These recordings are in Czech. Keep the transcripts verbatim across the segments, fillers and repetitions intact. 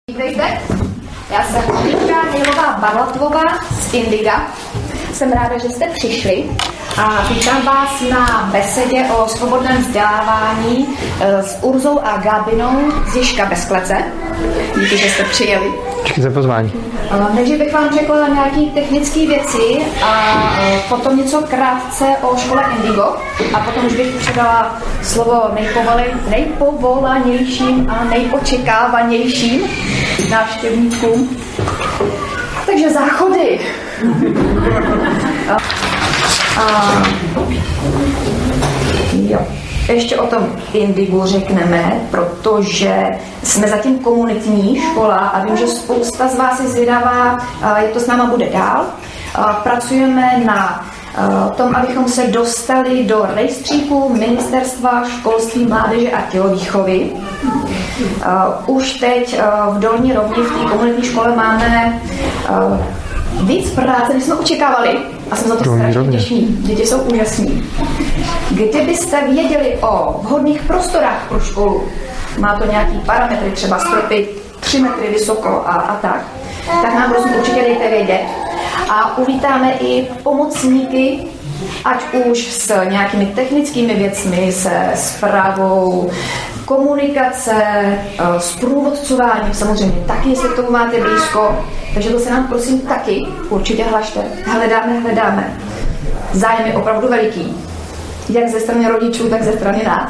Vítejte, já jsem Jitka Nejlová Barlatová z Indiga. Jsem ráda, že jste přišli a vítám vás na besedě o svobodném vzdělávání s Urzou a Gábinou z Ježka bez klece. Díky, že jste přijeli. Díky za pozvání. Než bych vám řekla nějaké technické věci a potom něco krátce o škole Indigo a potom už bych předala slovo nejpovolanějším a nejočekávanějším návštěvníkům. Takže záchody. a, jo. Ještě o tom Indigu řekneme, protože jsme zatím komunitní škola a vím, že spousta z vás je zvědavá, jak to s náma bude dál. Pracujeme na tom, abychom se dostali do rejstříku Ministerstva školství, mládeže a tělovýchovy. Už teď v Dolní Rovni v té komunitní škole máme víc práce, než jsme očekávali a jsme za to strašně těšní. Děti jsou úžasní. Kdybyste věděli o vhodných prostorách pro školu, má to nějaký parametry, třeba stropy tři metry vysoko a, a tak, tak nám prosím určitě dejte vědět. A uvítáme i pomocníky, ať už s nějakými technickými věcmi, se správou komunikace, s průvodcováním, samozřejmě taky, jestli k tomu máte blízko. Takže to se nám prosím taky určitě hlašte. Hledáme, hledáme. Zájem je opravdu veliký. Jak ze strany rodičů, tak ze strany nás.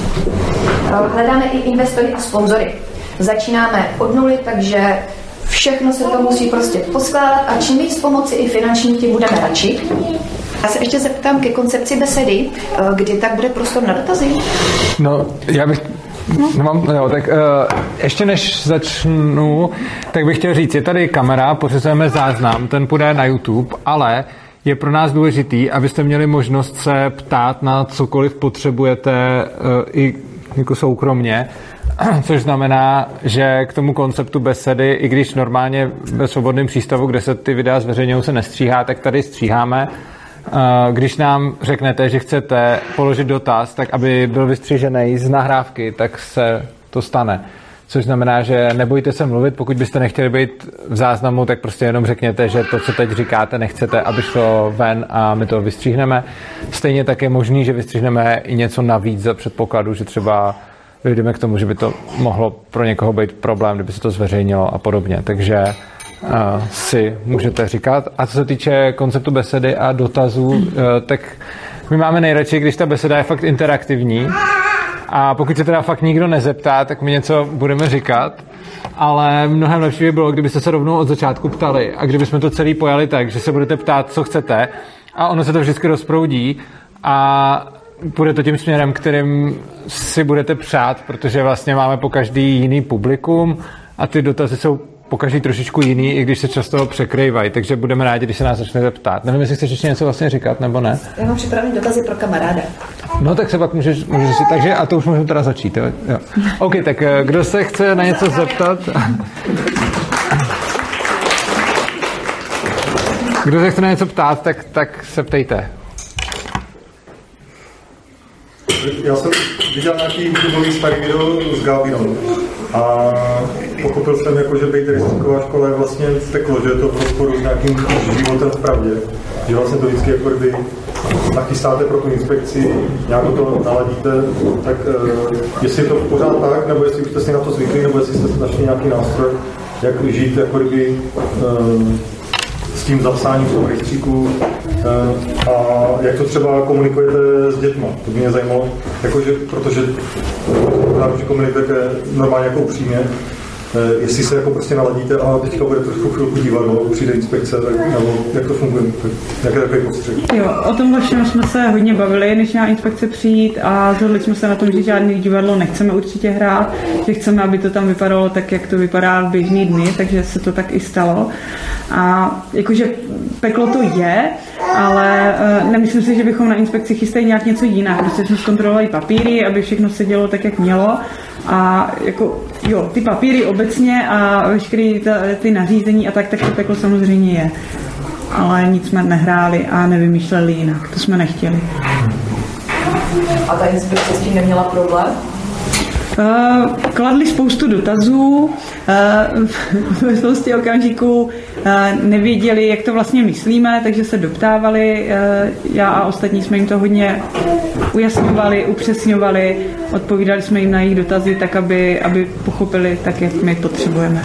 Hledáme i investory a sponzory. Začínáme od nuly, takže všechno se to musí prostě poskládat a čím víc pomoci i finanční, tím budeme radši. Já se ještě zeptám ke koncepci besedy, kdy tak bude prostor na dotazy? No, já bych... No, mám, jo, tak uh, ještě než začnu, tak bych chtěl říct, je tady kamera, pořizujeme záznam, ten půjde na YouTube, ale je pro nás důležitý, abyste měli možnost se ptát na cokoliv potřebujete uh, i jako soukromně, což znamená, že k tomu konceptu besedy, i když normálně ve svobodném přístavu, kde se ty videa zveřejňují, se nestříhá, tak tady stříháme. Když nám řeknete, že chcete položit dotaz, tak aby byl vystřížený z nahrávky, tak se to stane. Což znamená, že nebojte se mluvit, pokud byste nechtěli být v záznamu, tak prostě jenom řekněte, že to, co teď říkáte, nechcete, aby šlo ven a my to vystříhneme. Stejně tak je možný, že vystříhneme i něco navíc za předpokladu, že třeba dojdeme k tomu, že by to mohlo pro někoho být problém, kdyby se to zveřejnilo a podobně. Takže Uh, si můžete říkat. A co se týče konceptu besedy a dotazů, uh, tak my máme nejradši, když ta beseda je fakt interaktivní a pokud se teda fakt nikdo nezeptá, tak my něco budeme říkat, ale mnohem lepší by bylo, kdybyste se rovnou od začátku ptali a kdybychom to celý pojali tak, že se budete ptát, co chcete a ono se to vždycky rozproudí a půjde to tím směrem, kterým si budete přát, protože vlastně máme po každý jiný publikum a ty dotazy jsou po každý trošičku jiný, i když se často překrývají, takže budeme rádi, když se nás začnete ptát. Nevím, jestli chceš ještě něco vlastně říkat, nebo ne? Já mám připravený dotazy pro kamaráda. No tak se pak můžeš, můžeš si, takže a to už můžeme teda začít, jo? Jo. OK, tak kdo se chce na něco zeptat? Kdo se chce na něco ptát, tak, tak se ptejte. Já jsem viděl nějaký YouTubeový starý video s Gábinou a pochopil jsem, jako, že být riziková škola je vlastně peklo, že je to v rozporu s nějakým životem v pravdě. Že vlastně to vždycky, jako kdyby nachystáte pro tu inspekci, nějak to naladíte, tak uh, jestli je to pořád tak, nebo jestli už jste si na to zvykli, nebo jestli jste našli nějaký nástroj, jak žít, jako kdyby uh, s tím zapsáním v tom rejstříku a jak to třeba komunikujete s dětma. To by mě zajímalo, jakože, protože že komunikujete normálně jako upřímně, jestli se jako prostě naladíte a teďka bude trošku chvilku divadlo, přijde inspekce, tak, nebo jak to funguje, jaké takový postřeh. Jo, o tomhle všem jsme se hodně bavili, než měla inspekce přijít a zhodli jsme se na tom, že žádný divadlo nechceme určitě hrát, že chceme, aby to tam vypadalo tak, jak to vypadá v běžný dny, takže se to tak i stalo. A jakože peklo to je, ale uh, nemyslím si, že bychom na inspekci chystali nějak něco jinak. Prostě jsme zkontrolovali papíry, aby všechno se dělo tak, jak mělo. A jako, jo, ty papíry obecně a veškeré ty nařízení a tak, tak to peklo samozřejmě je. Ale nic jsme nehráli a nevymýšleli jinak. To jsme nechtěli. A ta inspekce s tím neměla problém? Kladli spoustu dotazů, ve spoustě okamžiků nevěděli, jak to vlastně myslíme, takže se doptávali. Já a ostatní jsme jim to hodně ujasňovali, upřesňovali, odpovídali jsme jim na jejich dotazy tak, aby, aby pochopili tak, jak my potřebujeme.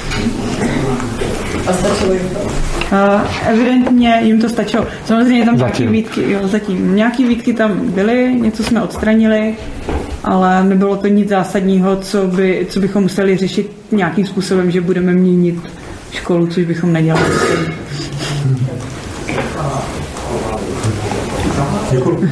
A stačilo jim to? Uh, evidentně jim to stačilo. Samozřejmě tam nějaké výtky, jo, zatím. Nějaké výtky tam byly, něco jsme odstranili, ale nebylo to nic zásadního, co, by, co bychom museli řešit nějakým způsobem, že budeme měnit školu, což bychom nedělali. Děkuji.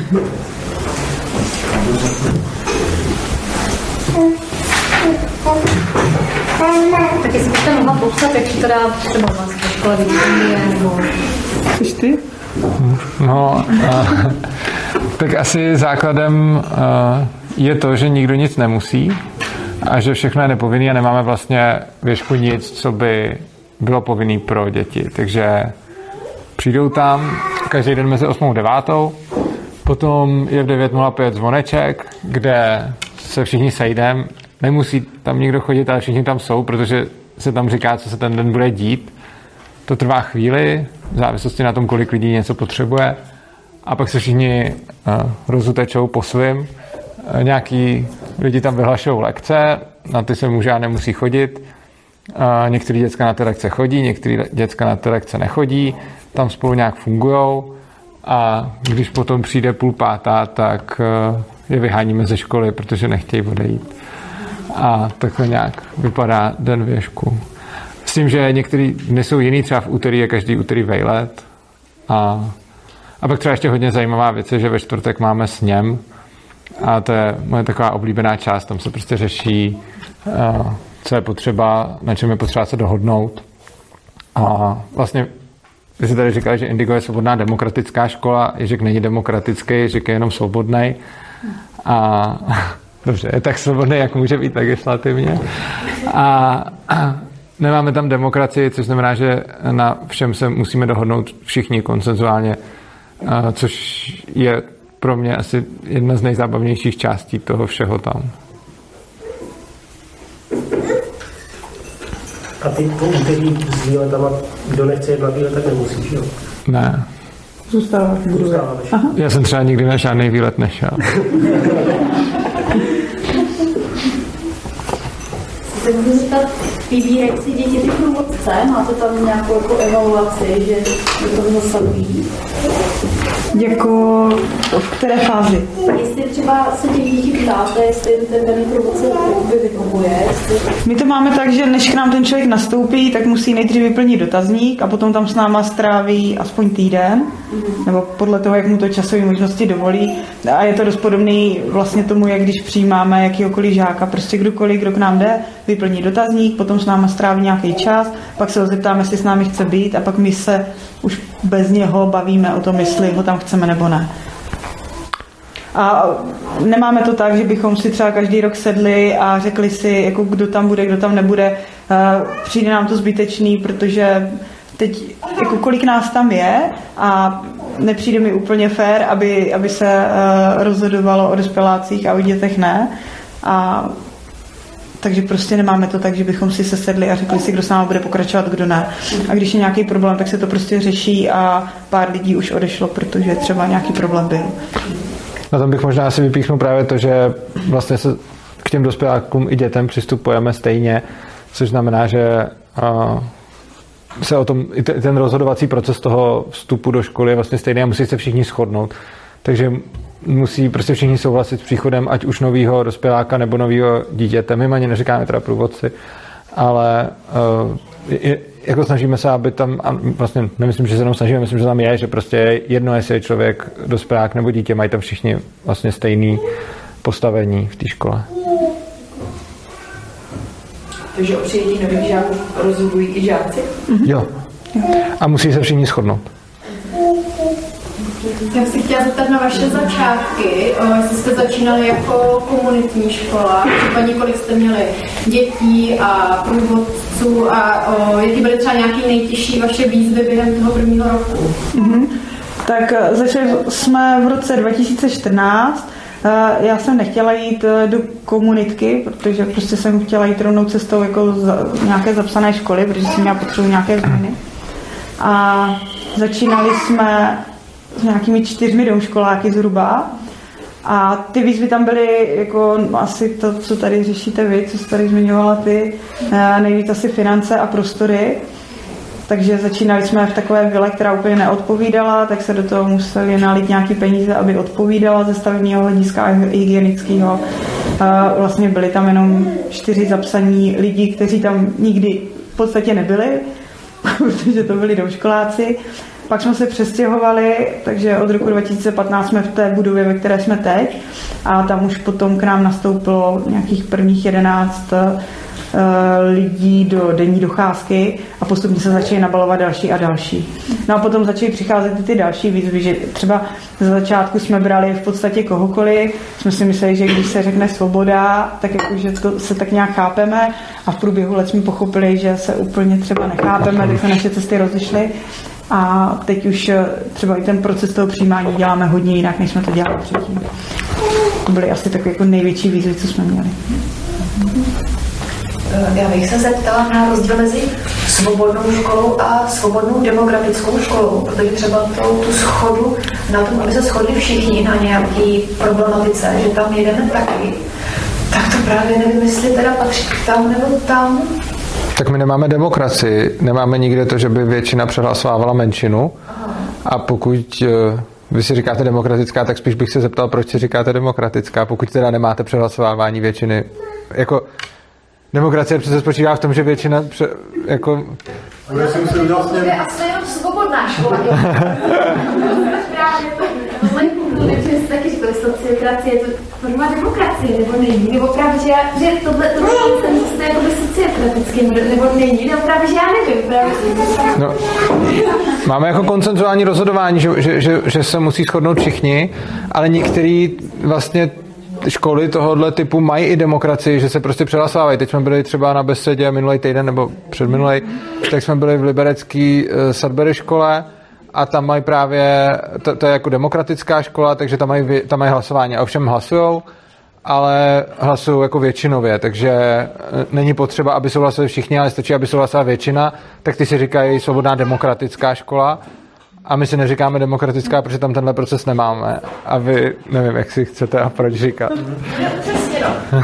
Tak jestli byste mohla popsat, jak teda třeba vás ve škole vypadá, nebo... Chceš ty? No, a, tak asi základem a, je to, že nikdo nic nemusí a že všechno je nepovinný a nemáme vlastně věšku nic, co by bylo povinný pro děti. Takže přijdou tam každý den mezi osmou a devátou, potom je v devět nula pět zvoneček, kde se všichni sejdeme. Nemusí tam nikdo chodit, ale všichni tam jsou, protože se tam říká, co se ten den bude dít. To trvá chvíli, v závislosti na tom, kolik lidí něco potřebuje. A pak se všichni uh, rozutečou po svým. Uh, nějaký lidi tam vyhlašují lekce, na ty se může a nemusí chodit. Uh, některý děcka na ty lekce chodí, některý děcka na ty lekce nechodí. Tam spolu nějak fungujou. A když potom přijde půl pátá, tak uh, je vyháníme ze školy, protože nechtějí odejít. A takhle nějak vypadá den věšku. S tím, že některý dny jsou jiný, třeba v úterý je každý úterý vejlet. A, a pak třeba ještě hodně zajímavá věc je, že ve čtvrtek máme sněm. A to je moje taková oblíbená část, tam se prostě řeší, co je potřeba, na čem je potřeba se dohodnout. A vlastně vy jste tady říkali, že Indigo je svobodná demokratická škola, Ježek není demokratický, Ježek je jenom svobodný. A dobře, je tak svobodný, jak může být legislativně. A, a nemáme tam demokracii, což znamená, že na všem se musíme dohodnout všichni konsenzuálně, a, což je pro mě asi jedna z nejzábavnějších částí toho všeho tam. A ty po úterý s výletama, kdo nechce jet na výlet, tak nemusíš, jo? Ne. Zůstáváš. Zůstáváš. Já jsem třeba nikdy na žádný výlet nešel. Se můžu zeptat, vybírají si děti ty průvodce? Máte tam nějakou jako evaluaci, že do toho zasadují? Jako v které fázi? Jestli třeba se těch dětí ptáte, jestli ten daný průvodce vyhovuje? Jestli... My to máme tak, že než k nám ten člověk nastoupí, tak musí nejdřív vyplnit dotazník a potom tam s náma stráví aspoň týden, mm. nebo podle toho, jak mu to časové možnosti dovolí. A je to dost podobný vlastně tomu, jak když přijímáme jakýhokoliv žáka, prostě kdokoliv, kdo k nám jde, vyplní dotazník, potom s náma stráví nějaký čas, pak se ho zeptáme, jestli s námi chce být a pak my se už bez něho bavíme o tom, jestli ho tam chceme nebo ne. A nemáme to tak, že bychom si třeba každý rok sedli a řekli si, jako kdo tam bude, kdo tam nebude. Přijde nám to zbytečný, protože teď jako kolik nás tam je a nepřijde mi úplně fér, aby, aby se rozhodovalo o dospělácích a o dětech ne. A takže prostě nemáme to tak, že bychom si sesedli a řekli si, kdo s námi bude pokračovat, kdo ne. A když je nějaký problém, tak se to prostě řeší a pár lidí už odešlo, protože třeba nějaký problém byl. Na tom bych možná asi vypíchnul právě to, že vlastně se k těm dospělákům i dětem přistupujeme stejně, což znamená, že se o tom, i ten rozhodovací proces toho vstupu do školy je vlastně stejný a musí se všichni shodnout. Takže musí prostě všichni souhlasit s příchodem ať už nového dospěláka nebo nového dítěte. My ani neříkáme teda průvodci, ale uh, je, jako snažíme se, aby tam, a vlastně nemyslím, že se jenom snažíme, myslím, že tam je, že prostě je jedno, jestli je člověk dospělák nebo dítě, mají tam všichni vlastně stejný postavení v té škole. Takže o přijetí nových žáků rozhodují i žáci? Mm-hmm. Jo. A musí se všichni shodnout. Já bych si chtěla zeptat na vaše začátky, jestli jste začínali jako komunitní škola, případně kolik jste měli dětí a průvodců a o, jaký byly třeba nějaké nejtěžší vaše výzvy během toho prvního roku? Mm-hmm. Tak začali jsme v roce dva tisíce čtrnáct. Já jsem nechtěla jít do komunitky, protože prostě jsem chtěla jít rovnou cestou jako za, nějaké zapsané školy, protože jsem měla potřebu nějaké změny. A začínali jsme s nějakými čtyřmi domškoláky zhruba. A ty výzvy tam byly jako asi to, co tady řešíte vy, co jste tady zmiňovala ty, nejvíc asi finance a prostory. Takže začínali jsme v takové vile, která úplně neodpovídala, tak se do toho museli nalít nějaké peníze, aby odpovídala ze stavebního hlediska a hygienického. Vlastně byli tam jenom čtyři zapsaní lidi, kteří tam nikdy v podstatě nebyli, protože to byli domškoláci. Pak jsme se přestěhovali, takže od roku dva tisíce patnáct jsme v té budově, ve které jsme teď, a tam už potom k nám nastoupilo nějakých prvních jedenáct lidí do denní docházky a postupně se začaly nabalovat další a další. No a potom začaly přicházet ty další výzvy, že třeba za začátku jsme brali v podstatě kohokoliv, jsme si mysleli, že když se řekne svoboda, tak jakože to se tak nějak chápeme, a v průběhu let jsme pochopili, že se úplně třeba nechápeme, tak se naše cesty rozešly. A teď už třeba i ten proces toho přijímání děláme hodně jinak, než jsme to dělali předtím. To byly asi takové jako největší výzvy, co jsme měli. Já bych se zeptala na rozdíl mezi svobodnou školou a svobodnou demokratickou školou, protože třeba to, tu schodu na tom, aby se shodli všichni na nějaký problematice, že tam jedeme taky, tak to právě nevím, jestli teda patří tam nebo tam. Tak my nemáme demokracii, nemáme nikde to, že by většina přehlasovávala menšinu. Aha. A pokud vy si říkáte demokratická, tak spíš bych se zeptal, proč si říkáte demokratická, pokud teda nemáte přehlasovávání většiny. Jako demokracie přece spočívá v tom, že většina pře, jako... Bude si musím udělat sněm. To je asi jenom svobodná škola. Právě to. Vzhledem že jste taky říkali, sociokracie, to forma demokracie, nebo není, nebo právě, že, já, že tohle to je jako sociokratický, nebo není, nebo právě, že já nevím, právě, že no, máme jako konsenzuální rozhodování, že, že, že, že se musí shodnout všichni, ale některý vlastně školy tohohle typu mají i demokracii, že se prostě přehlasovávají. Teď jsme byli třeba na besedě minulý týden nebo předminulý, tak jsme byli v liberecký uh, Sudbury škole a tam mají právě, to, to je jako demokratická škola, takže tam mají, tam mají hlasování. A ovšem hlasujou, ale hlasují jako většinově, takže není potřeba, aby souhlasili všichni, ale stačí, aby souhlasila většina, tak ty si říkají svobodná demokratická škola. A my si neříkáme demokratická, protože tam tenhle proces nemáme. A vy, nevím, jak si chcete a proč říkat. Přesně no.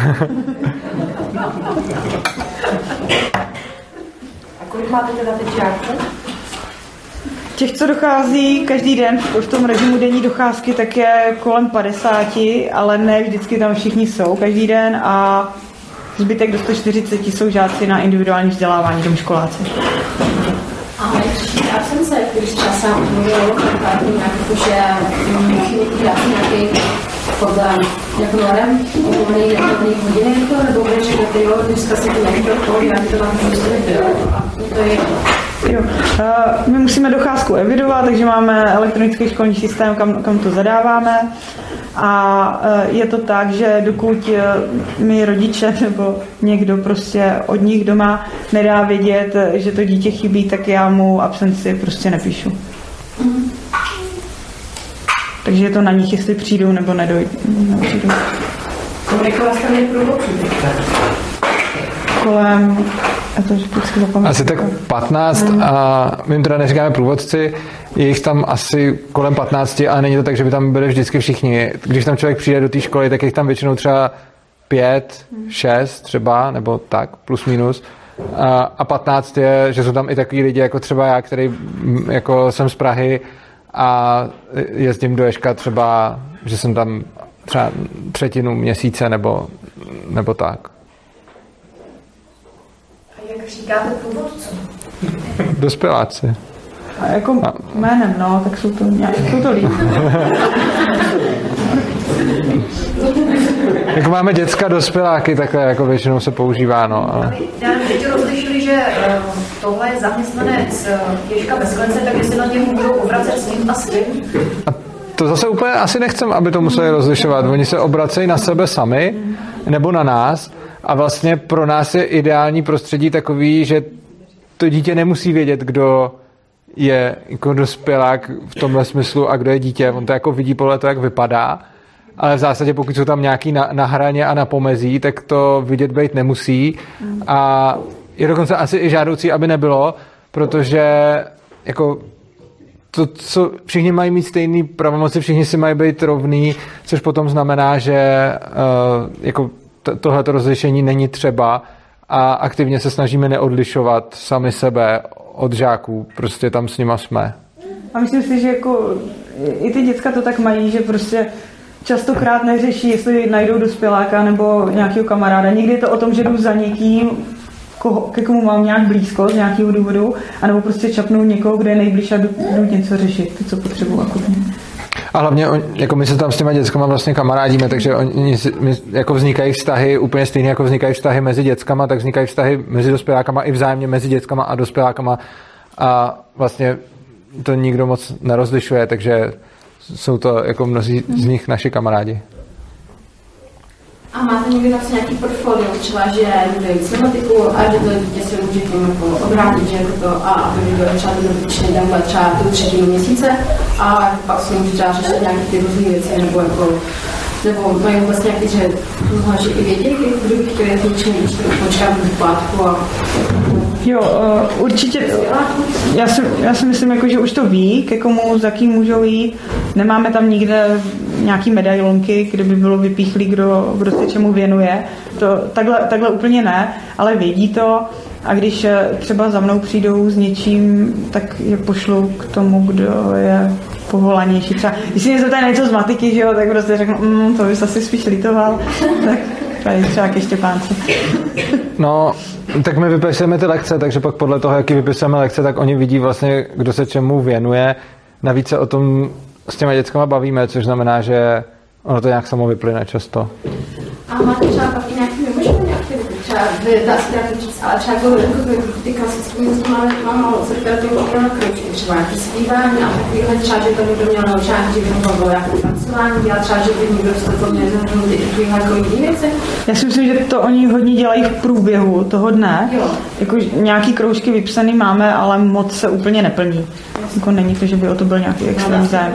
A kolik máte teda teď žáků? Těch, co dochází každý den v tom režimu denní docházky, tak je kolem padesáti, ale ne vždycky tam všichni jsou každý den, a zbytek do sto čtyřicet jsou žáci na individuální vzdělávání domškoláci. Ale já jsem se, když časem mluvil o kontaktu nějaký, že dáte nějaký podle jako norem, úplný neplný hodiny, nebo bude říkat, jo, dneska se to někdo to, já to vám prostě nebylo. To je Jo. My musíme docházku evidovat, takže máme elektronický školní systém, kam, kam to zadáváme. A je to tak, že dokud mi rodiče nebo někdo prostě od nich doma nedá vědět, že to dítě chybí, tak já mu absenci prostě nepíšu. Mm. Takže je to na nich, jestli přijdou nebo nedojdou. Kolik vás tam je průvodců? Kolem... To vždycky asi tak patnáct, mm. a my jim teda neříkáme průvodci, je jich tam asi kolem patnácti, ale není to tak, že by tam byli vždycky všichni. Když tam člověk přijde do té školy, tak je jich tam většinou třeba pět, šest třeba, nebo tak, plus minus. A, a patnáct je, že jsou tam i takový lidi, jako třeba já, který jako jsem z Prahy a jezdím do Ježka třeba, že jsem tam třeba třetinu měsíce, nebo, nebo tak. Jak říkáte průvodcům? Dospěláci. A jako a. jménem, no, tak jsou to nějak, jsou to lidi. Jako máme děcka dospěláky, takhle jako většinou se používá, no. Ale... Já nevím, teď rozlišili, že uh, tohle je zaměstnanec uh, Ježka bez klence, tak jestli na něm můžou obracet s ním a s tím. A to zase úplně asi nechcem, aby to museli rozlišovat. Oni se obracejí na sebe sami, nebo na nás, a vlastně pro nás je ideální prostředí takový, že to dítě nemusí vědět, kdo je jako dospělák v tomhle smyslu a kdo je dítě. On to jako vidí podle toho, jak vypadá, ale v zásadě pokud jsou tam nějaký na, na hraně a na pomezí, tak to vidět být nemusí a je dokonce asi i žádoucí, aby nebylo, protože jako to, co všichni mají mít stejný pravomoci, všichni si mají být rovný, což potom znamená, že uh, jako t- tohleto rozlišení není třeba a aktivně se snažíme neodlišovat sami sebe od žáků, prostě tam s nima jsme. A myslím si, že jako i ty děcka to tak mají, že prostě častokrát neřeší, jestli najdou dospěláka nebo nějakého kamaráda. Někdy je to o tom, že jdu za někým, koho, ke komu mám nějak blízko z nějakého důvodu, anebo prostě čapnou někoho, kde je nejblíž a jdu, jdu něco řešit, to, co potřebuji akutně. A hlavně jako my se tam s těma dětskama vlastně kamarádíme, takže oni jako vznikají vztahy úplně stejně, jako vznikají vztahy mezi dětskama, tak vznikají vztahy mezi dospělákama i vzájemně mezi dětskama a dospělákama a vlastně to nikdo moc nerozlišuje, takže jsou to jako mnozí z nich naši kamarádi. A máte někdy vlastně nějaký portfolio, třeba, že někdo jít matematiku a že to dítě se může tím jako obrátit, že jako to, a aby bylo třeba to dotyčně takhle třeba tu třetinu měsíce a pak si může třeba řešit nějaké ty různé věci, nebo jako nebo mají vlastně nějaký, že možná, že i věděli, kdo by chtěli jak něčím víc, počkat do plátku a... Jo, uh, určitě. Já si, já si myslím, jako, že už to ví, ke komu, za kým můžou jít. Nemáme tam nikde nějaký medailonky, kde by bylo vypíchlý, kdo, kdo se čemu věnuje. To, takhle, takhle úplně ne, ale vědí to. A když třeba za mnou přijdou s něčím, tak je pošlu k tomu, kdo je povolanější. Třeba, když si mě zeptají něco z matiky, že jo, tak prostě řeknu, mm, to bys asi spíš litoval. Tak tady třeba ke Štěpánce. No, tak my vypisujeme ty lekce, takže pak podle toho, jaký vypisujeme lekce, tak oni vidí vlastně, kdo se čemu věnuje. Navíc se o tom s těma dětskama bavíme, což znamená, že ono to nějak samo vyplyne často. A máte třeba pak i nějaký mimoškolní aktivity, třeba dá se nějaký čas, ale třeba jako ty klasické město máme, máme málo, co teda to opravdu kroužky, třeba nějaký zpívání a takovýhle třeba, že to někdo měl naučit, že by to bylo nějaké tancování, a třeba, že by někdo se to měl zahrnout i takovýhle jako jiný věci. Já si myslím, že to oni hodně dělají v průběhu toho dne. Jo. Jako nějaký kroužky vypsaný máme, ale moc se úplně neplní. Jako není to, že by o to byl nějaký extrémní zájem.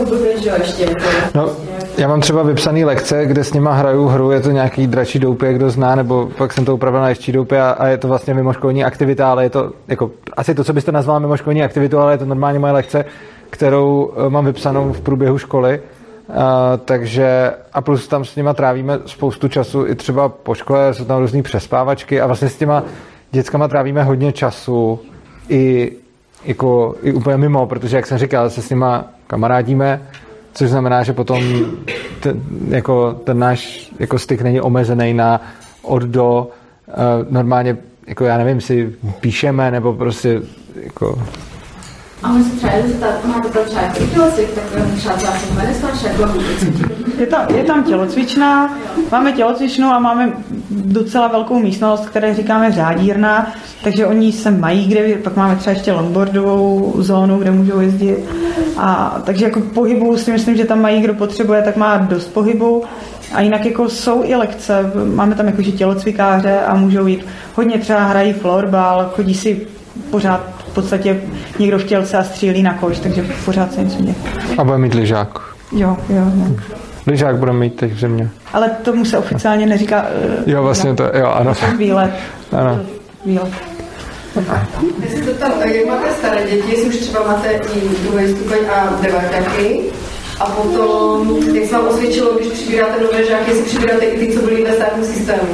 No, já mám třeba vypsaný lekce, kde s nima hraju hru, je to nějaký dračí doupě, kdo zná, nebo pak jsem to upravil na ještí doupě a, a je to vlastně mimoškolní aktivita, ale je to jako asi to, co byste nazval mimoškolní aktivitu, ale je to normálně moje lekce, kterou mám vypsanou v průběhu školy. A, takže a plus tam s nima trávíme spoustu času i třeba po škole, jsou tam různý přespávačky a vlastně s těma dětskama trávíme hodně času i, jako, i úplně mimo, protože jak jsem říkal, se s nima kamarádíme, což znamená, že potom ten, jako, ten náš jako styk není omezený na od do. Uh, normálně, jako já nevím, si píšeme, nebo prostě jako... A my se třeba jde zeptat, máte tam třeba jako tělocvik, tak třeba třeba jsem medicinačka, jako je tam, je tam tělocvičná, máme tělocvičnou a máme docela velkou místnost, které říkáme řádírna, takže oni se mají kde, pak máme třeba ještě longboardovou zónu, kde můžou jezdit. A, takže jako pohybu si myslím, že tam mají, kdo potřebuje, tak má dost pohybu. A jinak jako jsou i lekce, máme tam jakože tělocvikáře a můžou jít. Hodně třeba hrají florbal, chodí si pořád v podstatě někdo v tělce a střílí na koš, takže pořád se něco děje. A bude mít lyžák. Jo, jo, jo. Lyžák bude mít teď v zimě. Ale tomu se oficiálně neříká... Jo, vlastně to, jo, ano. Výlet. Ano. Výlet. Jestli to tam, jak máte staré děti, jestli už třeba máte i druhý stupeň a deváťáky, a potom, jak se vám osvědčilo, když přibíráte nové žáky, jestli přibíráte i ty, co byli ve státním systému?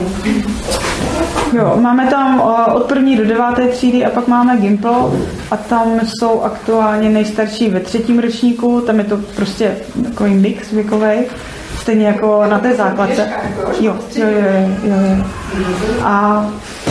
Jo, máme tam od první do deváté třídy a pak máme Gimpl a tam jsou aktuálně nejstarší ve třetím ročníku, tam je to prostě takový mix věkovej, stejně jako na té základce. Jo, jo, jo, jo, jo. A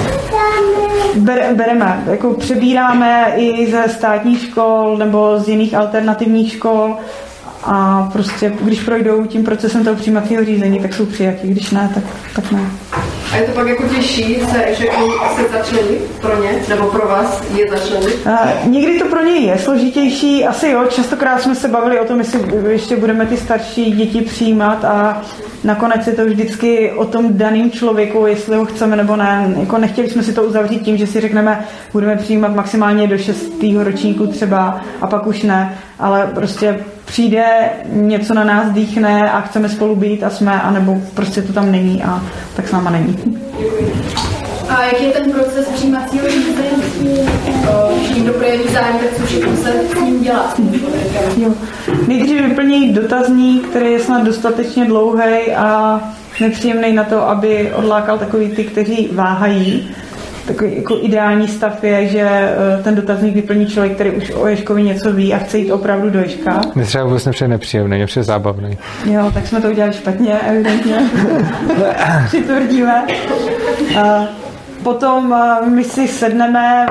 bereme, jako přebíráme i ze státních škol nebo z jiných alternativních škol a prostě, když projdou tím procesem toho přijímacího řízení, tak jsou přijatí, když ne, tak, tak ne. A je to pak jako těžší se, že se začlenit pro ně, nebo pro vás je začlenit? Uh, někdy to pro ně je složitější, asi jo, častokrát jsme se bavili o tom, jestli ještě budeme ty starší děti přijímat a nakonec je to vždycky o tom daném člověku, jestli ho chceme nebo ne. Jako nechtěli jsme si to uzavřít tím, že si řekneme, budeme přijímat maximálně do šestého ročníku třeba a pak už ne, ale prostě přijde, něco na nás dýchne a chceme spolu být a jsme, anebo prostě to tam není a tak s náma není. A jaký je ten proces přijímacího řízení? Když někdo projeví zájem, tak co všechno se s ním dělá? Jo. Nejdřív vyplní dotazník, který je snad dostatečně dlouhý a nepříjemný na to, aby odlákal takový ty, kteří váhají. Takový jako ideální stav je, že ten dotazník vyplní člověk, který už o Ježkovi něco ví a chce jít opravdu do Ježka. Mně třeba vůbec nepřijde nepříjemný, nepřijde zábavný. Jo, tak jsme to udělali špatně, evidentně. Přitvrdíme. Potom my si sedneme,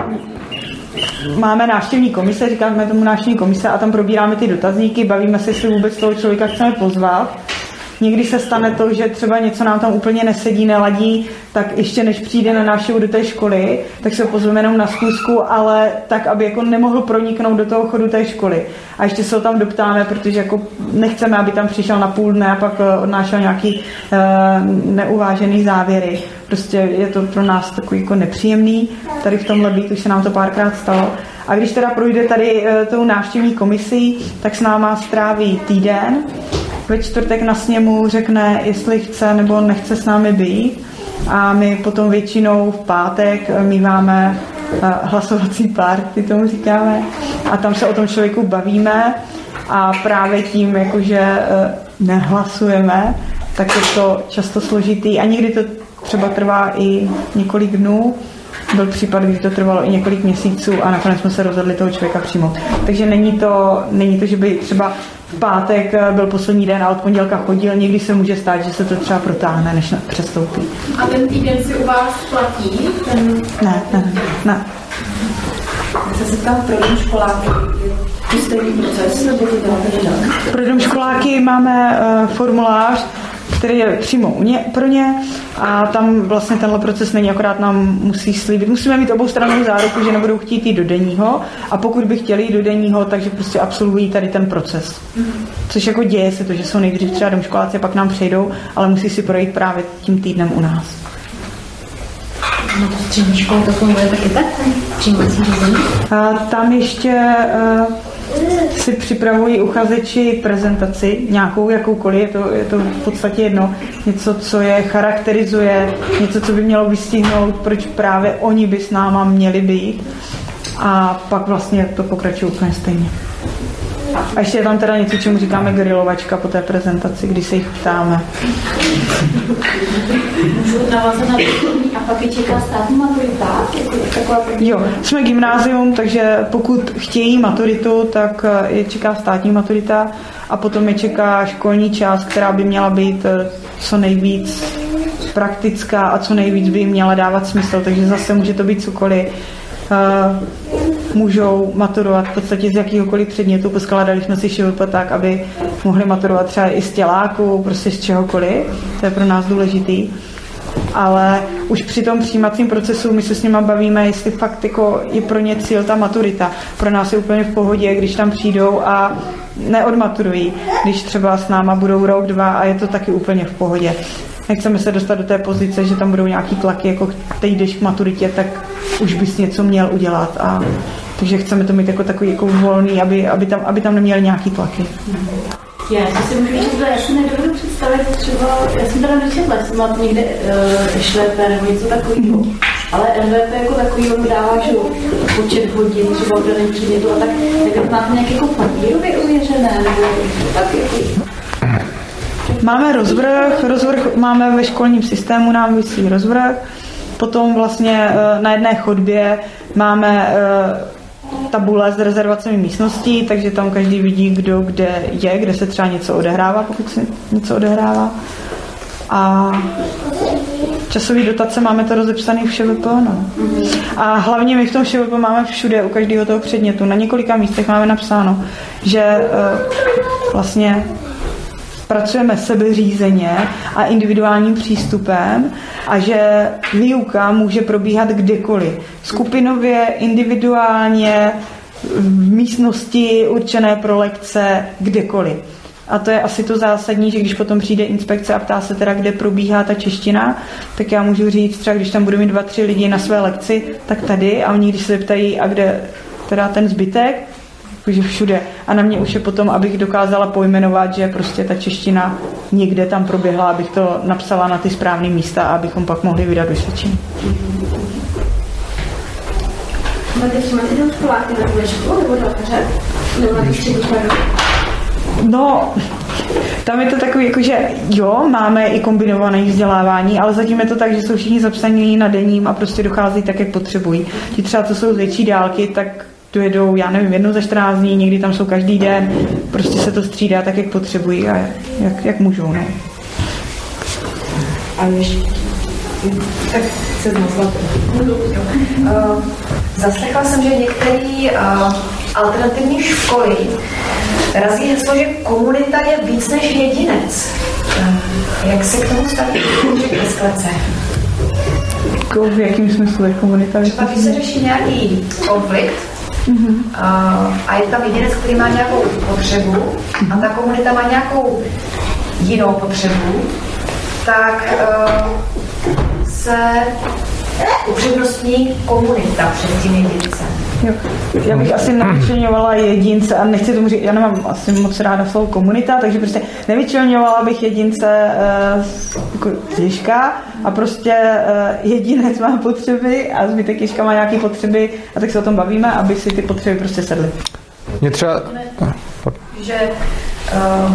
máme návštěvní komise, říkáme tomu návštěvní komise a tam probíráme ty dotazníky, bavíme se, jestli vůbec toho člověka chceme pozvat. Někdy se stane to, že třeba něco nám tam úplně nesedí, neladí, tak ještě než přijde na návštěvu do té školy, tak se ho pozveme jenom na schůzku, ale tak, aby jako nemohl proniknout do toho chodu té školy. A ještě se ho tam doptáme, protože jako nechceme, aby tam přišel na půl dne a pak odnášel nějaký uh, neuvážený závěry. Prostě je to pro nás takový jako nepříjemný tady v tomhle být, už se nám to párkrát stalo. A když teda projde tady uh, tou návštěvní komisí, tak s náma stráví týden. Ve čtvrtek na sněmu řekne, jestli chce nebo nechce s námi být a my potom většinou v pátek míváme hlasovací party, tomu říkáme, a tam se o tom člověku bavíme a právě tím, jakože nehlasujeme, tak je to často složitý a někdy to třeba trvá i několik dnů. Byl případ, kdy to trvalo i několik měsíců a nakonec jsme se rozhodli toho člověka přijmout. Takže není to, není to, že by třeba v pátek byl poslední den a od pondělka chodil, někdy se může stát, že se to třeba protáhne, než přestoupí. A ten týden si u vás platí? Ten... Ne, ne, ne. ne. Já se ptám, pro školáky je stejný proces, nebo to děláte jinak? Pro domškoláky máme uh, formulář, který je přímo u ně, pro ně a tam vlastně tenhle proces není, akorát nám musí slíbit. Musíme mít oboustrannou záruku, že nebudou chtít jít do denního a pokud by chtěli jít do denního, takže prostě absolvují tady ten proces. Což jako děje se to, že jsou nejdřív třeba domškoláci a pak nám přejdou, ale musí si projít právě tím týdnem u nás. No to střední školu to funguje taky tak? Přijímací řízení? A tam ještě uh, si připravují uchazeči prezentaci, nějakou, jakoukoliv, je to, je to v podstatě jedno, něco, co je charakterizuje, něco, co by mělo vystihnout, proč právě oni by s náma měli být a pak vlastně to pokračuje úplně stejně. A ještě je tam teda něco, čemu říkáme grilovačka po té prezentaci, když se jich ptáme. Můžu navázat na první a pak je čeká státní maturita? Jo, jsme gymnázium, takže pokud chtějí maturitu, tak je čeká státní maturita a potom je čeká školní část, která by měla být co nejvíc praktická a co nejvíc by jim měla dávat smysl, takže zase může to být cokoliv. Můžou maturovat v podstatě z jakýhokoliv předmětu, poskládali jsme si ŠVP tak, aby mohli maturovat třeba i z těláku, prostě z čehokoliv, to je pro nás důležitý. Ale už při tom přijímacím procesu my se s nima bavíme, jestli fakt jako je pro ně cíl ta maturita. Pro nás je úplně v pohodě, když tam přijdou a neodmaturují, když třeba s náma budou rok, dva a je to taky úplně v pohodě. Nechceme se dostat do té pozice, že tam budou nějaký tlaky, jako teď jdeš k maturitě, tak už bys něco měl udělat. A, takže chceme to mít jako takový jako volný, aby, aby, tam, aby tam neměli nějaký tlaky. Já si můžu říct, já si nedovedu představit třeba, já jsem teda nečetla, jestli máte někde uh, ŠVP nebo něco takového. Ale N V P jako takový, on dává, že počet hodin, třeba v daném předmětu a tak, tak máte nějaké jako papírově uvěřené, nebo tak jako... Máme rozvrh, rozvrh máme ve školním systému, nám visí rozvrh, potom vlastně na jedné chodbě máme tabule s rezervacemi místností, takže tam každý vidí, kdo kde je, kde se třeba něco odehrává, pokud se něco odehrává. A časový dotace máme to rozepsané v ŠVP, no. A hlavně my v tom ŠVP máme všude, u každého toho předmětu, na několika místech máme napsáno, že vlastně pracujeme sebeřízeně a individuálním přístupem a že výuka může probíhat kdekoliv. Skupinově, individuálně, v místnosti určené pro lekce, kdekoliv. A to je asi to zásadní, že když potom přijde inspekce a ptá se teda, kde probíhá ta čeština, tak já můžu říct třeba, když tam budu mít dva, tři lidi na své lekci, tak tady a oni když se ptají, a kde teda ten zbytek, jakože všude. A na mě už je potom, abych dokázala pojmenovat, že prostě ta čeština někde tam proběhla, abych to napsala na ty správné místa a abychom pak mohli vydat vysvědčení. Máte přímo ty školáky na dvoječku nebo na kaře? Nebo na střední školu? No, tam je to takový, jakože jo, máme i kombinované vzdělávání, ale zatím je to tak, že jsou všichni zapsaní na denním a prostě dochází tak, jak potřebují. Ti třeba, co jsou z větší dálky, tak dojedou, já nevím, jednou za čtrnáct dní, někdy tam jsou každý den, prostě se to střídá tak, jak potřebují a jak, jak můžou, no. A ještě, tak se zmozla. Uh, zaslechla jsem, že některé uh, alternativní školy razí heslo, že komunita je víc než jedinec. Uh, jak se k tomu staví ke sklece? Jako v jakém smyslu je komunita? Třeba když se řeší nějaký konflikt, mm-hmm. uh, a je tam jedinec, který má nějakou potřebu a ta komunita má nějakou jinou potřebu, tak uh, se upřednostní komunita před tím jedincem. Jo. Já bych asi nevyčleňovala jedince a nechci tomu říct, já nemám asi moc ráda slovo komunita, takže prostě nevyčleňovala bych jedince uh, jako Ježka a prostě uh, jedinec má potřeby a zbytek Ježka má nějaké potřeby a tak se o tom bavíme, aby si ty potřeby prostě sedly. Mě třeba... Že uh,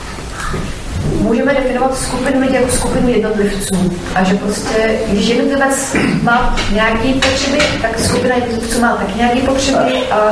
můžeme definovat skupinu lidí jako skupinu jednotlivců a že prostě, když jednotlivec má nějaké potřeby, tak skupina jednotlivců má taky nějaké potřeby a...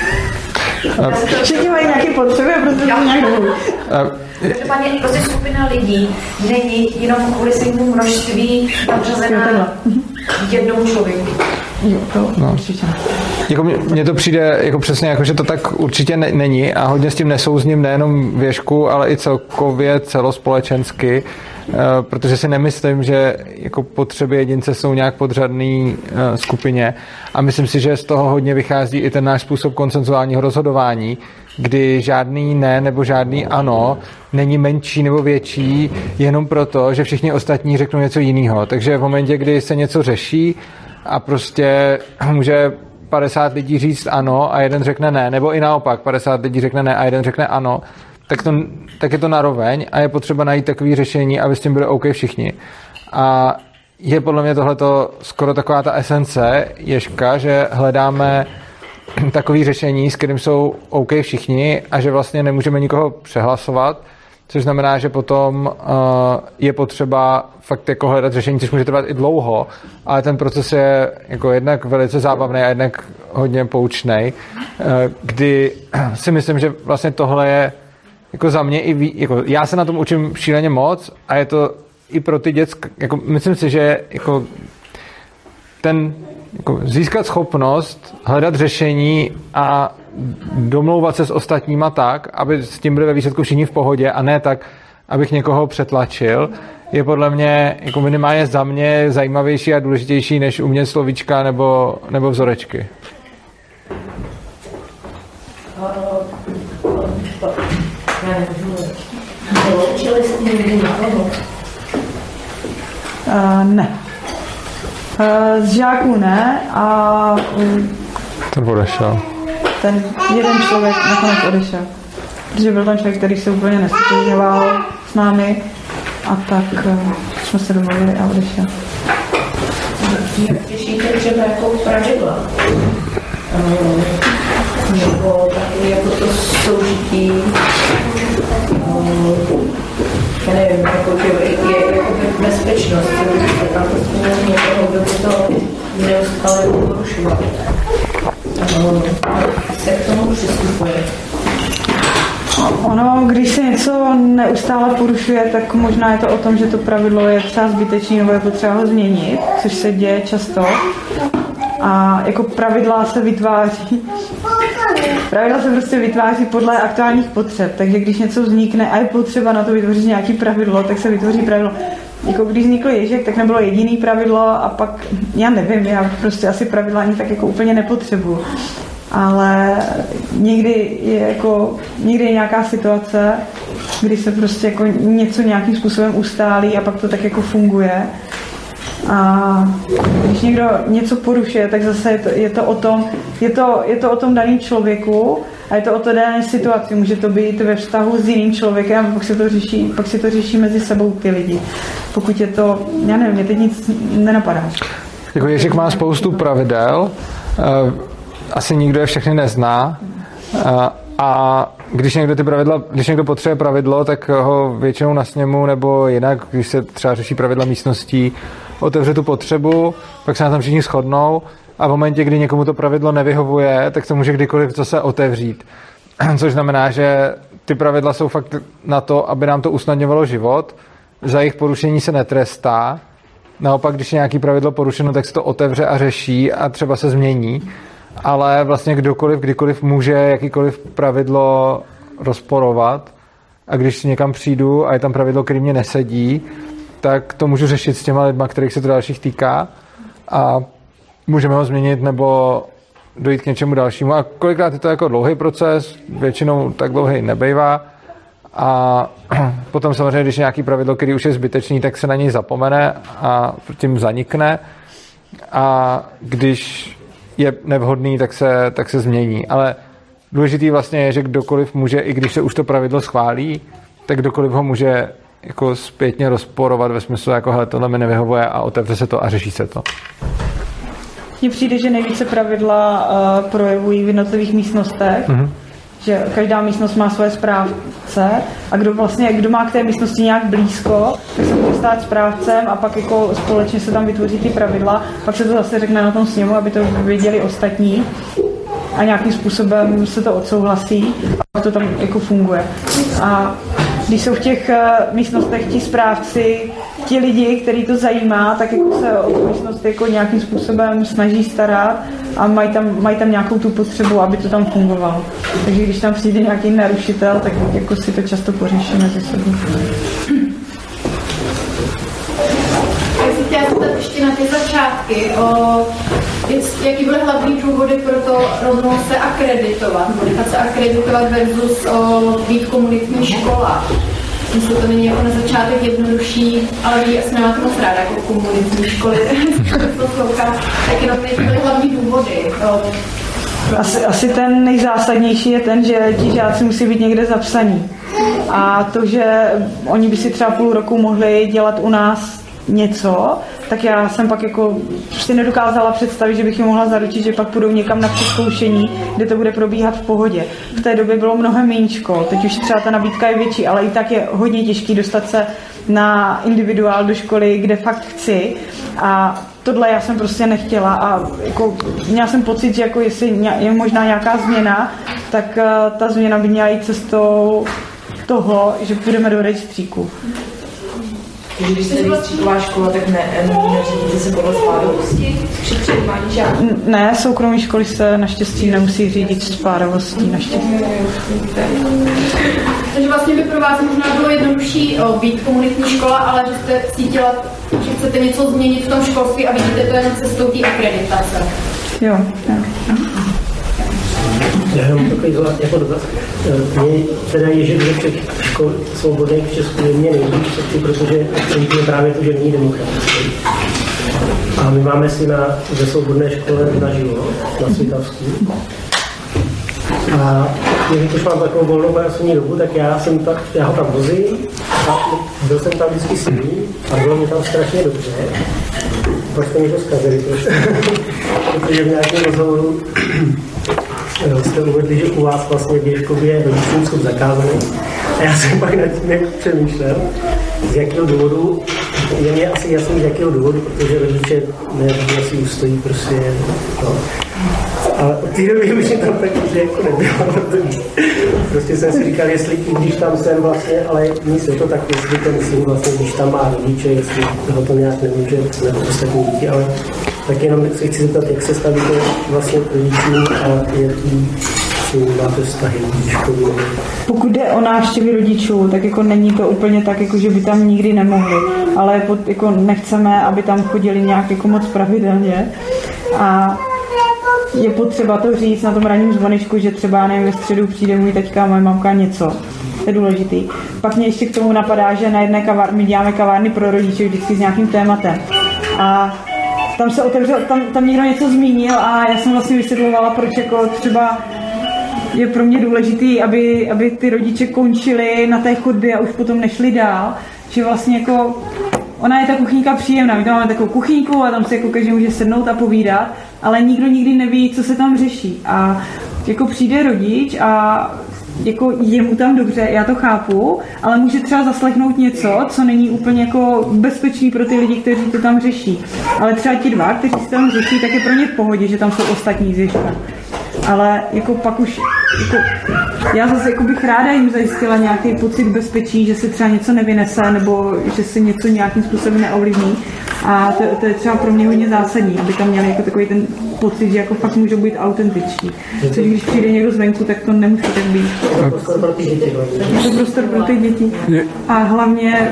Všichni mají nějaké potřeby a prostě to nějak domluví. Každopádně prostě skupina lidí není jenom kvůli svému množství nadřazená jednomu člověku. Jo, to no. určitě. Jako mně to přijde jako přesně jako, že to tak určitě ne, není a hodně s tím nesouzním nejenom Věžku, ale i celkově celospolečensky, uh, protože si nemyslím, že jako potřeby jedince jsou nějak podřadný uh, skupině a myslím si, že z toho hodně vychází i ten náš způsob konsenzuálního rozhodování, kdy žádný ne nebo žádný ano není menší nebo větší jenom proto, že všichni ostatní řeknou něco jiného. Takže v momentě, kdy se něco řeší a prostě může padesát lidí říct ano a jeden řekne ne, nebo i naopak, padesát lidí řekne ne a jeden řekne ano, tak, to, tak je to naroveň a je potřeba najít takové řešení, aby s tím byli OK všichni. A je podle mě tohleto skoro taková ta esence Ježka, že hledáme takové řešení, s kterým jsou OK všichni a že vlastně nemůžeme nikoho přehlasovat, což znamená, že potom uh, je potřeba fakt jako hledat řešení, což může trvat i dlouho, ale ten proces je jako jednak velice zábavný a jednak hodně poučnej, uh, kdy si myslím, že vlastně tohle je jako za mě i ví, jako já se na tom učím šíleně moc a je to i pro ty děcka, jako myslím si, že jako ten jako získat schopnost hledat řešení a domlouvat se s ostatníma tak, aby s tím byli ve výsledku všichni v pohodě a ne tak, abych někoho přetlačil, je podle mě jako minimálně za mě zajímavější a důležitější, než umět slovíčka nebo, nebo vzorečky. Uh, ne. Uh, z žáků ne a uh, ten odešel. Ten jeden člověk nakonec odešel. Protože byl tam člověk, který se úplně nestotožňoval s námi a tak uh, jsme se domluvili a odešel. Řešíte třeba jako pravidla? Uh, nebo taky jako to soužití? Uh, já nevím, jako, je, je jako bezpečnost, že tam prostě někoho, kdo by to neustále porušoval. Se k tomu přistupuje. Ono, když se něco neustále porušuje, tak možná je to o tom, že to pravidlo je třeba zbytečný nebo je potřeba ho změnit, což se děje často. A jako pravidla se vytváří, pravidla se prostě vytváří podle aktuálních potřeb, takže když něco vznikne a je potřeba na to vytvořit nějaký pravidlo, tak se vytvoří pravidlo. Jako když vznikl Ježek, tak nebylo jediný pravidlo a pak, já nevím, já prostě asi pravidla ani tak jako úplně nepotřebuju. Ale někdy je jako, někdy je nějaká situace, kdy se prostě jako něco nějakým způsobem ustálí a pak to tak jako funguje. A když někdo něco porušuje, tak zase je to, je to o tom, je to, je to o tom daném člověku a je to o to dané situaci. Může to být ve vztahu s jiným člověkem a pak se to řeší, pak se to řeší mezi sebou ty lidi. Pokud je to, já nevím, mě teď nic nenapadá. Jako Ježík má spoustu pravidel, asi nikdo je všechny nezná a když někdo ty pravidla, když někdo potřebuje pravidlo, tak ho většinou na sněmu nebo jinak, když se třeba řeší pravidla místností, otevře tu potřebu, pak se na tom všichni shodnou a v momentě, kdy někomu to pravidlo nevyhovuje, tak to může kdykoliv zase otevřít. Což znamená, že ty pravidla jsou fakt na to, aby nám to usnadňovalo život, za jejich porušení se netrestá. Naopak, když je nějaký pravidlo porušeno, tak se to otevře a řeší a třeba se změní. Ale vlastně kdokoliv, kdykoliv může jakýkoliv pravidlo rozporovat. A když někam přijdu a je tam pravidlo, který mě nesedí, tak to můžu řešit s těma lidma, kterých se to dalších týká. A můžeme ho změnit nebo dojít k něčemu dalšímu. A kolikrát je to jako dlouhý proces, většinou tak dlouhý nebejvá. A potom samozřejmě, když je nějaký pravidlo, který už je zbytečný, tak se na něj zapomene a tím zanikne. A když je nevhodný, tak se, tak se změní. Ale důležitý vlastně je, že kdokoliv může, i když se už to pravidlo schválí, tak kdokoliv ho může jako zpětně rozporovat ve smyslu, jako hele, tohle mi nevyhovuje a otevře se to a řeší se to. Mně přijde, že nejvíce pravidla uh, projevují v jednotlivých místnostech, mm-hmm. že každá místnost má svoje správce a kdo vlastně, kdo má k té místnosti nějak blízko, tak se může stát správcem a pak jako společně se tam vytvoří ty pravidla, pak se to zase řekne na tom sněmu, aby to věděli ostatní a nějakým způsobem se to odsouhlasí a pak to tam jako funguje. A když jsou v těch uh, místnostech ti správci, ti lidi, který to zajímá, tak jako se o tu místnost jako nějakým způsobem snaží starat a mají tam, mají tam nějakou tu potřebu, aby to tam fungovalo. Takže když tam přijde nějaký narušitel, tak jako si to často pořeší mezi sebou. Já si chtěla zeptat ještě na ty začátky, o, jaký byly hlavní důvody pro to rozhodnout se akreditovat, nebo nechat se akreditovat versus o, být komunitní škola. Myslím, to není jako na začátek jednodušší, ale vy asi nemáte moc ráda jako komunitní školy, tak jenom jaký byly hlavní důvody. Asi, asi ten nejzásadnější je ten, že ti žáci musí být někde zapsaní. A to, že oni by si třeba půl roku mohli dělat u nás něco, tak já jsem pak jako si nedokázala představit, že bych jim mohla zaručit, že pak půjdou někam na přezkoušení, kde to bude probíhat v pohodě. V té době bylo mnohem méně škol, teď už třeba ta nabídka je větší, ale i tak je hodně těžký dostat se na individuál do školy, kde fakt chci. A tohle já jsem prostě nechtěla a jako měla jsem pocit, že jako jestli je možná nějaká změna, tak ta změna by měla jít cestou toho, že půjdeme do rejstříku. Takže když jste rejstříková škola, tak ne, neřídíte se podle spádovosti při přijímání žáků? Ne, soukromé školy se naštěstí nemusí řídit spádovostí, naštěstí. Takže vlastně by pro vás možná bylo jednodušší o, být komunitní škola, ale že jste cítila, že chcete něco změnit v tom školství a vidíte to jen cestou té akreditace. Jo, jo. Já mám takový zvlášť jako dotaz. Mně teda je, že do všech škol svobodných v Česku je mě nejvíc, protože je právě to, že není demokratický. A my máme si na, ze svobodné škole naživo, na Svitavsku. A když už mám takovou volnou pracovní dobu, tak já, jsem ta, já ho tam vozím a byl jsem tam vždycky s ním a bylo mi tam strašně dobře. Pak jste mi to zkazili trošku, protože v nějakém rozhovoru jste uvedli, že u vás vlastně běžkově je rodičům jsou zakázaný. A já jsem pak nad tím jako přemýšlel, z jakého důvodu, je mě asi jasný, z jakého důvodu, protože rodiče nevím, si ustojí prostě, no. Ale od té doby už tam tak už jako nebylo, protože prostě jsem si říkal, jestli i když tam jsem vlastně, ale nic je to tak, jestli ten syn vlastně, když tam má rodiče, jestli ho to nějak nemůže, nebo ostatní děti, ale tak jenom se chci zeptat, jak se stavíte vlastně k rodičům a jaký máte vztahy školy. Pokud jde o návštěvy rodičů, tak jako není to úplně tak, jako že by tam nikdy nemohli, ale pod, jako nechceme, aby tam chodili nějak jako moc pravidelně a je potřeba to říct na tom ranním zvonečku, že třeba nevím, ve středu přijde můj taťka a moje mamka něco. To je důležitý. Pak mě ještě k tomu napadá, že na jedné kavárně, my děláme kavárny pro rodiče vždycky s nějakým tématem. A tam se otevřel, tam, tam někdo něco zmínil a já jsem vlastně vysvětlovala, proč jako třeba je pro mě důležitý, aby, aby ty rodiče končili na té chodbě a už potom nešli dál, že vlastně jako ona je ta kuchyňka příjemná, my tam máme takovou kuchyňku a tam si jako každý může sednout a povídat, ale nikdo nikdy neví, co se tam řeší a jako přijde rodič a jako je mu tam dobře, já to chápu, ale může třeba zaslechnout něco, co není úplně jako bezpečný pro ty lidi, kteří to tam řeší. Ale třeba ti dva, kteří se tam řeší, tak je pro ně v pohodě, že tam jsou ostatní zjišťa. Ale jako pak už, jako, já zase jako bych ráda jim zajistila nějaký pocit bezpečí, že se třeba něco nevynese, nebo že se něco nějakým způsobem neovlivní. A to, to je třeba pro mě hodně zásadní, aby tam měli jako takový ten pocit, že jako fakt můžou být autentiční. Což když přijde někdo zvenku, tak to nemusí tak být. Je to prostor pro ty děti. Je to prostor pro ty děti. A hlavně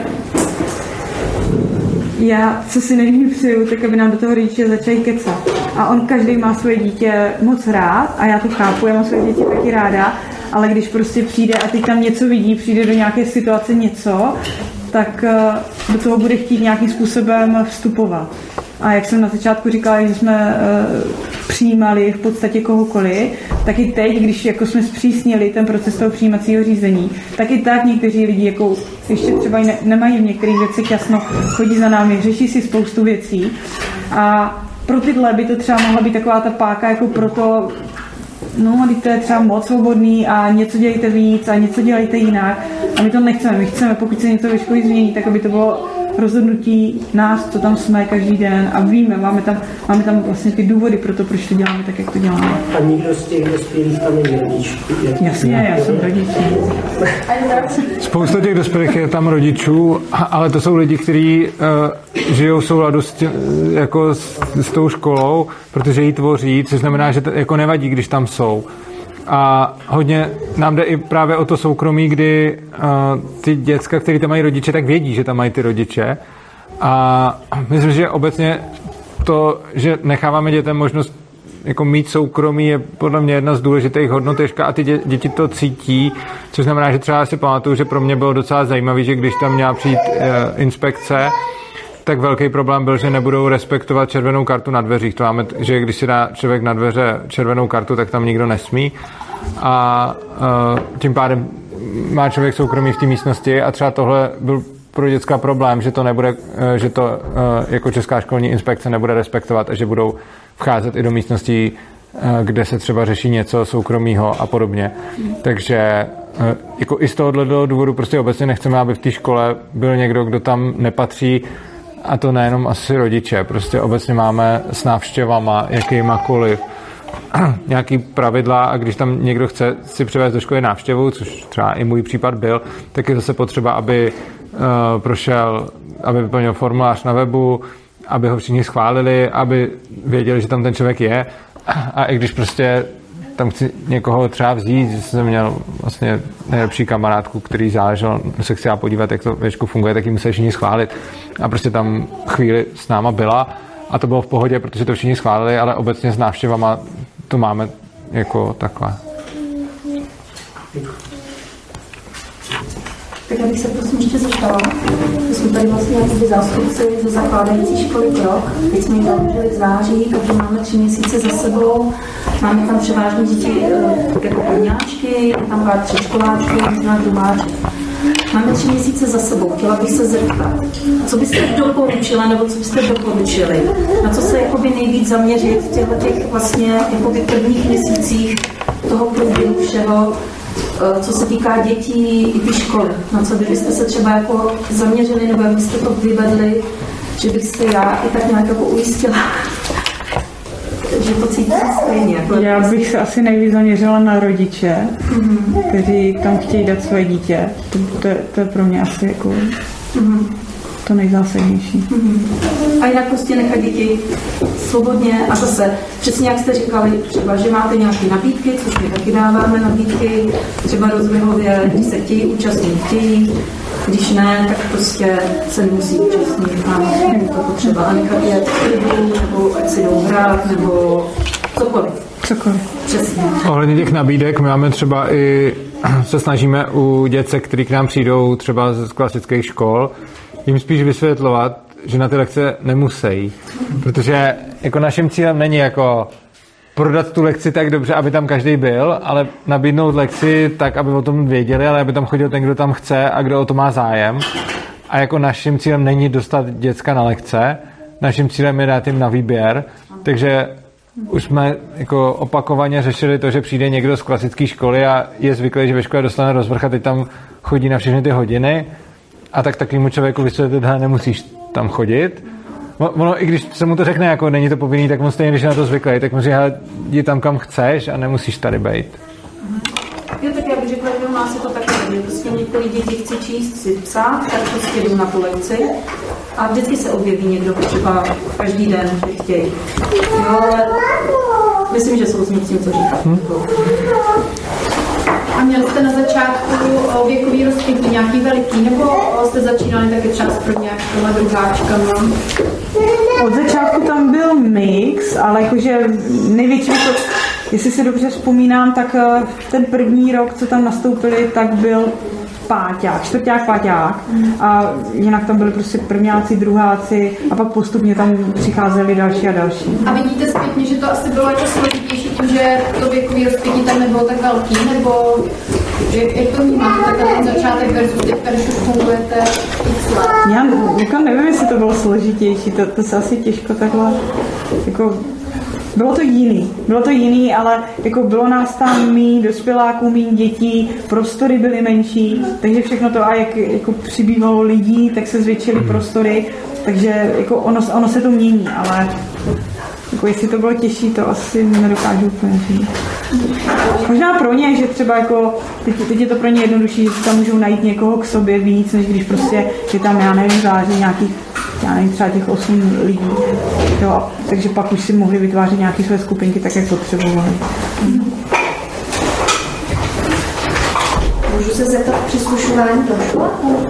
já, co si nejvíc přeju, tak aby nám do toho rodiče začali kecat. A on každý má svoje dítě moc rád a já to chápu, já mám svoje děti taky ráda, ale když prostě přijde a teď tam něco vidí, přijde do nějaké situace něco, tak do toho bude chtít nějakým způsobem vstupovat. A jak jsem na začátku říkala, že jsme uh, přijímali v podstatě kohokoliv, tak i teď, když jako jsme zpřísnili ten proces toho přijímacího řízení, tak i tak někteří lidi jako ještě třeba ne, nemají v některých věcech jasno, chodí za námi, řeší si spoustu věcí a pro tyhle by to třeba mohla být taková ta páka jako proto, no, to je třeba moc svobodný a něco dělejte víc a něco dělejte jinak a my to nechceme, my chceme, pokud se něco ve škole změní, tak aby to bylo rozhodnutí nás, co tam jsme každý den a víme, máme tam, máme tam vlastně ty důvody pro to, proč to děláme tak, jak to děláme. A nikdo z těch dospělých tam není rodič? Jasně, já jsem rodič. Spousta těch dospělých je tam rodičů, ale to jsou lidi, kteří uh, žijou v souladu s, tě, jako s, s tou školou, protože ji tvoří, což znamená, že to jako nevadí, když tam jsou. A hodně nám jde i právě o to soukromí, kdy uh, ty děcka, který tam mají rodiče, tak vědí, že tam mají ty rodiče. A myslím, že obecně to, že necháváme dětem možnost jako mít soukromí, je podle mě jedna z důležitých hodnot a ty dě, děti to cítí, což znamená, že třeba si pamatuju, že pro mě bylo docela zajímavé, že když tam měla přijít uh, inspekce, tak velký problém byl, že nebudou respektovat červenou kartu na dveřích. To máme, že když si dá člověk na dveře červenou kartu, tak tam nikdo nesmí. A uh, tím pádem má člověk soukromí v té místnosti a třeba tohle byl pro děcka problém, že to nebude, uh, že to uh, jako Česká školní inspekce nebude respektovat a že budou vcházet i do místností, uh, kde se třeba řeší něco soukromého a podobně. Takže uh, jako i z tohohle důvodu prostě obecně nechceme, aby v té škole byl někdo, kdo tam nepatří. A to nejenom asi rodiče, prostě obecně máme s návštěvama, jakýmakoliv, nějaký pravidla a když tam někdo chce si přivést do školy návštěvu, což třeba i můj případ byl, tak je zase potřeba, aby uh, prošel, aby vyplnil formulář na webu, aby ho všichni schválili, aby věděli, že tam ten člověk je a i když prostě tam chci někoho třeba vzít, že jsem měl vlastně nejlepší kamarádku, který záležel, se chtěla podívat, jak to věčku funguje, tak ji museli všichni schválit. A prostě tam chvíli s náma byla a to bylo v pohodě, protože to všichni schválili, ale obecně s návštěvama to máme jako takhle. Tak já bych se prosím ještě zeptala. My jsme tady vlastně jakoby zástupci ze zakládající školy Krok. Teď jsme ji založili v září, takže máme tři měsíce za sebou. Máme tam převážně děti jako prvňáčky, tam pár předškoláčky, možná druháčky. Máme tři měsíce za sebou. Chtěla bych se zeptat, co byste doporučila, nebo co byste doporučili? Na co se jakoby nejvíc zaměřit v těchto těch vlastně jakoby prvních měsících toho průběhu všeho, co se týká dětí i ty školy, na co byste se třeba jako zaměřili, nebo jak byste to vyvedli, že byste já i tak nějak jako ujistila, že to cítím stejně. Jako já bych se asi nejvíc zaměřila na rodiče, mm-hmm. kteří tam chtějí dát své dítě. To, to, to je pro mě asi jako mm-hmm. to nejzásadnější. Mm-hmm. A jinak prostě nechat děti svobodně a zase přesně jak jste říkali, třeba, že máte nějaké nabídky, což my taky dáváme nabídky, třeba rozvrhově, když se chtějí účastnit, chtějí, když ne, tak prostě se nemusí účastnit a není to potřeba a nechat je v klidu, nebo ať si jdou hrát, nebo cokoliv. Cokoliv. Přesně. Ohledně těch nabídek, my máme třeba i, se snažíme u děcek, který k nám přijdou třeba z klasických škol, jim spíš vysvětlovat, že na ty lekce nemusí. Protože jako naším cílem není jako prodat tu lekci tak dobře, aby tam každý byl, ale nabídnout lekci tak, aby o tom věděli, ale aby tam chodil ten, kdo tam chce a kdo o to má zájem. A jako naším cílem není dostat děcka na lekce, naším cílem je dát jim na výběr, takže už jsme jako opakovaně řešili to, že přijde někdo z klasické školy a je zvyklý, že ve škole dostane rozvrh a teď tam chodí na všechny ty hodiny a tak takovému člověku vysvětlit, že nemusíš tam chodit. Ono, i když se mu to řekne, jako není to povinný, tak on stejně, když je na to zvyklý, tak může jít tam, kam chceš a nemusíš tady být. Jo, tak já bych řekla, že u nás je to takové, že prostě některé děti chci číst, si psát, tak prostě jdu na tu lekci a vždycky se objeví někdo třeba každý den, že chtějí. No, ale myslím, že jsou s tím co říkat. Hmm. A měli jste na začátku věkový rozpětí nějaký veliký, nebo jste začínali taky třeba s prvňáčkama, druháčkama? Od začátku tam byl mix, ale jakože největší, to, jestli si dobře vzpomínám, tak ten první rok, co tam nastoupili, tak byl páťák, čtvrťák, páťák a jinak tam byli prostě prvňáci, druháci a pak postupně tam přicházeli další a další. A vidíte zpětně, že to asi bylo jako složitější tím, že to věkový rozpětí tam nebylo tak velký, nebo jak, jak to vnímáte, takhle ten začátek versus teď, když už fungujete x let? Já jako nevím, jestli to bylo složitější, to, to se asi těžko takhle jako... Bylo to jiný, bylo to jiný, ale jako bylo nás tam míň dospěláků, míň dětí, prostory byly menší, takže všechno to a jak jako přibývalo lidí, tak se zvětšily prostory, takže jako ono, ono se to mění, ale jako jestli to bylo těžší, to asi nedokážu úplně říct. Možná pro ně, že třeba jako, teď, teď je to pro ně jednodušší, že tam můžou najít někoho k sobě víc, než když prostě je tam, já nevím, září nějakých, já nevím, třeba těch osm lidí. Jo, takže pak už si mohli vytvářet nějaké své skupinky tak, jak potřebovali. Můžu se zeptat přizkušování do školáků?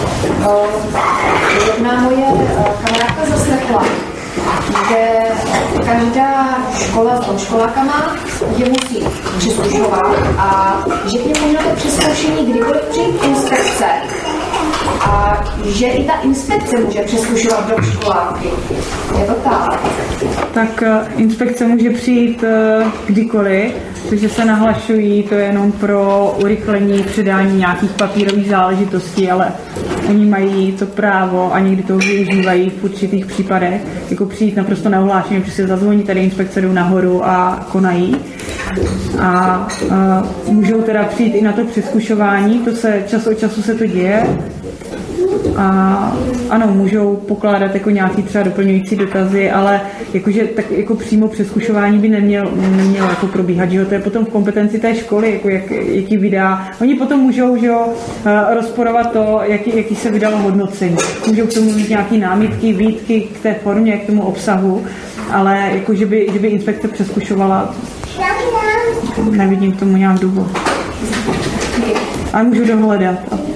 Jedna moje kamarádka zaslechla, že každá škola s školákama je musí přizkušovat a že k němu mělo přizkušení kdykoliv přijít inspekce a že i ta inspekce může přizkušovat do školáky. Je to tak? Tak inspekce může přijít kdykoliv, takže se nahlašují, to je jenom pro urychlení předání nějakých papírových záležitostí, ale oni mají to právo a někdy to využívají v určitých případech, jako přijít naprosto neohlášeně, prostě zazvoní tady inspekce, jdou nahoru a konají. A, a můžou teda přijít i na to přezkušování, to se čas od času se to děje. A ano, můžou pokládat jako nějaký třeba doplňující dotazy, ale jakože tak jako přímo přezkušování by neměl, nemělo jako probíhat, že jo, to je potom v kompetenci té školy, jako jak, jaký vydá. Oni potom můžou, že jo, rozporovat to, jaký, jaký se vydalo hodnocení. Můžou k tomu mít nějaký námitky, výtky k té formě, k tomu obsahu, ale jako, že by, že by inspekce přezkušovala, nevidím k tomu nějak důvod. Ale můžu dohledat.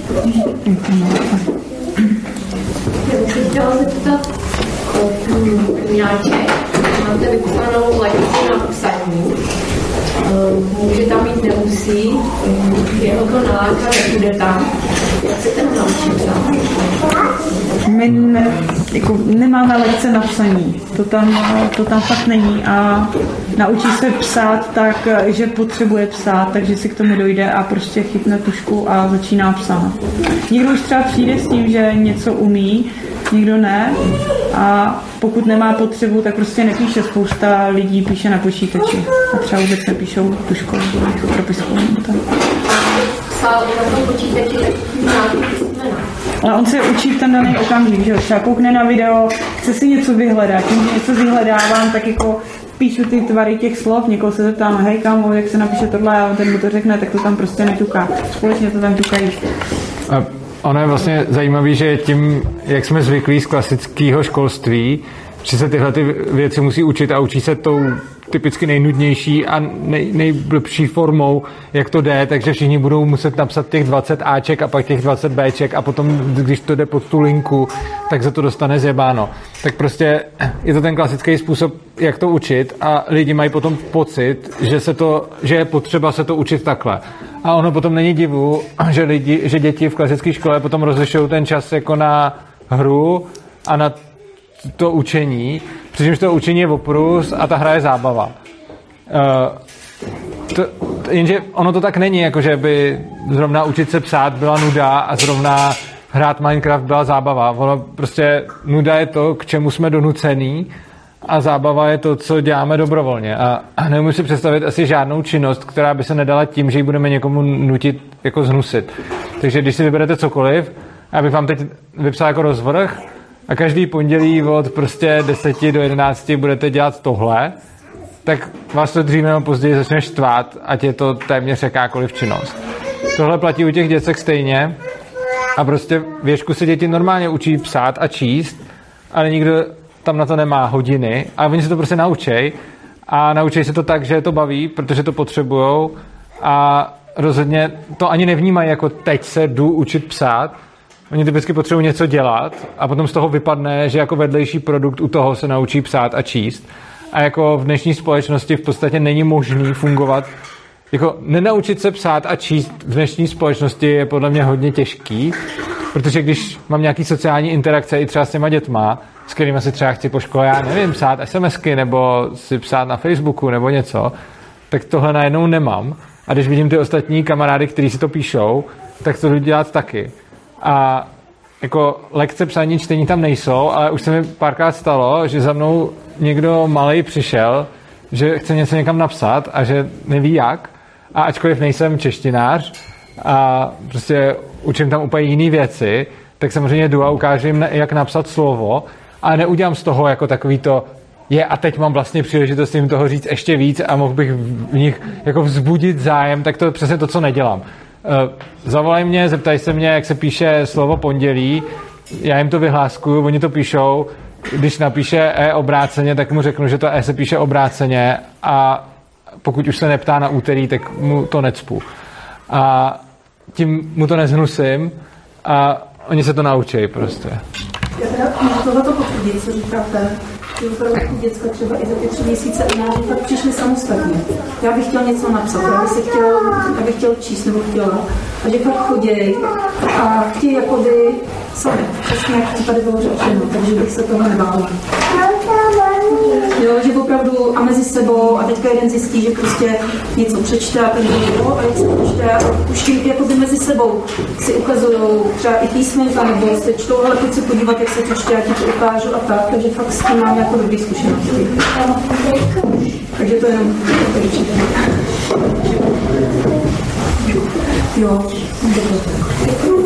Já bych se chtěla zeptat, nějaké máte vypsanou lekci na psaní, může tam mít, nemusí, je ho to naláká, nebude tam. Jak se ten naučí psát? My ne, jako nemáme lekce na psaní, to tam, to tam fakt není a naučí se psát tak, že potřebuje psát, takže si k tomu dojde a prostě chytne tušku a začíná psát. Někdo už třeba přijde s tím, že něco umí, někdo ne a pokud nemá potřebu, tak prostě nepíše. Spousta lidí píše na počítači a třeba vůbec nepíšou tuškou nebo propiskou. Psal na tom počítači nějaký písmena. Ale on se učí v ten daný okamžik, že třeba koukne na video, chce si něco vyhledat, tím, že něco vyhledávám, tak jako píšu ty tvary těch slov, někoho se zeptám, hej kámo, jak se napíše tohle a on ten mu to řekne, tak to tam prostě netuká. Společně to tam tukají. A ono je vlastně zajímavé, že tím, jak jsme zvyklí z klasického školství, že se tyhle ty věci musí učit a učí se tou typicky nejnudnější a nej, nejlepší formou, jak to jde, takže všichni budou muset napsat těch dvacet Aček a pak těch dvacet Bček a potom, když to jde pod tu linku, tak se to dostane zjebáno. Tak prostě je to ten klasický způsob, jak to učit a lidi mají potom pocit, že, se to, že je potřeba se to učit takhle. A ono potom není divu, že, lidi, že děti v klasické škole potom rozlišují ten čas jako na hru a na to učení, přičemž to učení je oprus a ta hra je zábava. Uh, to, jenže ono to tak není, jako že by zrovna učit se psát byla nuda a zrovna hrát Minecraft byla zábava. Ono prostě nuda je to, k čemu jsme donucený a zábava je to, co děláme dobrovolně. A, a nemůžu si představit asi žádnou činnost, která by se nedala tím, že ji budeme někomu nutit jako zhnusit. Takže když si vyberete cokoliv, já bych vám teď vypsal jako rozvrh a každý pondělí od prostě deseti do jedenácti budete dělat tohle, tak vás to dříve nebo později začne štvát, ať je to téměř jakákoliv činnost. Tohle platí u těch děcek stejně a prostě věšku se děti normálně učí psát a číst, ale nikdo tam na to nemá hodiny a oni se to prostě naučej a naučí se to tak, že je to baví, protože to potřebujou a rozhodně to ani nevnímají jako teď se jdu učit psát. Oni typicky potřebují něco dělat a potom z toho vypadne, že jako vedlejší produkt u toho se naučí psát a číst. A jako v dnešní společnosti v podstatě není možný fungovat. Jako nenaučit se psát a číst v dnešní společnosti je podle mě hodně těžký, protože když mám nějaký sociální interakce i třeba s těma dětma, s kterými si třeba chci po škole, já nevím, psát SMSky nebo si psát na Facebooku nebo něco, tak tohle najednou nemám. A když vidím ty ostatní kamarády, kteří si to píšou, tak to jdu dělat taky. A jako lekce psaní, čtení tam nejsou, ale už se mi párkrát stalo, že za mnou někdo malej přišel, že chce něco někam napsat a že neví jak. A ačkoliv nejsem češtinář a prostě učím tam úplně jiné věci, tak samozřejmě jdu a ukážu jim, jak napsat slovo, ale neudělám z toho jako takový to, je a teď mám vlastně příležitost jim toho říct ještě víc a mohl bych v nich jako vzbudit zájem, tak to je přesně to, co nedělám. Zavolaj mě, zeptaj se mě, jak se píše slovo pondělí, já jim to vyhláskuju, oni to píšou, když napíše E obráceně, tak mu řeknu, že to E se píše obráceně a pokud už se neptá na úterý, tak mu to necpu. A tím mu to nezhnusím a oni se to naučí prostě. Já teda tohle to potvrdit, co říkáte. Že opravdu děcka třeba i za ty tři měsíce u nás fakt přišli samostatně. Já bych chtěl něco napsat, já bych, se chtěl, já bych chtěl číst nebo chtěla. A že fakt choděj a chtějí jakoby sami. Přesně jak to tady bylo řečeno, takže bych se toho nebála. Jo, že opravdu a mezi sebou a teďka jeden zjistí, že prostě něco přečte a ten druhý, a jak se přečte a už tím jakoby mezi sebou si ukazujou třeba i písmenka nebo se čtou, ale pojď se podívat, jak se to čte, já ti to ukážu a tak, takže fakt s tím mám jako dobrý zkušenosti. Takže to jenom určitě. Jo, dobře.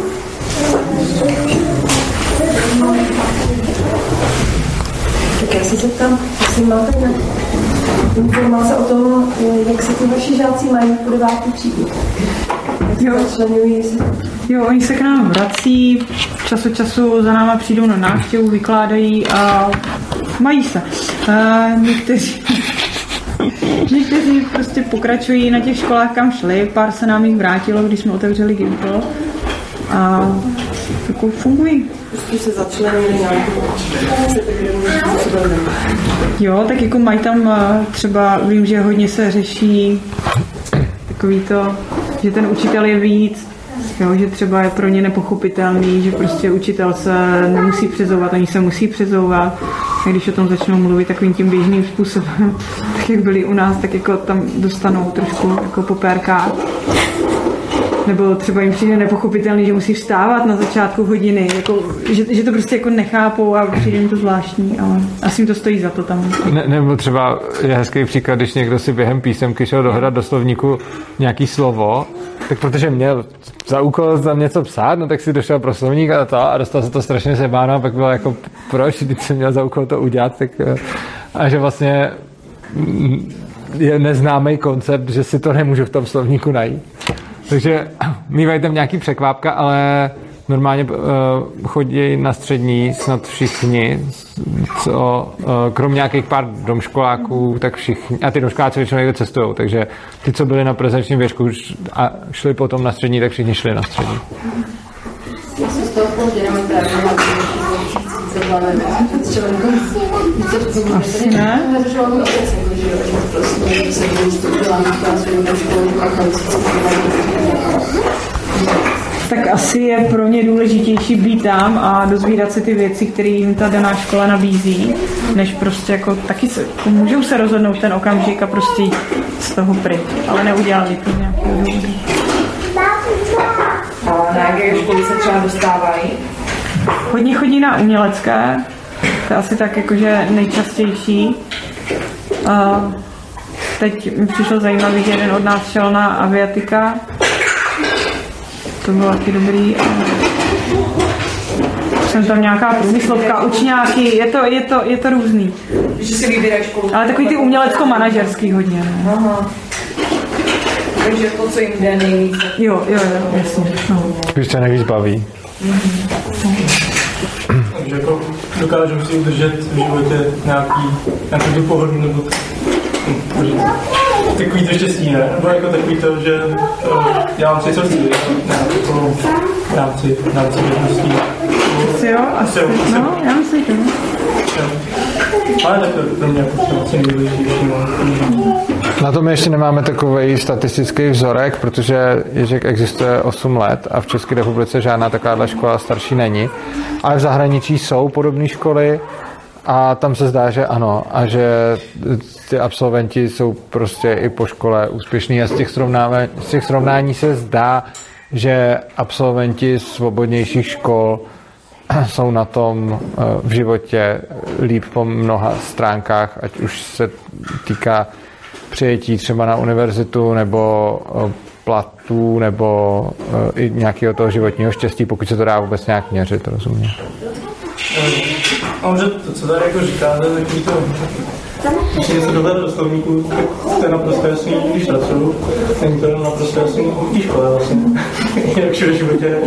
Tak já se zeptám, jestli máte informace o tom, jak se ty vaši žáci mají po devátý třídě. Jo. jo, oni se k nám vrací, čas od času za náma přijdou na návštěvu, vykládají a mají se. A někteří, někteří prostě pokračují na těch školách, kam šli, pár se nám jich vrátilo, když jsme otevřeli Gimpl a jako fungují. Prostě se začlenili nějakou. Jo, tak jako mají tam třeba, vím, že hodně se řeší takový to, že ten učitel je víc, jo, že třeba je pro ně nepochopitelný, že prostě učitel se nemusí přezouvat, oni se musí přezouvat. A když o tom začnou mluvit takovým tím běžným způsobem, tak jak byli u nás, tak jako tam dostanou trošku jako popérka. Nebo třeba jim přijde nepochopitelný, že musí vstávat na začátku hodiny, jako, že, že to prostě jako nechápou a přijde jim to zvláštní, ale asi jim to stojí za to tam. Ne, nebo třeba je hezký příklad, když někdo si během písemky šel dohledat do slovníku nějaký slovo, tak protože měl za úkol tam něco psát, no tak si došel pro slovník a to a dostal se to strašně sebáno a pak bylo jako proč, když jsem měl za úkol to udělat, tak a že vlastně je neznámý koncept, že si to nemůžu v tom slovníku najít. Takže mývají tam nějaký překvápka, ale normálně uh, chodí na střední snad všichni, co, uh, krom nějakých pár domškoláků, tak všichni, a ty domškoláci většinou někde cestujou, takže ty, co byli na prezenčním věžku a šli potom na střední, tak všichni šli na střední. Já jsem z toho podělám právě na Asi ne. Tak asi je pro mě důležitější být tam a dozvídat se ty věci, které jim ta daná škola nabízí, než prostě jako taky se, můžou se rozhodnout ten okamžik a prostě jít z toho pryč, ale neudělali to nějakého důvodu. A na jaké školy se třeba dostávají? Hodně chodí na umělecké, to je asi tak jakože nejčastější. A teď mi přišlo zajímavý, že jeden od nás šel na aviatika. To bylo taky dobrý. Jsem tam nějaká průmyslovka, učňáky, je to, je to, je to různý. Že si vybírají školu. Ale takový ty umělecko-manažerský hodně. Ne? Aha. Takže to, co jim jde nejvíce. Jo, jo, jo, jasně. No. Když se nejvíc baví. Takže jako dokážu si udržet v životě nějaký, nějaký tu pohodu nebo takový to štěstí, ne? Nebo jako takový to, že uh, já mám tři srdcí, jako v rámci, v rámci vědností. Asi jo, asi, jo, asi no, já myslím, že no. Ale tak to pro mě jako asi nejdůležitější. Na tom ještě nemáme takový statistický vzorek, protože Ježek existuje osm let a v České republice žádná taková škola starší není. Ale v zahraničí jsou podobné školy a tam se zdá, že ano a že ty absolventi jsou prostě i po škole úspěšní a z těch, z těch srovnání se zdá, že absolventi svobodnějších škol jsou na tom v životě líp po mnoha stránkách, ať už se týká přijetí třeba na univerzitu nebo platů nebo i nějakého toho životního štěstí, pokud se to dá vůbec nějak měřit, rozumím. A že to, co tady jako říkáte, takový to, když se dovedl do slovníku, tak to je naprosto jasný, když pracuju, není to naprosto jasný v té škole vlastně, jak všude v životě,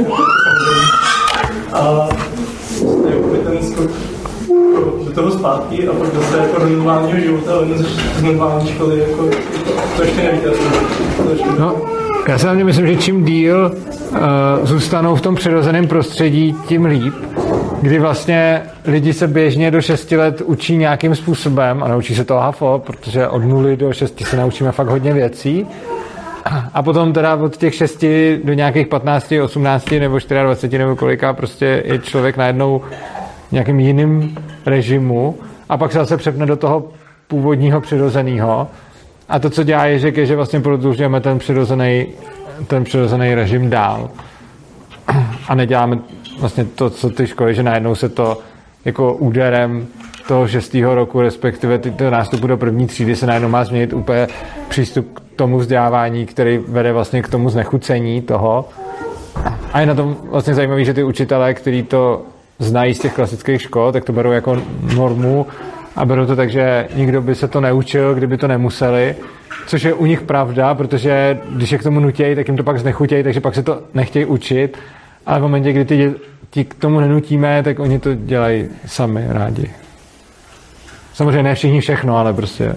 a jakoby ten skok do toho zpátky a pak zase jako do normálního života, ale z normální školy, jako to ještě nevíte. To ještě no, já si hlavně myslím, že čím díl uh, zůstanou v tom přirozeném prostředí, tím líp, kdy vlastně lidi se běžně do šesti let učí nějakým způsobem a naučí se to hafo, protože od nuly do šesti se naučíme fakt hodně věcí. A potom teda od těch šesti do nějakých patnácti, osmnácti nebo dvaceti čtyři nebo kolika prostě je člověk najednou v nějakým jiným režimu a pak se zase přepne do toho původního přirozeného. A to, co dělá Ježek, je, že vlastně prodlužujeme ten přirozený, ten přirozený režim dál. A neděláme vlastně to, co ty školy, že najednou se to jako úderem toho šestého roku, respektive toho nástupu do první třídy se najednou má změnit úplně přístup k tomu vzdělávání, který vede vlastně k tomu znechucení toho. A je na tom vlastně zajímavé, že ty učitelé, kteří to znají z těch klasických škol, tak to berou jako normu a berou to tak, že nikdo by se to neučil, kdyby to nemuseli, což je u nich pravda, protože když je k tomu nutějí, tak jim to pak znechutějí, takže pak se to nechtějí učit, ale v momentě, kdy ty děti k tomu nenutíme, tak oni to dělají sami rádi. Samozřejmě ne všichni všechno, ale prostě...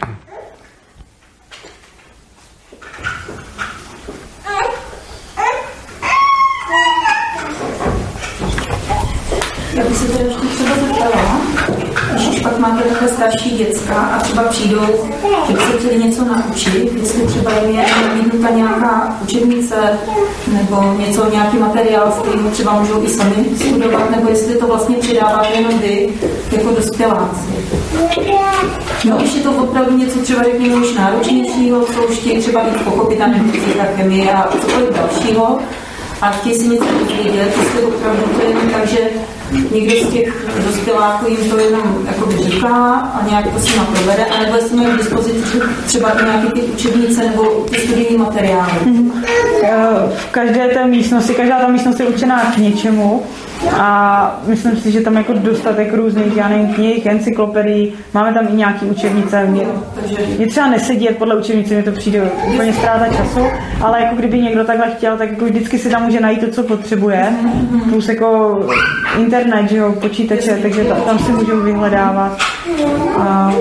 Já bych se teda ještě třeba zeptala, když už pak máte takhle starší děcka a třeba přijdou, že by se chtěli něco naučit, jestli třeba jim je nabídnuta nějaká učebnice nebo něco, nějaký materiál, s kterým třeba můžou i sami studovat, nebo jestli to vlastně přidáváte jenom vy jako dospěláci. No už je to opravdu něco třeba řekněme už náročnějšího, co už chtějí třeba i pochopit, a fyzika, chemie a cokoliv dalšího. A chtějí si něco dozvědět, jestli opravdu to je jenom tak, že někdo z těch dospěláků jim to jenom jakoby říká a nějak to si naprovede, anebo jestli mají k dispozici třeba i nějaké ty učebnice nebo ty studijní materiály. Mm-hmm. V každé té místnosti, každá ta místnost je určená k něčemu a myslím si, že tam jako dostatek různých, já nevím, knih, encyklopedií, máme tam i nějaký učebnice. Mě, mě třeba nesedět podle učebnice, mi to přijde úplně ztráta času, ale jako kdyby někdo takhle chtěl, tak jako vždycky si tam může najít to, co potřebuje, plus jako internet, že jo, počítače, takže tam si můžou vyhledávat. A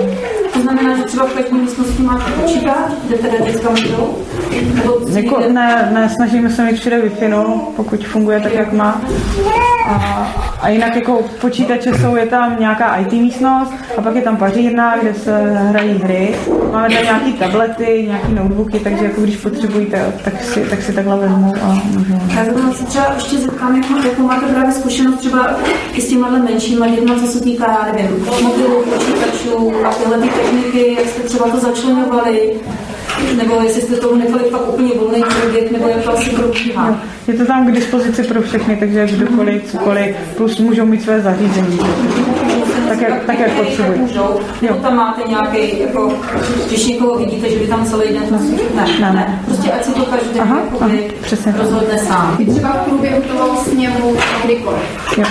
To znamená, že třeba v každé místnosti máte počítač, kde teda děcka můžou? Jako, ne, ne, snažíme se mít všude Wi-Fi, no, pokud funguje tak, jak má. A, a jinak jako počítače jsou, je tam nějaká í té místnost a pak je tam pařírna, kde se hrají hry. Máme tam nějaký tablety, nějaký notebooky, takže jako když potřebujete, tak si, tak si takhle vezmu a můžu. Já se třeba ještě zeptám, jak, jakou máte právě zkušenost třeba i s těmhle menšíma dětma, co se týká, já nevím, mobilů, počítačů a tyhle ty techniky, jak jste třeba to začlenovali, nebo jestli jste toho nechali fakt úplně volný projekt, nebo jak to asi probíhá. Je to tam k dispozici pro všechny, takže kdokoliv, cokoliv, plus můžou mít své zařízení. Tak jak, tak jak potřebují. Nebo tam máte nějaký, jako, když někoho vidíte, že by tam celý den ne, ne, ne. Prostě ať si to každý aha, jakoby, aha, rozhodne sám. I třeba v průběhu toho sněmu kdykoliv. Jo.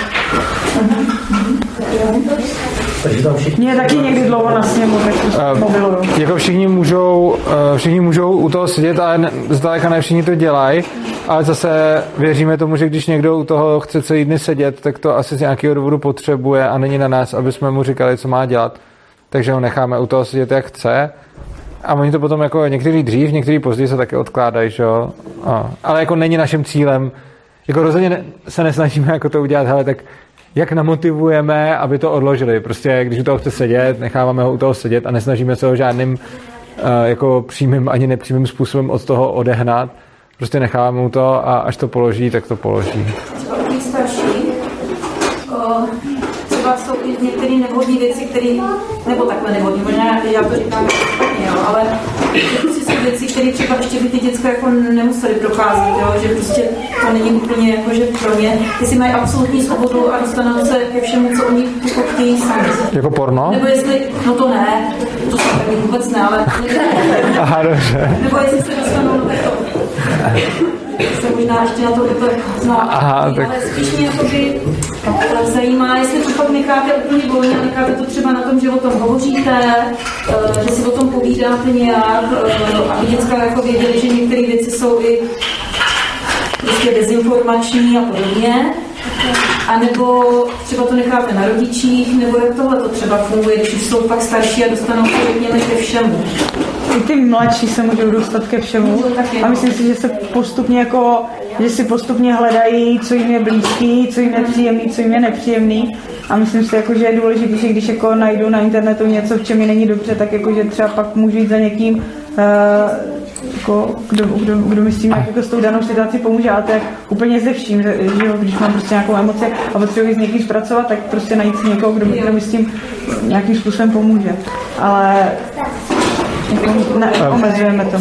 Mě je taky někdy dlouho na sněmu, tak uh, mobiluju. Jako všichni můžou, uh, všichni můžou u toho sedět, ale zdaleka ne všichni to dělají, ale zase věříme tomu, že když někdo u toho chce celý dny sedět, tak to asi z nějakého důvodu potřebuje a není na nás, aby jsme mu říkali, co má dělat. Takže ho necháme u toho sedět, jak chce. A oni to potom jako některý dřív, některý později se taky odkládají, že jo. A, ale jako není naším cílem, jako rozhodně ne, se nesnažíme jako to udělat, hele, tak jak namotivujeme, aby to odložili. Prostě když u toho chce sedět, necháváme ho u toho sedět a nesnažíme se ho žádným uh, jako přímým ani nepřímým způsobem od toho odehnat. Prostě necháváme mu to a až to položí, tak to položí. Třeba u těch starších, třeba jsou i některé nevhodné věci, které, nebo takhle nevhodné, možná já to říkám špatně, jo, ale prostě jsou věci, které třeba ještě by ty děcka jako nemuseli procházet, jo, že prostě to není úplně jako, že pro ně, ty si mají absolutní svobodu a dostanou se ke všemu, co oni chtějí sami. Jako porno? Nebo jestli, no to ne, to se taky vůbec ne, ale aha, dobře. Nebo jestli se dostanou, no tak to se možná ještě na to znám, ale tak... spíš mě jakoby zajímá, jestli to pak necháte úplně volně a necháte to třeba na tom, že o tom hovoříte, že si o tom povídáte nějak, aby děcka jako věděli, že některé věci jsou i prostě dezinformační a podobně. A nebo třeba to necháte na rodičích, nebo jak tohle to třeba funguje, když už jsou pak starší a dostanou se řekněme ke všemu. I ty mladší se můžou dostat ke všemu a myslím si, že se postupně jako, že si postupně hledají, co jim je blízký, co jim je příjemný, co jim je nepříjemný a myslím si, jako, že je důležité, že když jako najdou na internetu něco, v čem mi není dobře, tak jako, že třeba pak můžu jít za někým, uh, jako, kdo, kdo, kdo mi s tím jako s tou danou situací pomůže, ale to je úplně ze vším, že, že jo, když mám prostě nějakou emoci a potřebuji s někým zpracovat, tak prostě najít si někoho, kdo, kdo mi s tím nějakým způsobem pomůže. Ale neomezujeme to.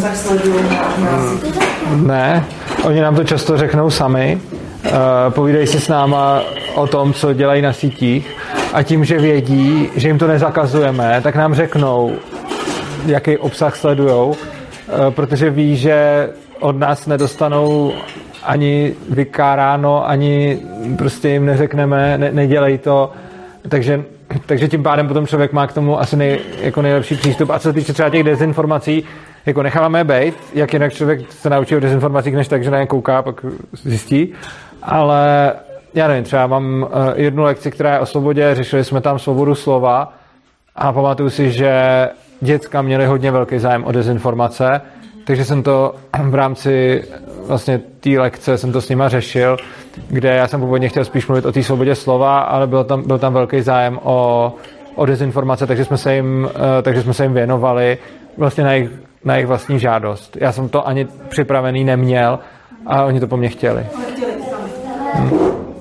Ne, oni nám to často řeknou sami, uh, povídají si s náma o tom, co dělají na sítích a tím, že vědí, že jim to nezakazujeme, tak nám řeknou, jaký obsah sledujou, uh, protože ví, že od nás nedostanou ani vykáráno, ani prostě jim neřekneme, ne, nedělej to, takže Takže tím pádem potom člověk má k tomu asi nej, jako nejlepší přístup. A co se týče třeba těch dezinformací, jako necháváme bejt, jak jinak člověk se naučí o dezinformacích, než tak, že na ně kouká, pak zjistí. Ale já nevím, třeba mám jednu lekci, která je o svobodě, řešili jsme tam svobodu slova a pamatuju si, že děcka měli hodně velký zájem o dezinformace, takže jsem to v rámci vlastně té lekce jsem to s nima řešil, kde já jsem původně chtěl spíš mluvit o té svobodě slova, ale byl tam, byl tam velký zájem o, o dezinformace, takže jsme se jim, takže jsme se jim věnovali vlastně na jejich, na jejich vlastní žádost. Já jsem to ani připravený neměl a oni to po mně chtěli. Hmm.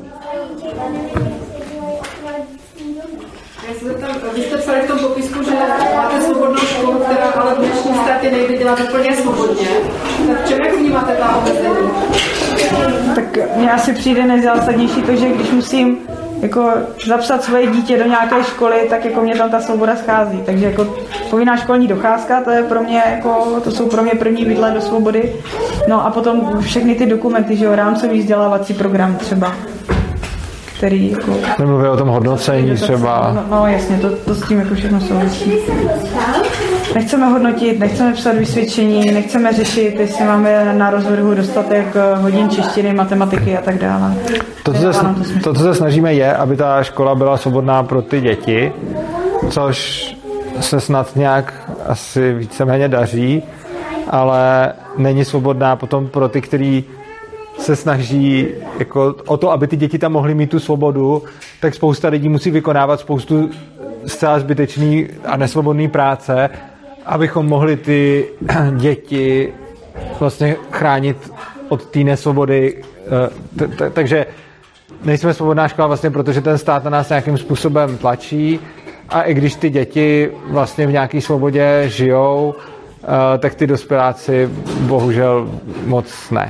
Vy jste psali v tom popisku, že máte svobodnou školu, která ale v dnešním státě nejde dělat úplně svobodně. Tak v čem jak vnímáte ta omezení? Tak mně asi přijde nejzásadnější to, že když musím jako zapsat svoje dítě do nějaké školy, tak jako mě tam ta svoboda schází. Takže jako povinná školní docházka, to je pro mě jako, to jsou pro mě první vidle do svobody. No a potom všechny ty dokumenty, že jo, rámcový vzdělávací program třeba, který jako... Nemluvím o tom hodnocení třeba. No, no jasně, to, to s tím jako všechno souvisí. Nechceme hodnotit, nechceme psat vysvědčení, nechceme řešit, jestli máme na rozvrhu dostatek hodin češtiny, matematiky a tak dále. To, co se, to, co se snažíme, je, aby ta škola byla svobodná pro ty děti, což se snad nějak asi víceméně daří, ale není svobodná potom pro ty, kteří se snaží jako o to, aby ty děti tam mohly mít tu svobodu, tak spousta lidí musí vykonávat spoustu zcela zbytečný a nesvobodný práce, abychom mohli ty děti vlastně chránit od té nesvobody. Takže nejsme svobodná škola vlastně, protože ten stát na nás nějakým způsobem tlačí a i když ty děti vlastně v nějaké svobodě žijou, tak ty dospěláci bohužel moc ne.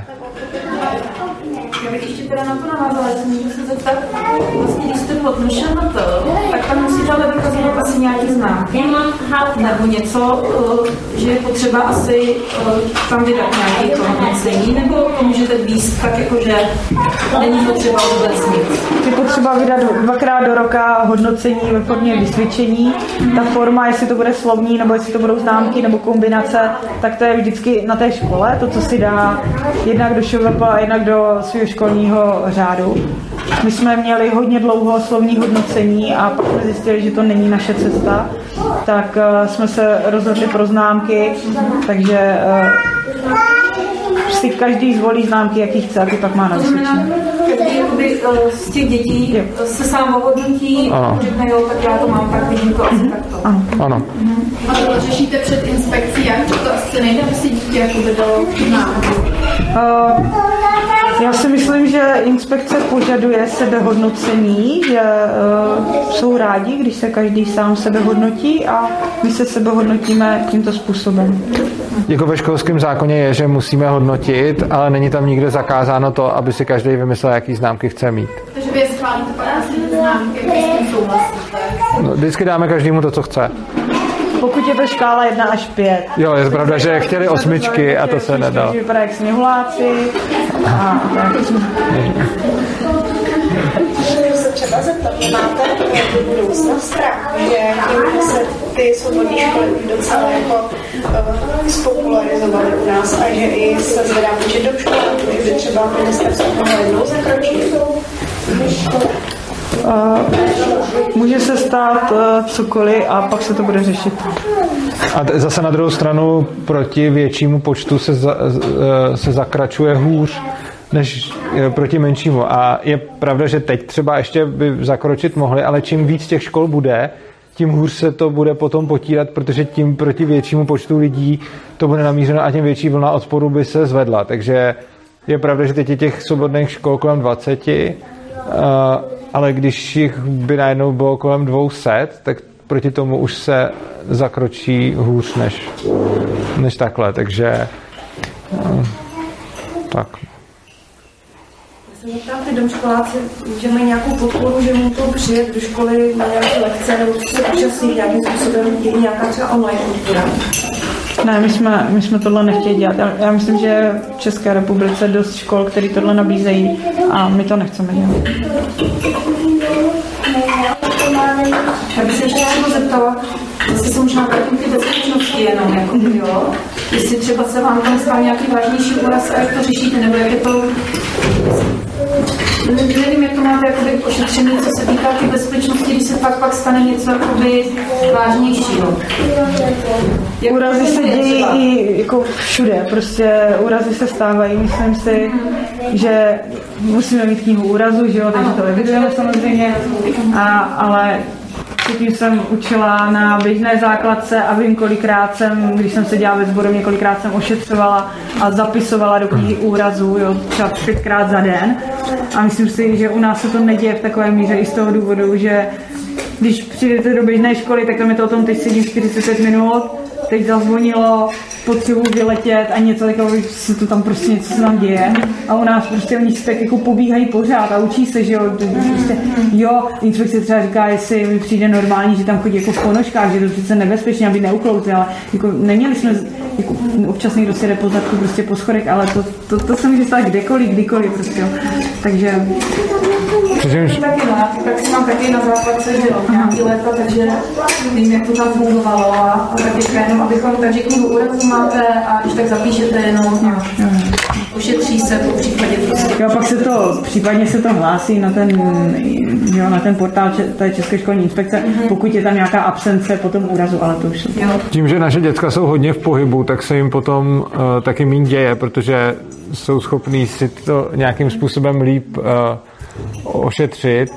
Já bych ještě teda na to navázala, že můžu se zeptat, vlastně když jste pod M Š M T, tak tam musíte ale vykazovat asi nějaký známky nebo něco, že je potřeba asi tam vydat nějaký to hodnocení, nebo to můžete výst tak jako, že není potřeba vůbec nic. Je potřeba vydat dvakrát do roka hodnocení ve formě vysvědčení. Ta forma, jestli to bude slovní, nebo jestli to budou známky, nebo kombinace, tak to je vždycky na té škole, to, co si dá jednak do ŠVP a jednak do svého školního řádu. My jsme měli hodně dlouho slovní hodnocení a pak jsme zjistili, že to není naše cesta, tak uh, jsme se rozhodli pro známky, takže uh, si každý zvolí známky, jaký chce, a ty pak má na vysvědčení. Každý jakoby, z těch dětí jo. se sám ohodnotí, řekne jo, tak já to mám, tak vidím to asi mm-hmm. takto. Ano. ano. A to řešíte před inspekcí, jak to asi nejde, aby si dítě jakoby dalo známku? Uh, já si myslím, že inspekce požaduje sebehodnocení, že uh, jsou rádi, když se každý sám sebehodnotí a my se sebehodnotíme tímto způsobem. Jako ve školském zákoně je, že musíme hodnotit, ale není tam nikde zakázáno to, aby si každý vymyslel, jaký známky chce mít. Takže vy schválíte padesát známky, jak s tím souhlasíte? No, vždycky dáme každému to, co chce. Pokud je to škála jedna až pět. Jo, je pravda, že chtěli osmičky a to se nedalo. Vypadá jak sněhuláci a tak. Se třeba zeptat, máte do budoucna strach, že tím se ty svobodné školy docela jako uh, spopularizovaly u nás a že i se zvedá počet do školy, že by třeba ministerstvo mohlo jednou zakročit? Uh, může se stát uh, cokoliv a pak se to bude řešit. A zase na druhou stranu proti většímu počtu se, za, se zakračuje hůř než proti menšímu. A je pravda, že teď třeba ještě by zakročit mohli, ale čím víc těch škol bude, tím hůř se to bude potom potírat, protože tím proti většímu počtu lidí to bude namířeno a tím větší vlna odporu by se zvedla. Takže je pravda, že teď je těch svobodných škol kolem dvaceti, ale když jich by najednou bylo kolem dvou set, tak proti tomu už se zakročí hůř než, než takhle. Takže tak. Já se zeptám, ty domškoláci, že mají nějakou podporu, že mu to přijet do školy na nějaké lekce, nebo se účastní nějakým způsobem, je nějaká třeba online kultura? Ne, my jsme, my jsme tohle nechtěli dělat. Já, já myslím, že v České republice dost škol, které tohle nabízejí a my to nechceme dělat. Já bych se ještě třeba zeptala, jestli se možná vrátím ty bezpečnosti jenom, jako, jo? Jestli třeba se vám tam stal nějaký vážnější úraz a jak to řešíte, nebo jak je to... Nevím, jak to máte jakoby ošetřené, co se týká té bezpečnosti, když se pak pak stane něco jakoby vážnějšího. Úrazy se dějí i jako všude, prostě úrazy se stávají, myslím si, že musíme mít knihu úrazu, že jo, takže to evidujeme samozřejmě, a, ale předtím jsem učila na běžné základce a vím, kolikrát jsem, když jsem se dělala ve sboru, několikrát jsem ošetřovala a zapisovala do knihy úrazů, jo, třeba pětkrát za den. A myslím si, že u nás se to neděje v takové míře i z toho důvodu, že když přijdete do běžné školy, tak tam je to o tom, teď sedím čtyřicet pět minut, teď zazvonilo, potřebuji vyletět a něco takového, se to tam prostě něco se tam děje. A u nás prostě oni si tak jako pobíhají pořád a učí se, že jo, prostě, jo, inspekce třeba říká, jestli mi přijde normální, že tam chodí jako v ponožkách, že to je přece nebezpečné, aby neuklouzli, ale jako neměli jsme, jako občas někdo si jde po zadku prostě po schodech, ale to, to, to se může stát kdekoliv, kdykoliv prostě, jo. Takže... Taky no, tak si mám taky na základce, že no, nějaký léta, takže vím, jak to tam fungovalo a, a taky jenom, abychom, takže knihu úrazu máte a když tak zapíšete jenom a ošetří se po případě prostě Jo, pak se to, případně se to hlásí na ten, jo, na ten portál té České školní inspekce, mm-hmm. pokud je tam nějaká absence po tom úrazu, ale to už jsou. Tím, že naše děcka jsou hodně v pohybu, tak se jim potom uh, taky méně děje, protože jsou schopní si to nějakým způsobem líp uh, ošetřit.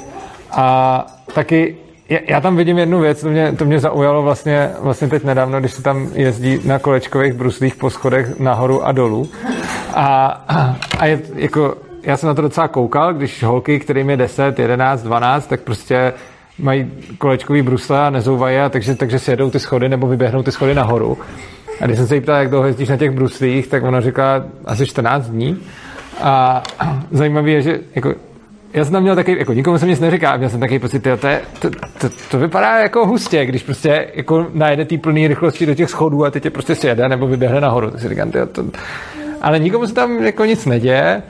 A taky já tam vidím jednu věc, to mě, to mě zaujalo vlastně, vlastně teď nedávno, když se tam jezdí na kolečkových bruslích po schodech nahoru a dolů. A, a je, jako, já jsem na to docela koukal, když holky, kterým je deset, jedenáct, dvanáct, tak prostě mají kolečkový brusle a nezouvají, a takže, takže si jedou ty schody nebo vyběhnou ty schody nahoru. A když jsem se jí ptal, jak dlouho jezdíš na těch bruslích, tak ona říká asi čtrnáct dní. A zajímavé je, že jako, já jsem tam měl taky, jako nikomu jsem nic neříká, měl jsem takový pocit, to, to, to, to vypadá jako hustě, když prostě jako najede tý plný rychlosti do těch schodů a teď je prostě sjede nebo vyběhne nahoru. Tak si říkám, tyjo, to... Ale nikomu se tam jako nic neděje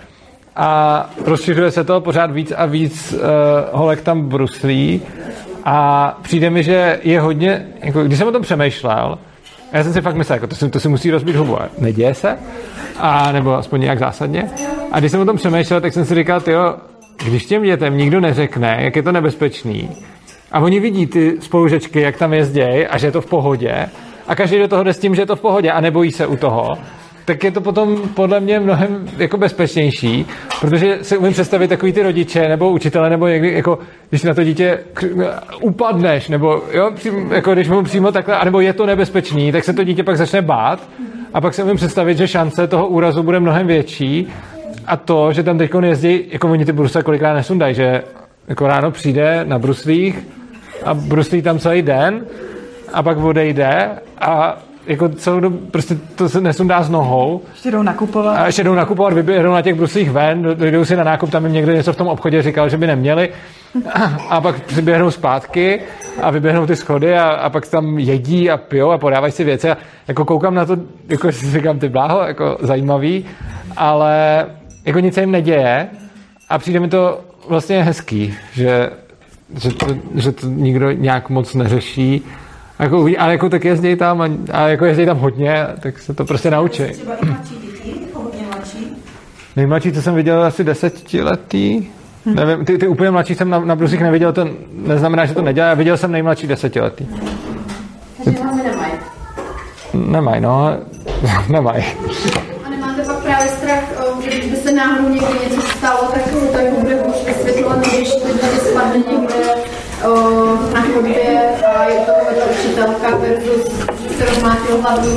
a rozšiřuje se to pořád víc a víc uh, holek tam bruslí a přijde mi, že je hodně, jako když jsem o tom přemýšlel, já jsem si fakt myslel, jako to, si, to si musí rozbít hubu, a neděje se, a nebo aspoň nějak zásadně. A když jsem o tom přemýšlel, tak jsem si říkal, tyjo, když těm dětem nikdo neřekne, jak je to nebezpečný, a oni vidí ty spolužečky, jak tam jezdějí a že je to v pohodě, a každý do toho jde s tím, že je to v pohodě a nebojí se u toho, tak je to potom podle mě mnohem jako bezpečnější, protože si umím představit takový ty rodiče nebo učitele, nebo někdy, jako, když na to dítě upadneš, nebo jo, jako když mu přímo takhle, anebo je to nebezpečný, tak se to dítě pak začne bát a pak si umím představit, že šance toho úrazu bude mnohem větší. A to, že tam teď jezdí, jako oni ty brusle kolikrát nesundají, že jako ráno přijde na bruslích a bruslí tam celý den a pak odejde a jako celou dobu, prostě to se nesundá s nohou. Ještě jdou nakupovat. A ještě jdou nakupovat, vyběhnou na těch bruslích ven, dojdou si na nákup, tam jim někdo něco v tom obchodě říkal, že by neměli. A pak přiběhnou zpátky a vyběhnou ty schody a, a pak tam jedí a pijou a podávají si věci a jako koukám na to, jako si říkám, ty bláho, jako zajímavý, ale jako nic se jim neděje a přijde mi to vlastně hezký, že, že, to, že to nikdo nějak moc neřeší. Jako, ale jako tak jezdí tam a, a jako jezdí tam hodně, tak se to prostě naučí. Třeba i mladší děti, hodně mladší? Nejmladší, co jsem viděl, asi desetiletý. Hm. Nevím, ty, ty úplně mladší jsem na, na brusích neviděl, to neznamená, že to nedělá. Já viděl jsem nejmladší desetiletý. Takže hlavně nemají. Nemají, no. Nemají. A nemáte pak právě strach, že když by se náhodou někdy něco stalo, tak to bude už vysvětlovat, když to spadne někde na chodbě a je to vedle učitelka versus se rozmlátil hlavu,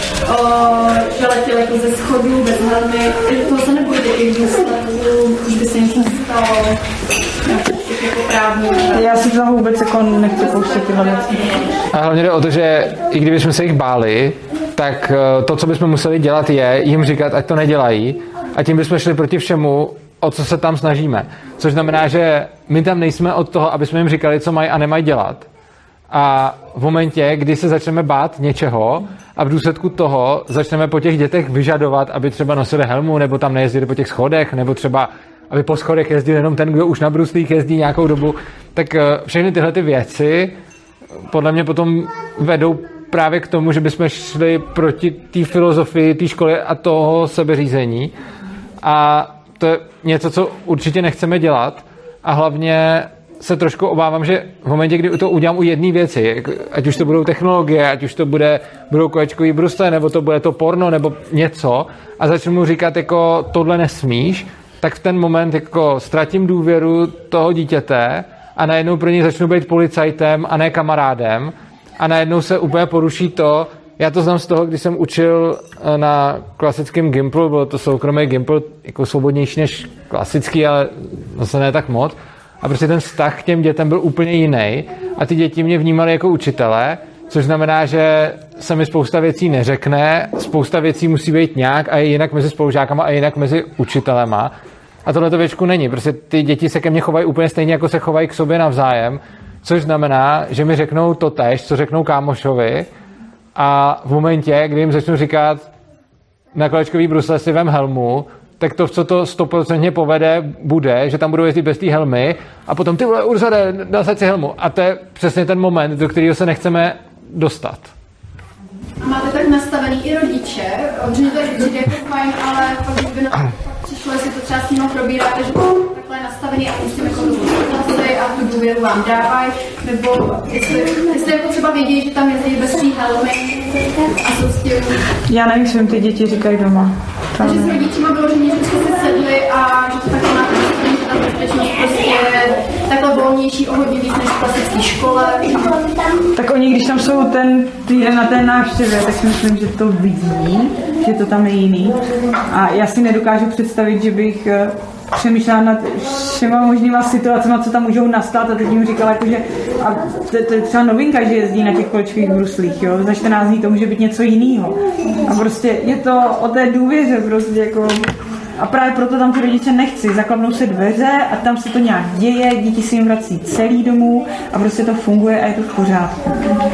že letěl jako ze schodů bez helmy, že toho se nebude těch důsledků, už by se něco stalo. Jako právní. Já si to vůbec jako nechci pouštět tyhle věci. A hlavně jde o to, že i kdybychom se jich báli, tak to, co bychom museli dělat, je jim říkat, ať to nedělají, a tím bychom šli proti všemu, o co se tam snažíme. Což znamená, že my tam nejsme od toho, aby jsme jim říkali, co mají a nemají dělat. A v momentě, kdy se začneme bát něčeho a v důsledku toho začneme po těch dětech vyžadovat, aby třeba nosili helmu, nebo tam nejezdili po těch schodech, nebo třeba aby po schodech jezdil jenom ten, kdo už na bruslích jezdí nějakou dobu, tak všechny tyhle ty věci podle mě potom vedou právě k tomu, že bychom šli proti té filozofii té školy a toho sebeřízení. A to je něco, co určitě nechceme dělat a hlavně se trošku obávám, že v momentě, kdy to udělám u jedné věci, ať už to budou technologie, ať už to bude, budou kolečkový brusle, nebo to bude to porno, nebo něco a začnu mu říkat, jako tohle nesmíš, tak v ten moment jako ztratím důvěru toho dítěte a najednou pro něj začnu být policajtem a ne kamarádem a najednou se úplně poruší to. Já to znám z toho, když jsem učil na klasickém Gimplu, bylo to soukromý Gimpl, jako svobodnější než klasický, ale zase ne tak moc. A prostě ten vztah k těm dětem byl úplně jiný a ty děti mě vnímaly jako učitele, což znamená, že se mi spousta věcí neřekne, spousta věcí musí být nějak a je jinak mezi spolužákama a jinak mezi učitelema. A tohle to věčku není, prostě ty děti se ke mně chovají úplně stejně, jako se chovají k sobě navzájem, což znamená, že mi řeknou to též, co řeknou kámošovi, a v momentě, kdy jim začnu říkat na kolečkový brusle si vem helmu, tak to, co to stoprocentně povede, bude, že tam budou jezdit bez té helmy a potom ty vole, Urzade, nasaď si helmu. A to je přesně ten moment, do kterého se nechceme dostat. Máte tak nastavený i rodiče, protože to je přijde jako fajn, ale pak by na přišlo, jestli to třeba s ním probíráte, že to takhle je nastavený a musím jako tu situaci a tu důvěru vám dávají, nebo jestli, jestli jako třeba vědí, že tam jezdí bez tří helmy a jsou s tím... Já nevím, co jim ty děti říkají doma. Takže s rodičima bylo, že mě vždycky se sedli a že to takhle na to, že ta bezpečnost prostě je takhle volnější o hodně víc než v klasické škole. Tak oni, když tam jsou ten týden na té návštěvě, tak si myslím, že to vidí, že to tam je jiný. A já si nedokážu představit, že bych přemýšlela nad všema možnýma situacemi, co tam můžou nastat a teď jim říkala, jakože, a to, to je třeba novinka, že jezdí na těch kolečkových bruslích, jo? Za čtrnáct dní to může být něco jiného. A prostě je to o té důvěře prostě jako... A právě proto tam ty rodiče nechci. Zaklapnou se dveře a tam se to nějak děje, děti si jim vrací celý domů a prostě to funguje a je to v pořádku.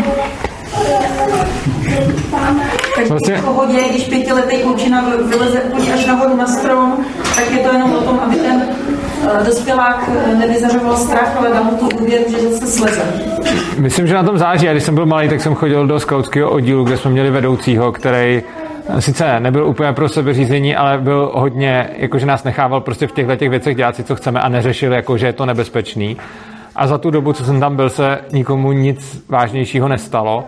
Takže vlastně... v pohodě, když pětiletý klučina vyleze úplně až nahoru na strom, tak je to jenom o tom, aby ten uh, dospělák nevyzařoval strach, ale dal mu tu důvěru, že zase sleze. Myslím, že na tom záží. A když jsem byl malý, tak jsem chodil do skautského oddílu, kde jsme měli vedoucího, který sice nebyl úplně pro sebeřízení, ale byl hodně, jakože nás nechával prostě v těchto těch věcech dělat si, co chceme a neřešil, jako, že je to nebezpečný. A za tu dobu, co jsem tam byl, se nikomu nic vážnějšího nestalo.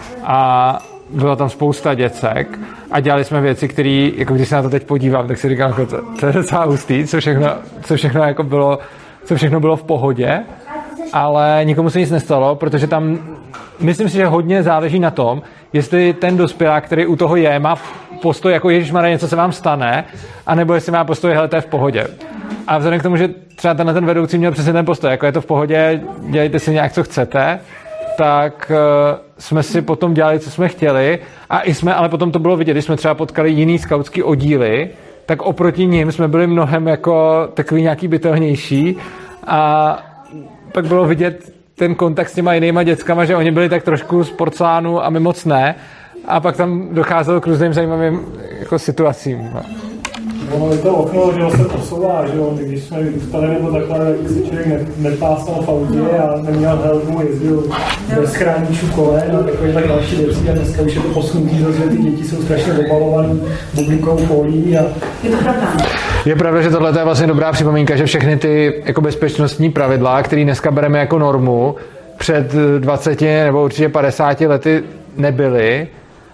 A bylo tam spousta děcek a dělali jsme věci, které, jako když se na to teď podívám, tak si říkám, jako, to, to je docela hustý, co všechno, co všechno jako bylo, co všechno bylo v pohodě, ale nikomu se nic nestalo, protože tam, myslím si, že hodně záleží na tom, jestli ten dospělák, který u toho je, má postoj jako ježišmarja, něco se vám stane, anebo jestli má postoj, hele, to je v pohodě. A vzhledem k tomu, že třeba ten, ten vedoucí měl přesně ten postoj, jako je to v pohodě, dělejte si nějak, co chcete, tak uh, jsme si potom dělali, co jsme chtěli a i jsme, ale potom to bylo vidět, když jsme třeba potkali jiný skautský oddíly, tak oproti nim jsme byli mnohem jako takový nějaký bytelnější a pak bylo vidět ten kontakt s těma jinýma dětskama, že oni byli tak trošku z porcelánu a my moc ne a pak tam docházelo k různým zajímavým jako situacím. No. Ono je to okno, že ho se posouvá, že jo, když jsme vstali nebo takhle, jak si člověk nepásal v autě a neměl helmu, jezdil bez chráničů kolen a takové tak další věci a dneska už je to posunutý, že ty děti jsou strašně obalovaný bublinkovou folí a... Je to pravda. Je pravda, že tohle je vlastně dobrá připomínka, že všechny ty jako bezpečnostní pravidla, které dneska bereme jako normu, před dvaceti nebo určitě padesáti lety nebyly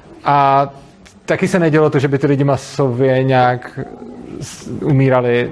a taky se nedělo to, že by ty lidi masově nějak umírali,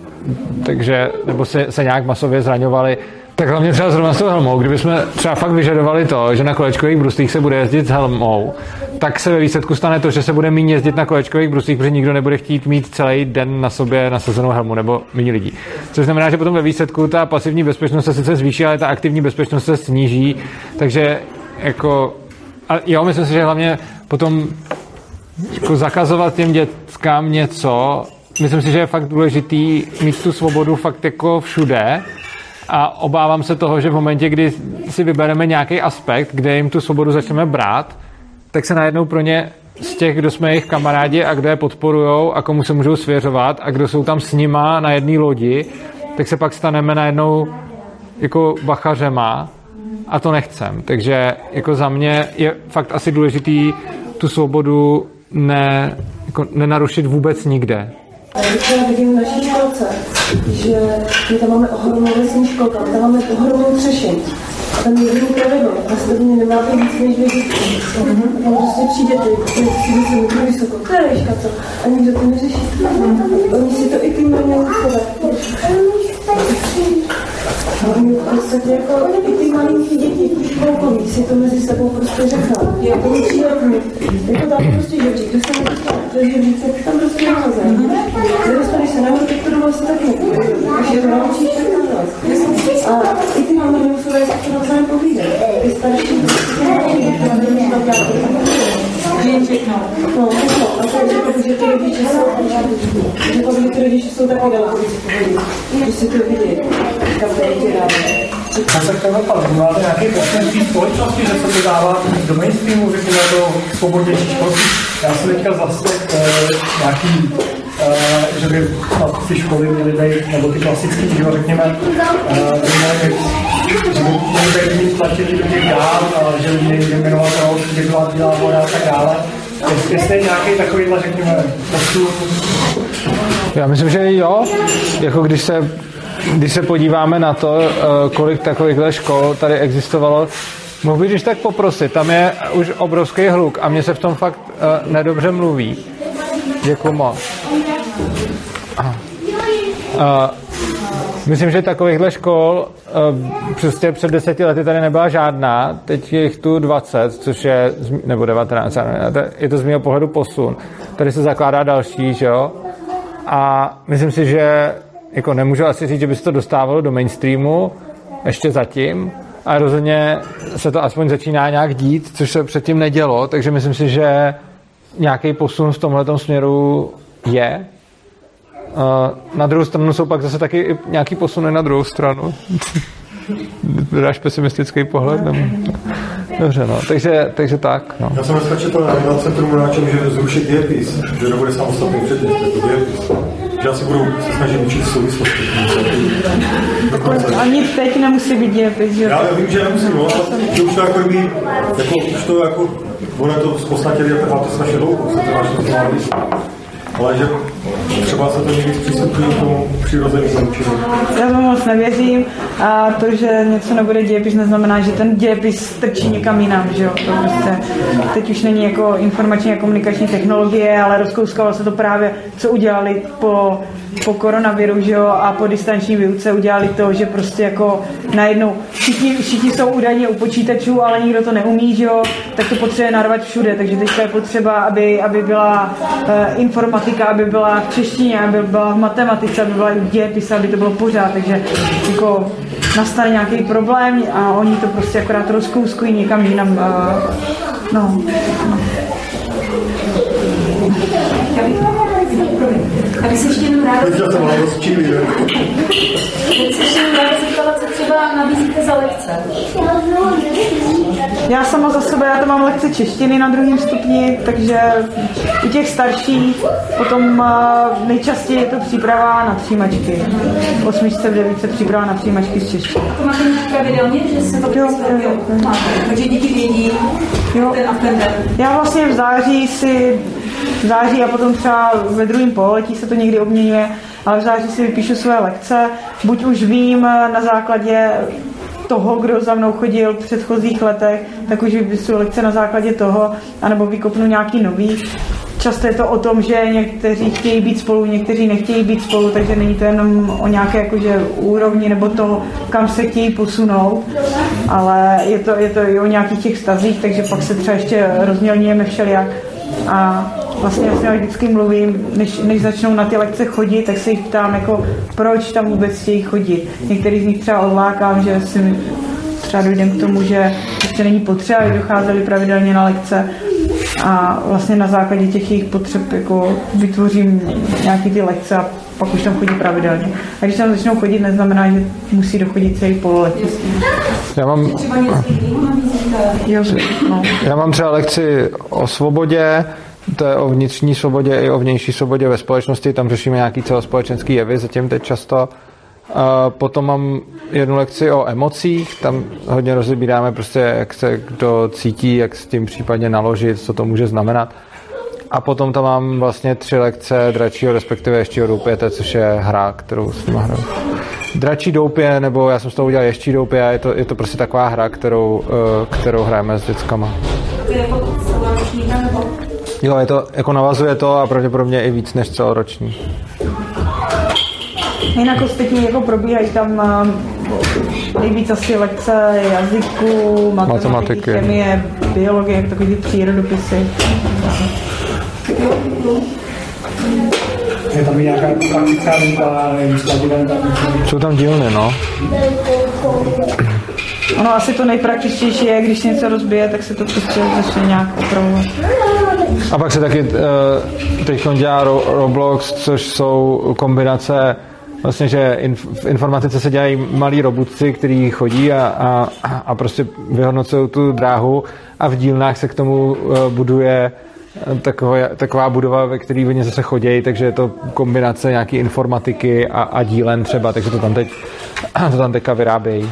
takže, nebo se, se nějak masově zraňovali. Tak hlavně třeba zrovna s tou helmou, kdybychom třeba fakt vyžadovali to, že na kolečkových bruslích se bude jezdit s helmou, tak se ve výsledku stane to, že se bude méně jezdit na kolečkových bruslích, protože nikdo nebude chtít mít celý den na sobě nasazenou helmu, nebo méně lidí. Což znamená, že potom ve výsledku ta pasivní bezpečnost se sice zvýší, ale ta aktivní bezpečnost se sníží, takže jako... A jo, myslím si, že hlavně potom jako zakazovat těm dětskám něco, myslím si, že je fakt důležitý mít tu svobodu fakt jako všude a obávám se toho, že v momentě, kdy si vybereme nějaký aspekt, kde jim tu svobodu začneme brát, tak se najednou pro ně z těch, kdo jsme jejich kamarádi a kdo je podporujou a komu se můžou svěřovat a kdo jsou tam s nima na jedné lodi, tak se pak staneme najednou jako bachařema a to nechcem. Takže jako za mě je fakt asi důležitý tu svobodu ne, jako nenarušit vůbec nikde. Já vidím v naší školce, že my tam máme ohromnou lesní školku, tam máme ohromnou třešin. A tam jediný pravidlo, vlastně nemáte víc než dvě dětky. A tam prostě přijdete, přijde se mi vysoko, kraješka co, a nikdo to neřeší. Oni si to i tím mají uchodat. A oni prostě jako i ty malinký děti, školkoví, si to mezi sebou prostě řeknou. Je to přírodní. Jako tam prostě žebřík, kdo se nedostane, to je žebřík, tam prostě nahazem. Nedostaneš se nahoru, tak to doma se taky nepůjde. Takže to naučíš tak na nás. A i ty máme nemuseli se to navzájem povídat. Ty starší prostě naučí, to nemusí tam dělat. Že jim řeknou. No, no, a to je řekl, že ty rodiče jsou, že pokud ty rodiče jsou taky daleko víc pohodí. Že si to vidí, kam to dítě dáme. Já se chtěl zapad, máte nějaký procent té společnosti, že se to dává do mainstreamu, řekněme do svobodnější školství. Já jsem teďka zasled eh, nějaký eh, že by ty školy měly být, nebo ty klasické, že řekněme, že by měly být tlačení do těch dál, že by měli vyjmenovat rok, kde byla bílá voda a tak dále. Jestli je nějaký takovýhle, řekněme, postup? Já myslím, že jo. Jako když se, když se podíváme na to, kolik takovýchhle škol tady existovalo, mohl bych když tak poprosit, tam je už obrovský hluk a mně se v tom fakt uh, nedobře mluví. Děkuju moc. Uh, myslím, že takovýchhle škol uh, prostě před deseti lety tady nebyla žádná, teď je jich tu dvacet, což je, nebo devatenáct, je to z mého pohledu posun. Tady se zakládá další, že jo? A myslím si, že jako nemůžu asi říct, že by se to dostávalo do mainstreamu, ještě zatím, a rozhodně se to aspoň začíná nějak dít, což se předtím nedělo, takže myslím si, že nějaký posun v tomhletom směru je. Na druhou stranu jsou pak zase taky i nějaký posuny na druhou stranu. Dáš pesimistický pohled? Nebo... Dobře, no. Takže, takže tak. No. Já jsem dneska četl na Centrum Monáčem, že zrušit dějepis, že nebude samostatný předmět, jako dějepis. Že asi budou se snažit učit souvislosti. Ani teď nemusí být dějepis, že? Já vím, že nemusí, no, že už to jako by, jako, už to jako, ono je to zposnatělý a trvá to strašně dlouho, se trvá to trvá ale že třeba se to někdy zpřístupní k tomu přirozenému učení. Já tomu moc nevěřím a to, že něco nebude dějepis, neznamená, že ten dějepis trčí někam jinam, že jo. To prostě teď už není jako informační a komunikační technologie, ale rozkouskalo se to právě, co udělali po, po koronaviru, že jo, a po distanční výuce udělali to, že prostě jako najednou všichni, všichni jsou údajně u počítačů, ale nikdo to neumí, že jo, tak to potřebuje narvat všude, takže teďka je potřeba, aby, aby byla uh, informatika, aby byla v češtině, aby byla v matematice, aby byla i v dějepise, aby to bylo pořád, takže jako nastane nějaký problém a oni to prostě akorát rozkouskují někam jinam. Uh, no. Já bych se ještě jenom ráda zeptala, já bych se ještě jenom ráda zeptala, co třeba nabízíte za lekce. Já sama za sebe, já to mám lekce češtiny na druhém stupni, takže u těch starších potom nejčastěji je to příprava na přijímačky. V osmičce, v devíčce příprava na přijímačky z češtiny. To máte nějak pravidelně, že se to jo, jo, jo. Takže děti vědí jo. ten a ten den. Já vlastně v září si v září a potom třeba ve druhém pololetí se to někdy obměňuje, ale v září si vypíšu své lekce, buď už vím na základě toho, kdo za mnou chodil v předchozích letech, tak už vypisuju lekce na základě toho, anebo vykopnu nějaký nový. Často je to o tom, že někteří chtějí být spolu, někteří nechtějí být spolu, takže není to jenom o nějaké jakože úrovni nebo to, kam se chtějí posunout, ale je to, je to i o nějakých těch vztazích, takže pak se třeba ještě rozmělňujeme všelijak. A vlastně já vždycky mluvím, než, než začnou na ty lekce chodit, tak se jich ptám, jako, proč tam vůbec chtějí chodit. Některý z nich třeba odlákám, že si třeba dojdem k tomu, že ještě není potřeba, aby docházeli pravidelně na lekce a vlastně na základě těch jejich potřeb jako vytvořím nějaký ty lekce a pak už tam chodí pravidelně. A když tam začnou chodit, neznamená, že musí dochodit celý pololetí. Já mám, já mám třeba lekci o svobodě, to je o vnitřní svobodě i o vnější svobodě ve společnosti, tam řešíme nějaký celospolečenský jevy, zatím teď často. A potom mám jednu lekci o emocích, tam hodně rozebíráme prostě, jak se kdo cítí, jak s tím případně naložit, co to může znamenat. A potom tam mám vlastně tři lekce dračího, respektive ještího doupěte, což je hra, kterou s nima hraju. Dračí doupě, nebo já jsem z toho udělal ještí doupě a je to, je to prostě taková hra, kterou, kterou hrajeme s dětskama. To je jako celoroční, nebo? Jo, je to, jako navazuje to a pravděpodobně i víc než celoroční. Jinak ostatně jako probíhají tam nejvíc asi lekce jazyku, matematiky, matematiky. Chemie, biologie, takový přírodopisy. Je tam i nějaká praktická výuka, jsou tam dílny, no. Ono asi to nejpraktičtější je, když se něco rozbije, tak se to prostě začne nějak opravovat. A pak se taky uh, teď dělá ro- Roblox, což jsou kombinace vlastně, že inf- v informatice se dělají malí robotci, kteří chodí a, a, a prostě vyhodnocují tu dráhu a v dílnách se k tomu uh, buduje taková, taková budova, ve které oni zase chodějí, takže je to kombinace nějaký informatiky a, a dílen třeba, takže to tam teď to tam teďka vyrábějí.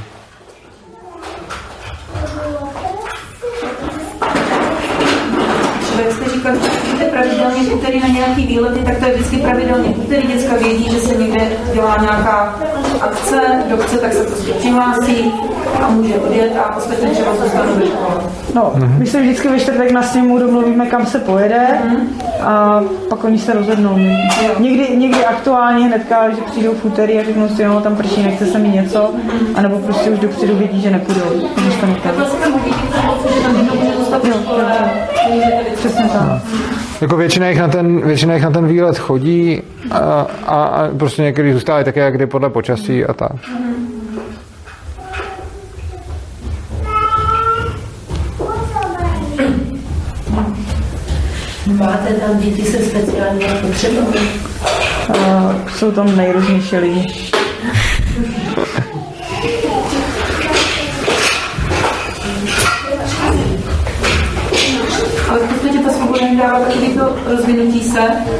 Jak jste říkal, že jste pravidelně v úterý na nějaký výlety, tak to je vždycky pravidelně v úterý. Děcka vědí, že se někde dělá nějaká akce, kdo chce, tak se prostě přihlásí a může odjet a ostatně třeba zůstanou ve škole. No, mm-hmm. my se vždycky ve čtvrtek na sněmu domluvíme, kam se pojede mm-hmm. a pak oni se rozhodnou. Někdy, někdy aktuálně hnedka, že přijdou v úterý a řeknou si, no, tam prší, nechce se mi něco, mm-hmm. anebo prostě už dopředu vědí, že nepůjdou. Zůstanou tam. Tak se tam hodí, že tam někdo může zůstat v škole. Přesně tak. Jako většina jich na ten, většina jich na ten výlet chodí a, a, a prostě někdy zůstávají také, kdy podle počasí a tak. Mm-hmm. Máte tam děti se speciálními potřebami? Uh, jsou tam nejrůznější lidi. Ale v podstatě ta svoboda jim dává takový to rozvinutí se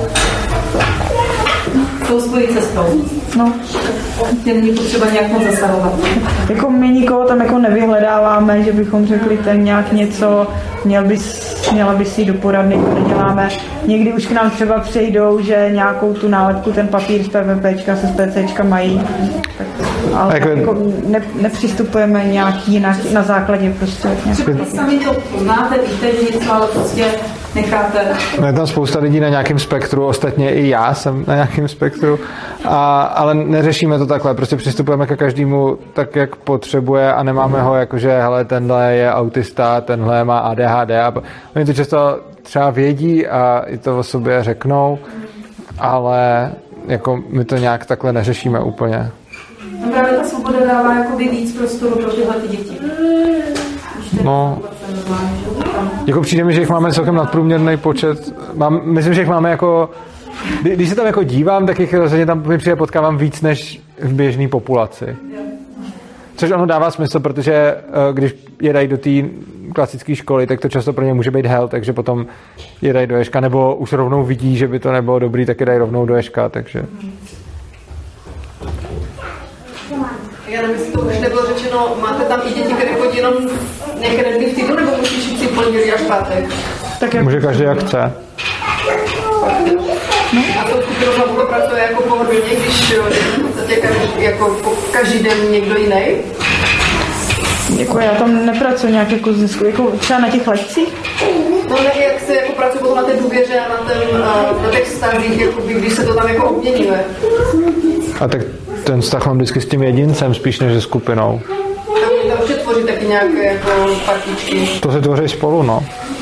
tou svojí cestou. No. Není potřeba nějak moc zasahovat. Jako my nikoho tam jako nevyhledáváme, že bychom řekli ten nějak něco, měl bys, měla bys jít do poradny, to neděláme. Někdy už k nám třeba přejdou, že nějakou tu nálepku, ten papír z PVPčka se z PCčka mají. Tak, ale jako, jako ne, nepřistupujeme nějak jinak na základě prostě. Třeba sami to poznáte, víte, že něco, ale prostě necháte. No je tam spousta lidí na nějakém spektru, ostatně i já jsem na nějakém spektru, a, ale neřešíme to takhle, prostě přistupujeme ke každému tak, jak potřebuje a nemáme ho jako, že hele, tenhle je autista, tenhle má A D H D a oni to často třeba vědí a i to o sobě řeknou, ale jako my to nějak takhle neřešíme úplně. No právě ta svoboda dává jakoby víc prostoru pro tyhle ty děti. No, jako přijde mi, že jich máme celkem nadprůměrný počet. Mám, myslím, že jich máme jako, když se tam jako dívám, tak jich rozhodně tam mi přijde potkávám víc než v běžné populaci. Což ono dává smysl, protože když je dají do té klasické školy, tak to často pro ně může být hell, takže potom je dají do ješka, nebo už rovnou vidí, že by to nebylo dobrý, tak je dají rovnou do ješka, takže... Já nevím, jestli to už nebylo řečeno, máte tam i děti, které chodí jenom některé dny v týdnu, nebo musíš jít si pondělí až pátek? Tak jak... Může každý jak chce. No. A to skupinou znovu pracuje jako pohodlně, když v podstatě každý, jako každý den někdo jiný? Jako já tam nepracuji nějak jako zisku, jako třeba na těch lekcích? No ne, jak se jako pracuje potom na té důvěře a na, ten, na těch vztazích, jako když se to tam jako obměníme. A tak ten vztah mám vždycky s tím jedincem, spíš než se skupinou. A tam určitě tvoří taky nějaké jako partičky. To se tvoří spolu, no.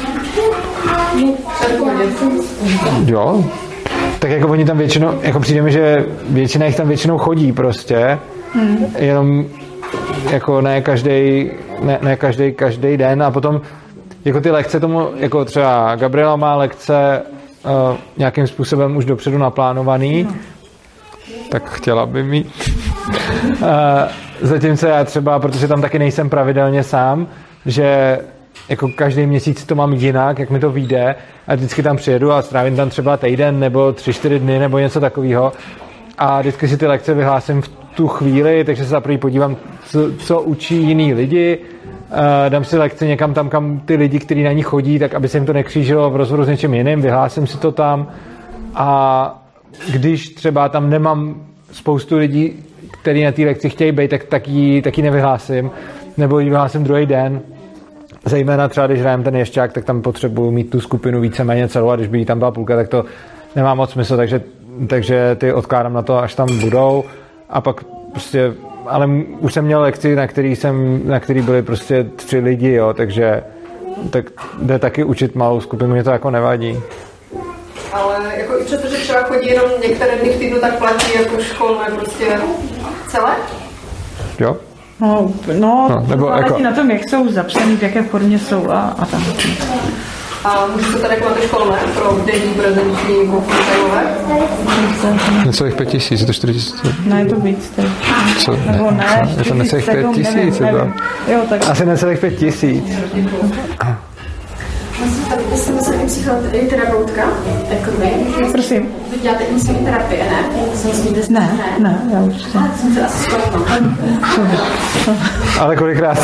Jo. Tak jako oni tam většinou, jako přijde mi, že většina jich tam většinou chodí prostě, hmm. jenom jako ne každý, ne, ne každý, každý den a potom jako ty lekce tomu, jako třeba Gabriela má lekce uh, nějakým způsobem už dopředu naplánovaný, hmm. tak chtěla by mít. uh, zatímco já třeba, protože tam taky nejsem pravidelně sám, že jako každý měsíc to mám jinak, jak mi to vyjde a vždycky tam přijedu a strávím tam třeba týden nebo tři, čtyři dny nebo něco takového a vždycky si ty lekce vyhlásím v tu chvíli, takže se zaprvé podívám, co, co učí jiný lidi, uh, dám si lekci někam tam, kam ty lidi, kteří na ní chodí, tak aby se jim to nekřížilo v rozhovoru s něčím jiným, vyhlásím si to tam a když třeba tam nemám spoustu lidí, kteří na té lekci chtějí být, tak, tak, ji, tak ji nevyhlásím, nebo ji vyhlásím druhý den. Zejména třeba, když hrajem ten ješťák, tak tam potřebuju mít tu skupinu víceméně celou a když by jí tam byla půlka, tak to nemá moc smysl, takže, takže ty odkládám na to, až tam budou a pak prostě, ale už jsem měl lekci, na který, jsem, na který byli prostě tři lidi, jo, takže tak jde taky učit malou skupinu, mě to jako nevadí. Ale jako i přesto, že třeba chodí jenom některé dny v týdnu, tak platí jako školné prostě celé? Jo. No, no, no nebo záleží jako... na tom, jak jsou zapsaný, v jaké formě jsou a, a tam. A můžu se tady jako na ty školné pro denní prezenční jako full-timeové? Necelých pět tisíc, je to čtyři tisíce? Ne, je to víc teď. Co? Nebo ne, ne je to necelých pět tisíc? Nevím, nevím. Jo, tak. Asi necelých pět tisíc. Vy jste myslím psychoterapeutka, jako vy. Prosím. Vy děláte i terapie, ne? Ne, ne, já určitě. Ale jsem se asi spojila. Ale kolikrát?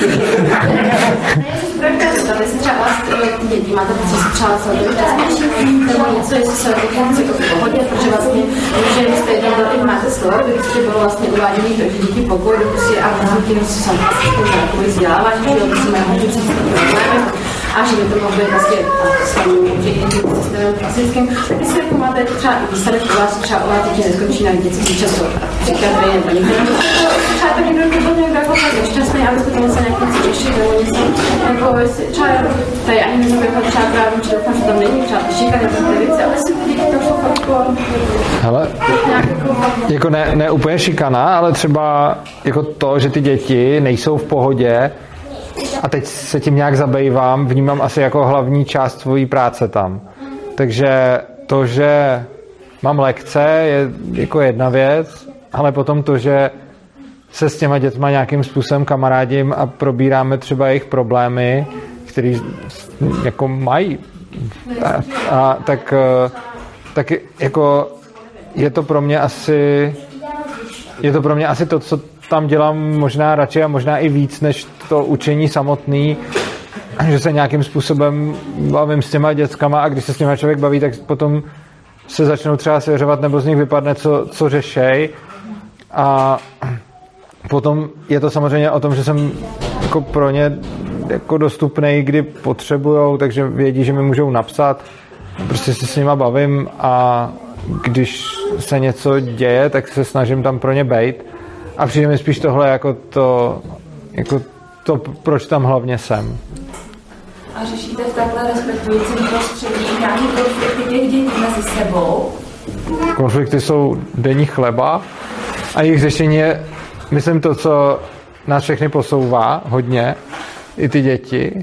Vy se třeba vás dětí, máte pocit, že se třeba celé šťastnější, nebo něco, jestli se dokonce to v pohodě, protože vlastně, že jste jednou byl i máte slovo, kdybyste bylo vlastně uváděný to, že děti pokoj dopustí a rozhodky nosí jsou takový vzdělávání, že musíme hodně přestat problémy a že by to mohlo být vlastně samým systémem klasickým. Tak jestli jako máte třeba i výsledek u vás, třeba u vás děti neskončí na dětský času, psychiatrie nebo někdo, třeba to někdo nebyl někdo jako šťastný, abyste to museli nějakým si řešit, nebo něco, jako třeba tady ani nezabývá třeba právě, či doufám, že tam není třeba šikany, ty věci, ale si vidíte to fakt Hele, jako ne, ne úplně šikana, ale třeba jako to, že ty děti nejsou v pohodě a teď se tím nějak zabývám, vnímám asi jako hlavní část svojí práce tam. Takže to, že mám lekce, je jako jedna věc, ale potom to, že se s těma dětma nějakým způsobem kamarádím a probíráme třeba jejich problémy, které jako mají. A, a tak, tak jako je to pro mě asi je to pro mě asi to, co tam dělám možná radši a možná i víc, než to učení samotný, že se nějakým způsobem bavím s těma dětskama a když se s těma člověk baví, tak potom se začnou třeba svěřovat nebo z nich vypadne, co, co řešej. A potom je to samozřejmě o tom, že jsem jako pro ně jako dostupnej, kdy potřebujou, takže vědí, že mi můžou napsat. Prostě se s nima bavím a když se něco děje, tak se snažím tam pro ně bejt. A přijde mi spíš tohle jako to, jako to, proč tam hlavně jsem. A řešíte v takhle respektujícím prostředí nějaký konflikty těch dětí mezi sebou? Konflikty jsou denní chleba a jejich řešení je, myslím, to, co nás všechny posouvá hodně, i ty děti.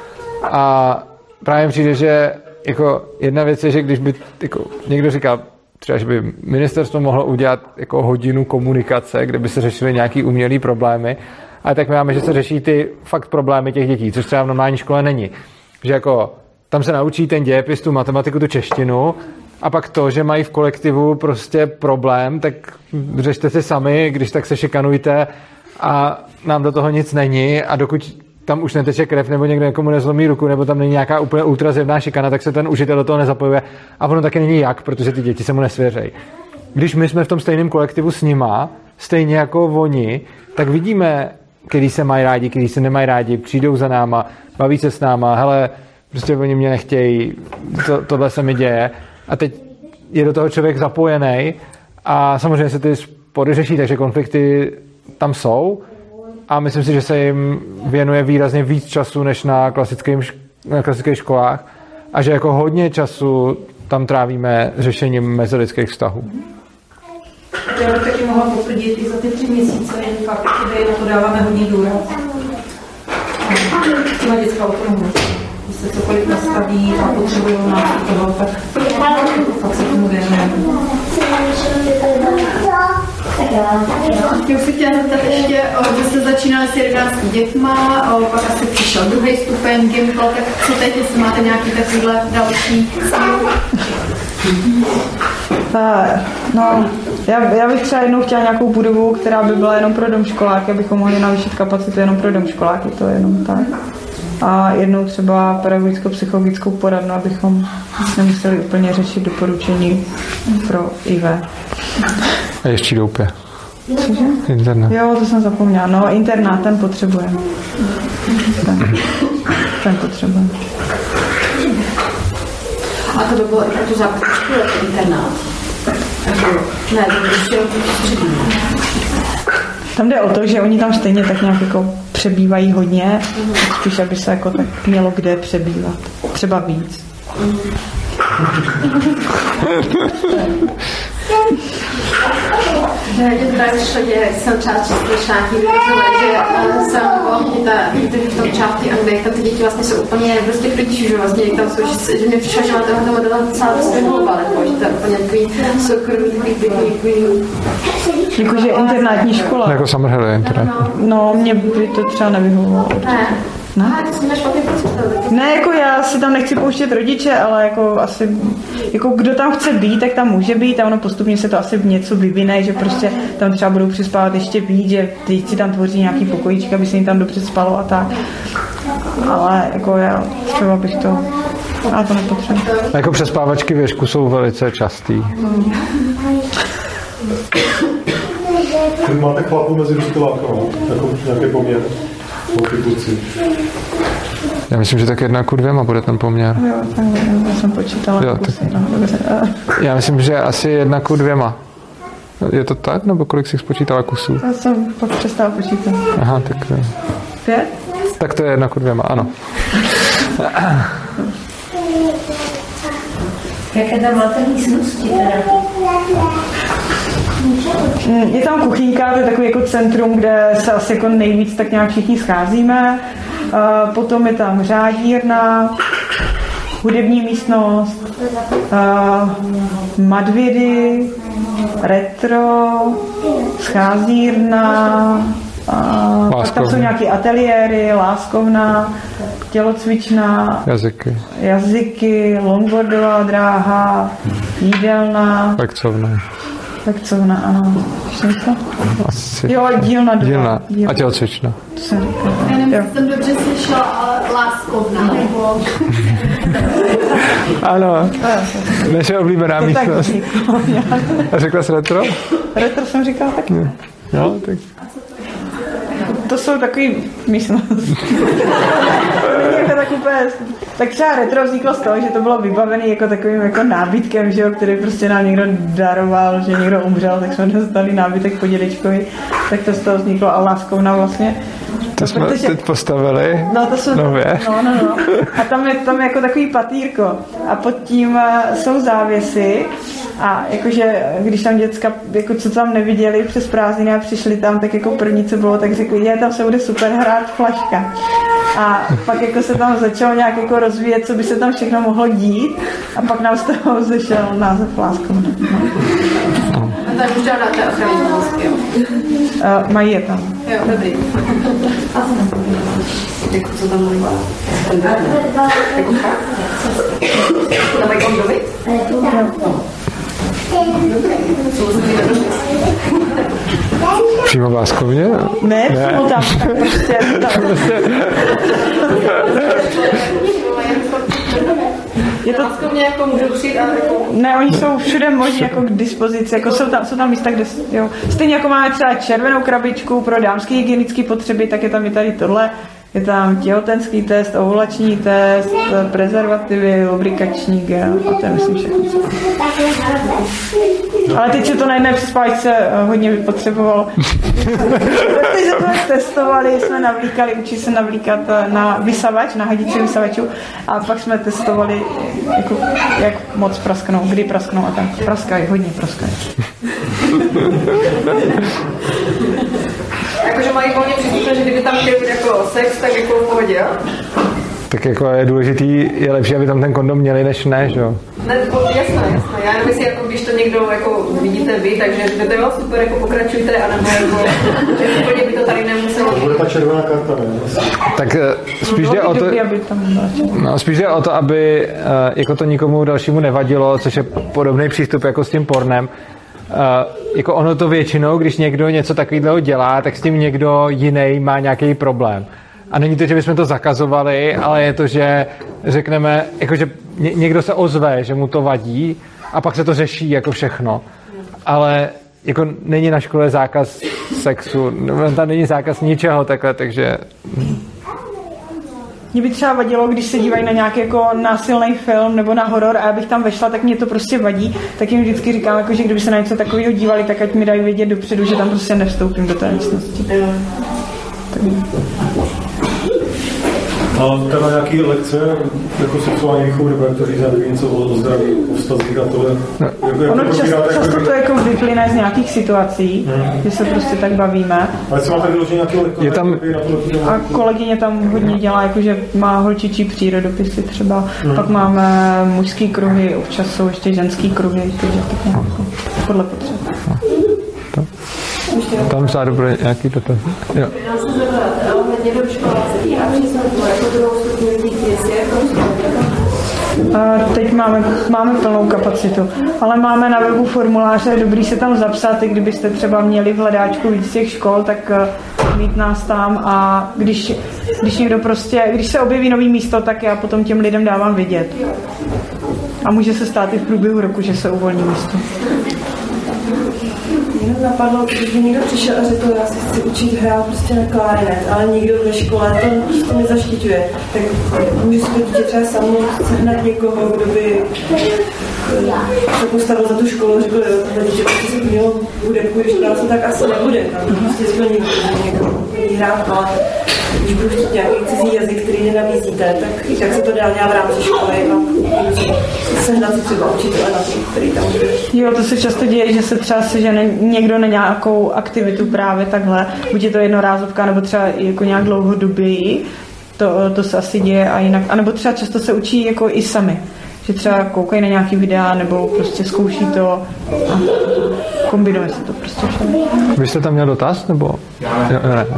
A právě přijde, že jako jedna věc je, že když by jako někdo říkal, třeba, že by ministerstvo mohlo udělat jako hodinu komunikace, kde by se řešily nějaký umělý problémy, ale tak my máme, že se řeší ty fakt problémy těch dětí, což třeba v normální škole není. Že jako tam se naučí ten dějepis, tu matematiku, tu češtinu a pak to, že mají v kolektivu prostě problém, tak řešte si sami, když tak se šikanujte a nám do toho nic není a dokud tam už neteče krev, nebo někdo někomu nezlomí ruku, nebo tam není nějaká úplně ultrazjevná šikana, tak se ten užitel do toho nezapojuje. A ono taky není jak, protože ty děti se mu nesvěřejí. Když my jsme v tom stejném kolektivu s nima, stejně jako oni, tak vidíme, který se mají rádi, který se nemají rádi, přijdou za náma, baví se s náma, hele, prostě oni mě nechtějí, to, tohle se mi děje. A teď je do toho člověk zapojený a samozřejmě se ty spory řeší, takže konflikty tam jsou. A myslím si, že se jim věnuje výrazně víc času než na, na klasických školách a že jako hodně času tam trávíme řešením mezilidských vztahů. Já bych taky mohla potvrdit i za ty tři měsíce, jen fakt, kde na to dáváme hodně důraz. Třeba dětská autonomnost. Když se cokoliv nastaví a potřebují nás toho, tak fakt se tomu věnujeme. Já bych se chtěla zeptat ještě, že jste začínali s jedenácti dětma, pak asi přišel druhý stupeň, Gimpl, tak co teď, jestli máte nějaký takovýhle další cíl? No, já, já bych třeba jednou chtěla nějakou budovu, která by byla jenom pro domškoláky, abychom mohli navýšit kapacitu jenom pro domškoláky, to je jenom tak. A jednou třeba pedagogicko-psychologickou poradnu, abychom nemuseli úplně řešit doporučení pro I V. A ještě doupě. Cože? Internet. Jo, to jsem zapomněla. No, internát, ten potřebujeme. Ten, ten potřebujeme. A to by bylo i pro tu základní školu, jako internát. Ne, to by ještě střední. Tam jde o to, že oni tam stejně tak nějak jako přebývají hodně, spíš aby se jako tak mělo kde přebývat. Třeba víc. Mě to tak šlo, že jsem třeba často nějaký vykazovat, že jsem v tom části Anglie, tam ty děti vlastně jsou úplně prostě k rodičů, že vlastně tam jsou, že, že mě přišlo, že má tohle modela celá prostě hlouba, že to je úplně takový soukromý, takový pěkný. Jakože internátní škola. Jako Summerhill je internát. No, mě by to třeba nevyhovovalo. Ne. Ne? Ne, jako já si tam nechci pouštět rodiče, ale jako asi, jako kdo tam chce být, tak tam může být a ono postupně se to asi něco vyvine, že prostě tam třeba budou přispávat ještě víc, že teď si tam tvoří nějaký pokojíček, aby se jim tam dobře spalo a tak. Ale jako já třeba bych to, ale to nepotřebuji. Jako přespávačky věšku jsou velice častý. Hmm. Vy máte chlapu mezi dospělákama, jako nějaký poměr? Já myslím, že tak jedna ku dvěma bude ten poměr. Jo, takhle, já jsem počítala. Jo, kusy, tak... no, dobře. Já myslím, že asi jedna ku dvěma. Je to tak, nebo kolik jsi spočítala kusů? Já jsem pak přestala počítat. Aha, tak... Pět? Tak to je jedna ku dvěma, ano. Jaké tam máte místnosti teda? Je tam kuchyňka, to je takový jako centrum, kde se asi jako nejvíc tak nějak všichni scházíme. Potom je tam řádírna, hudební místnost, madvidy, retro, scházírna, pak tam jsou nějaké ateliéry, láskovna, tělocvična, jazyky, jazyky, longboardová dráha, jídelna, lekcovna. Lekcovna, ano. Co? Asi. Jo, dílna dva. Dílna. A tělocvična. To jsem říkala. Já nevím, jestli jsem dobře slyšela, ale láskovna, nebo... Ano. Naše oblíbená místnost. A řekla jsi retro? Retro jsem říkala taky. Jo, tak... To jsou takový místnosti. tak, úplně, tak třeba retro vzniklo z toho, že to bylo vybavené jako takovým jako nábytkem, že jo, který prostě nám někdo daroval, že někdo umřel, tak jsme dostali nábytek po dědečkovi, tak to z toho vzniklo a láskovna vlastně. To no, jsme protože, teď postavili no, to jsme, nově. No, no, no. A tam je, tam je jako takový patýrko a pod tím uh, jsou závěsy a jakože, když tam děcka, jako co tam neviděli přes prázdniny a přišli tam, tak jako první, co bylo, tak řekli, je, tam se bude super hrát flaška. A pak jako se tam začalo nějak jako rozvíjet, co by se tam všechno mohlo dít a pak nám z toho zešel název Láskovna. No. A tak už žádáte ochranný pomůcky, jo? Uh, mají je tam. Jo, dobrý. Jako co tam mluví? Jako fakt? Tam mají kondomy? Přímo v Láskovně? Ne, ne. Přímo tam, tak prostě tam. Je to Láskovně jako můžu přijít a jako... Ne, oni jsou všude možní jako k dispozici, jako jsou tam, jsou tam místa, kde, jo. Stejně jako máme třeba červenou krabičku pro dámské hygienické potřeby, tak je tam i tady tohle. Je tam těhotenský test, ovulační test, prezervativy, lubrikační gel a to je myslím všechno. Ale teď se to na jedné přespáčce hodně vypotřebovalo. Protože jsme testovali, jsme navlíkali, učí se navlíkat na vysavač, na hadici vysavačů a pak jsme testovali, jako, jak moc prasknou, kdy prasknou a tak. Praskají, hodně praskají. Jakože mají volně přístupné, že kdyby tam chtěli jako sex, tak jako v pohodě, jo? Tak jako je důležitý, je lepší, aby tam ten kondom měli, než ne, že jo? Ne, jasné, jasné. Já jenom si, jako když to někdo jako vidíte vy, takže to bylo super, jako pokračujte, anebo jako, že úplně by to tady nemuselo. To bude ta červená karta, ne? Tak spíš jde o to, no, spíš jde o to, aby jako to nikomu dalšímu nevadilo, což je podobný přístup jako s tím pornem. Uh, jako ono to většinou, když někdo něco takového dělá, tak s tím někdo jiný má nějaký problém. A není to, že bychom to zakazovali, ale je to, že řekneme, jako že ně, někdo se ozve, že mu to vadí a pak se to řeší jako všechno. Ale jako není na škole zákaz sexu, tam není zákaz ničeho takhle, takže... Mě by třeba vadilo, když se dívají na nějaký jako násilný film nebo na horor a já bych tam vešla, tak mě to prostě vadí, tak jim vždycky říkám, jako, že kdyby se na něco takového dívali, tak ať mi dají vědět dopředu, že tam prostě nevstoupím do té místnosti. Tak... A teda nějaký lekce, jako sexuální výchovy, nebo jak to říct, nějaký něco o zdraví, o vztazích a tohle? No. Jako, jak ono to často, probíráte, často jako... to jako vyplyne z nějakých situací, hmm. že se prostě tak bavíme. Ale si máte vyložený nějaký lekce? Je tam... A kolegyně tam hodně dělá, jakože má holčičí přírodopisy třeba, hmm. pak máme mužský kruhy, občas jsou ještě ženský kruhy, takže tak nějak podle potřeb. Tam vzadu bude nějaký dotaz. Jo. Já jsem zeptat, hodně do školáctví a přesně jako druhou stupňový děti, jako Teď máme, máme plnou kapacitu, ale máme na webu formuláře, je dobrý se tam zapsat, i kdybyste třeba měli v hledáčku víc těch škol, tak mít nás tam a když, když někdo prostě, když se objeví nový místo, tak já potom těm lidem dávám vědět. A může se stát i v průběhu roku, že se uvolní místo. Mě napadlo, když by někdo přišel a řekl, já si chci učit hrát prostě na klarinet, ale nikdo ve škole to prostě nezaštiťuje. Tak může si to dítě třeba samo sehnat někoho, kdo by se postavil za tu školu a řekl, jo, tohle dítě prostě si mělo hudebku, když to vlastně tak asi nebude. Tam prostě splní někdo hrát, ale když budu chtít nějaký cizí jazyk, který nenabízíte, tak i tak se to dá dělat v rámci školy a sehnat si třeba učitele na to, který tam bude. Jo, to se často děje, že se třeba sežene někdo na nějakou aktivitu právě takhle, buď je to jednorázovka, nebo třeba jako nějak dlouhodoběji, to, to se asi děje a jinak, anebo třeba často se učí jako i sami, že třeba koukají na nějaký videa, nebo prostě zkouší to a kombinuje se to prostě všechno. Vy jste tam měl dotaz, nebo? Ne, ne.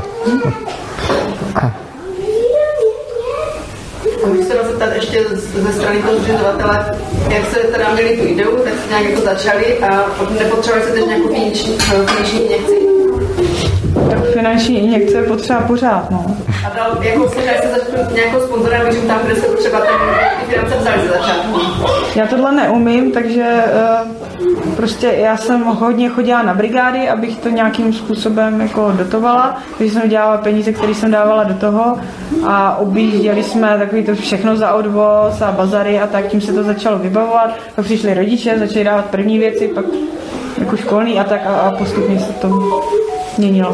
Můžu se rozeptat ještě ze strany toho zřizovatele, jak se teda měli tu ideu, tak se nějak jako začali a nepotřebovali se teď nějakou finanční, finanční injekci? Tak finanční injekce je potřeba pořád, no. A dal, jako se se začít nějakou sponzora, když tam, kde se třeba ten, ty finance vzali ze začátku? Já tohle neumím, takže uh, prostě já jsem hodně chodila na brigády, abych to nějakým způsobem jako dotovala, takže jsem dělala peníze, které jsem dávala do toho a objížděli jsme takový to všechno za odvoz a bazary a tak, tím se to začalo vybavovat, pak přišli rodiče, začali dávat první věci, pak jako školní a tak a, a postupně se to měnilo.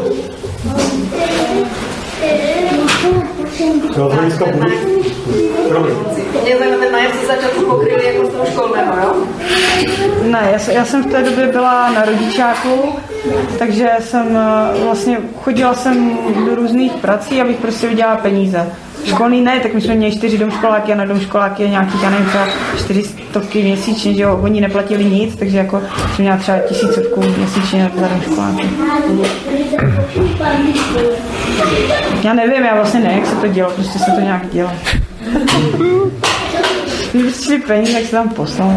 No, z hlediska budu... Mě zajímá ten nájem se začátku pokryli jako z toho školného, jo? Ne, já, já jsem v té době byla na rodičáku, takže jsem vlastně chodila jsem do různých prací, abych prostě vydělala peníze. Školní ne, tak my jsme měli čtyři domškoláky a na domškoláky je nějaký, já nevím, třeba čtyři stovky měsíčně, že jo, oni neplatili nic, takže jako jsem měla třeba tisícovku měsíčně za domškoláky. Já nevím, já vlastně nevím, jak se to dělo, prostě se to nějak dělo. Když přišli peníze, jak se tam poslal.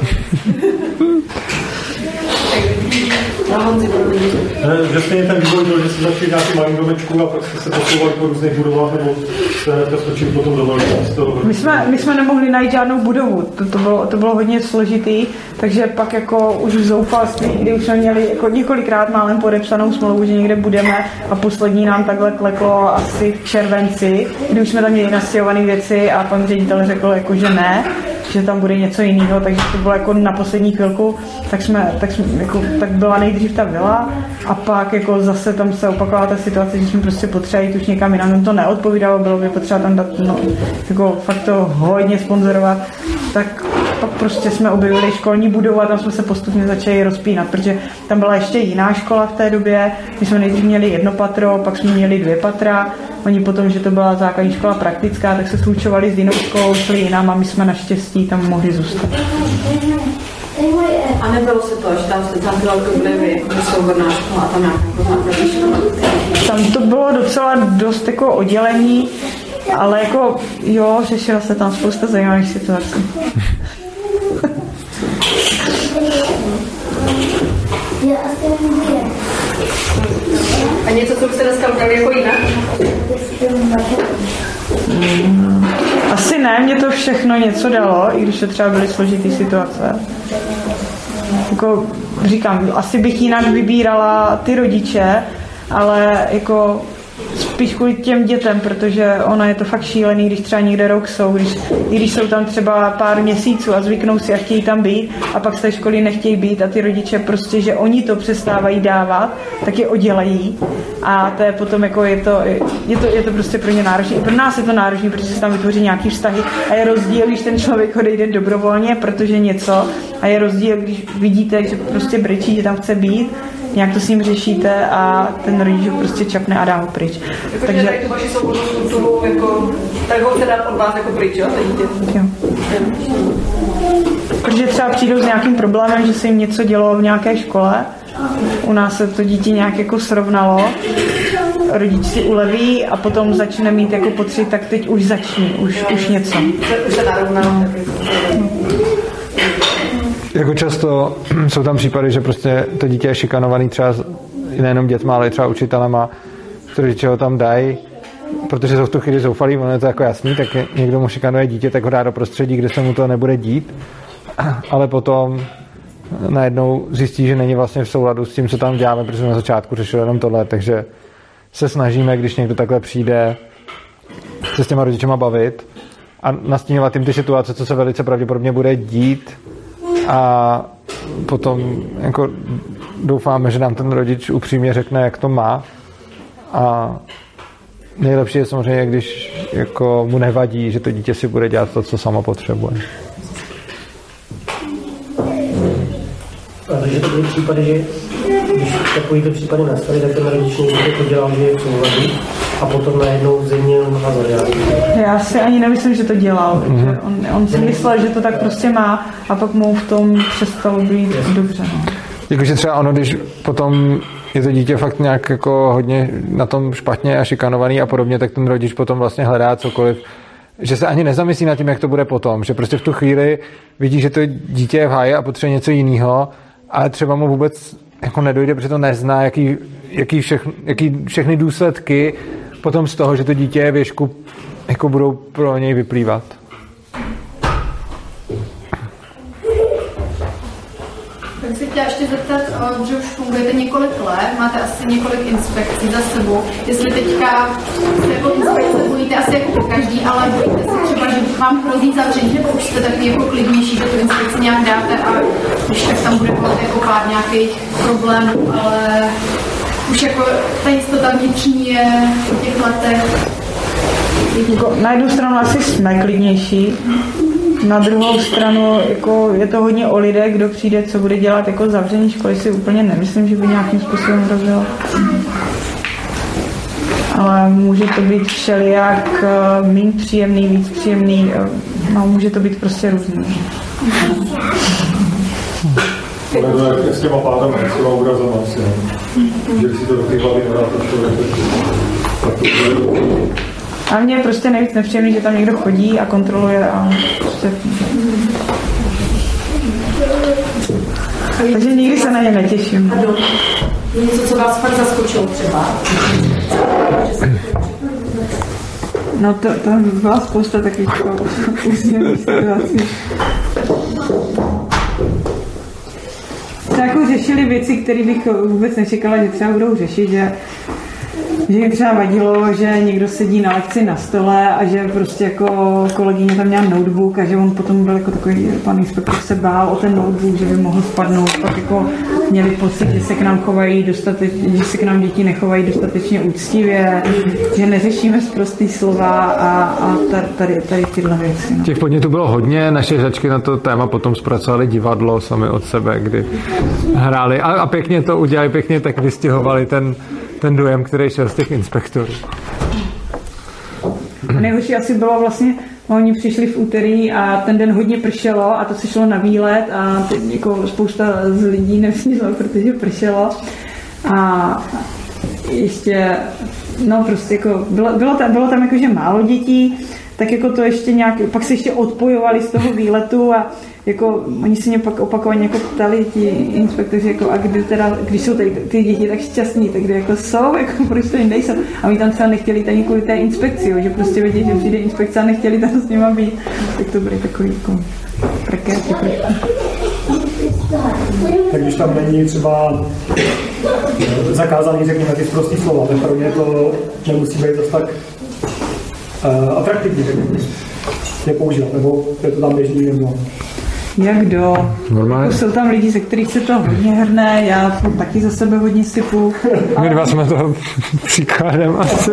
Ne, že stejně ten vývoj byl, že se začali nějaký malým domečku a pak jste se posouvali po různých budovách, nebo se hnedka skočili potom do velkého. My jsme, my jsme nemohli najít žádnou budovu, to, to, bylo, to bylo hodně složitý, takže pak jako už v zoufalství, kdy už jsme měli jako několikrát málem podepsanou smlouvu, že někde budeme a poslední nám takhle kleklo asi v červenci, kdy už jsme tam měli nastěhované věci a pan ředitel řekl jako, že ne, že tam bude něco jiného, takže to bylo jako na poslední chvilku, tak jsme, tak jsme jako, tak byla nejdřív ta vila a pak jako zase tam se opakovala ta situace, že jsme prostě potřebovali už někam jinam, nám to neodpovídalo, bylo by potřeba tam dát, no, jako fakt to hodně sponzorovat, tak pak prostě jsme objevili školní budovu a tam jsme se postupně začali rozpínat, protože tam byla ještě jiná škola v té době, my jsme nejdřív měli jedno patro, pak jsme měli dvě patra, oni potom, že to byla základní škola praktická, tak se slučovali s jinou školou, šli jinam a my jsme naštěstí tam mohli zůstat. A nebylo se to, že tam jste tam byla problémy, jako že souborná škola a tam nějaká základní škola? Tam to bylo docela dost jako oddělení, ale jako jo, řešila se tam spousta zajímavých situací. A něco, co byste dneska udělali jako jinak? Hmm. Asi ne, mě to všechno něco dalo, i když to třeba byly složitý situace. Jako říkám, asi bych jinak vybírala ty rodiče, ale jako spíš kvůli těm dětem, protože ona je to fakt šílený, když třeba někde rok jsou, když, i když jsou tam třeba pár měsíců a zvyknou si a chtějí tam být a pak z té školy nechtějí být a ty rodiče prostě, že oni to přestávají dávat, tak je oddělají a to je potom jako je to, je to, je to prostě pro ně náročné. I pro nás je to náročné, protože se tam vytvoří nějaký vztahy a je rozdíl, když ten člověk odejde dobrovolně, protože něco a je rozdíl, když vidíte, že prostě brečí, že tam chce být, nějak to s ním řešíte a ten rodič ho prostě čapne a dá ho pryč. Jako, takže tady tu vaši svobodnou kulturu, jako, tak ho chce dát od vás jako pryč, jo? Jo. Protože třeba přijdou s nějakým problémem, že se jim něco dělo v nějaké škole, u nás se to dítě nějak jako srovnalo rodič si uleví a potom začne mít jako pocit, tak teď už začni, už, už něco. Už se narovná. Jako často jsou tam případy, že prostě to dítě je šikanovaný třeba nejenom dětma, ale i třeba učitelema, kteří rodiče ho tam dají, protože jsou v tu chvíli zoufalí, ono je to jako jasný, tak někdo mu šikanuje dítě, tak ho dá do prostředí, kde se mu to nebude dít, ale potom najednou zjistí, že není vlastně v souladu s tím, co tam děláme, protože jsme na začátku řešili jenom tohle, takže se snažíme, když někdo takhle přijde, se s těma rodičema bavit a nastínovat jim ty situace, co se velice pravděpodobně bude dít a potom jako doufáme, že nám ten rodič upřímně řekne, jak to má a nejlepší je samozřejmě, když jako mu nevadí, že to dítě si bude dělat to, co samo potřebuje. A takže to byly případy, že když takovýto případy nastaly, tak ten rodič někdy to dělal, že je v souladu a potom najednou změnil názor. Já si ani nemyslím, že to dělal. Mm-hmm. Že on, on si myslel, že to tak prostě má a pak mu v tom přestalo být dobře. No. Jakože třeba ono, když potom je to dítě fakt nějak jako hodně na tom špatně a šikanovaný a podobně, tak ten rodič potom vlastně hledá cokoliv, že se ani nezamyslí nad tím, jak to bude potom, že prostě v tu chvíli vidí, že to dítě je v háji a potřebuje něco jiného, ale třeba mu vůbec jako nedojde, protože to nezná, jaký, jaký, všechny, jaký všechny důsledky potom z toho, že to dítě je věšku, jako budou pro něj vyplývat. Tak se chtěla ještě zeptat, že už fungujete několik let, máte asi několik inspekcí za sebou, jestli teďka se jako inspekce bojíte asi jako každý, ale bojíte se třeba, že vám hrozí zavření, nebo už jste taky jako klidnější, že tu inspekci nějak dáte a když tak tam bude jako pár nějakých problémů, ale už jako ta jistota vnitřní je v těch letech. Jako, na jednu stranu asi jsme klidnější, na druhou stranu jako je to hodně o lidech, kdo přijde, co bude dělat, jako zavření školy si úplně nemyslím, že by nějakým způsobem hrozilo. Ale může to být všelijak méně příjemný, víc příjemný, no může to být prostě různý. Ale to je s těma pádama, s těma úrazama asi, že si to do těch hlavy nedá to člověk, tak to bude. A mně je prostě nejvíc nepříjemný, že tam někdo chodí a kontroluje a prostě... Takže nikdy se na ně netěším. Je něco, co vás fakt zaskočilo třeba? No to, to byla spousta takových úsměvných situací. Jako řešili věci, které bych vůbec nečekala, že třeba budou řešit, že že jim třeba vadilo, že někdo sedí na lekci na stole a že prostě jako kolegyně tam měla notebook a že on potom byl jako takový, pan inspektor se bál o ten notebook, že by mohl spadnout, pak jako měli pocit, že se k nám chovají dostatečně, že se k nám děti nechovají dostatečně úctivě, že neřešíme sprostý slova a, a tady, tady tyhle věci. No. Těch podnětů bylo hodně, naše žačky na to téma potom zpracovali divadlo sami od sebe, kdy hráli a, a pěkně to udělali, pěkně tak vystihovali ten ten dojem, který šel z těch inspektorů. Nejhorší asi bylo vlastně, oni přišli v úterý a ten den hodně pršelo a to se šlo na výlet a teď jako spousta z lidí nevzniklo, protože pršelo a ještě, no prostě jako, bylo, bylo, tam, bylo tam jakože málo dětí, tak jako to ještě nějak, pak se ještě odpojovali z toho výletu a jako oni se mě pak opakovaně jako ptali ti inspektoři, jako a kdy teda, když jsou tady ty děti tak šťastní, tak kde jako jsou, jako proč tady nejsou. A oni tam třeba nechtěli ani kvůli té inspekci, že prostě vědí, že přijde inspekce a nechtěli tam s nima být. Tak to byly takový jako prekéty. Tak když tam není třeba zakázaný, řekněme, ty prostý slova, tak pro mě to nemusí být zase tak uh, atraktivní, řekněme, je používat, nebo je to tam běžný, nebo... Jak do? Normálně. Jsou tam lidi, ze kterých se to hodně hrne, já to taky za sebe hodně sypu. My dva jsme toho příkladem asi.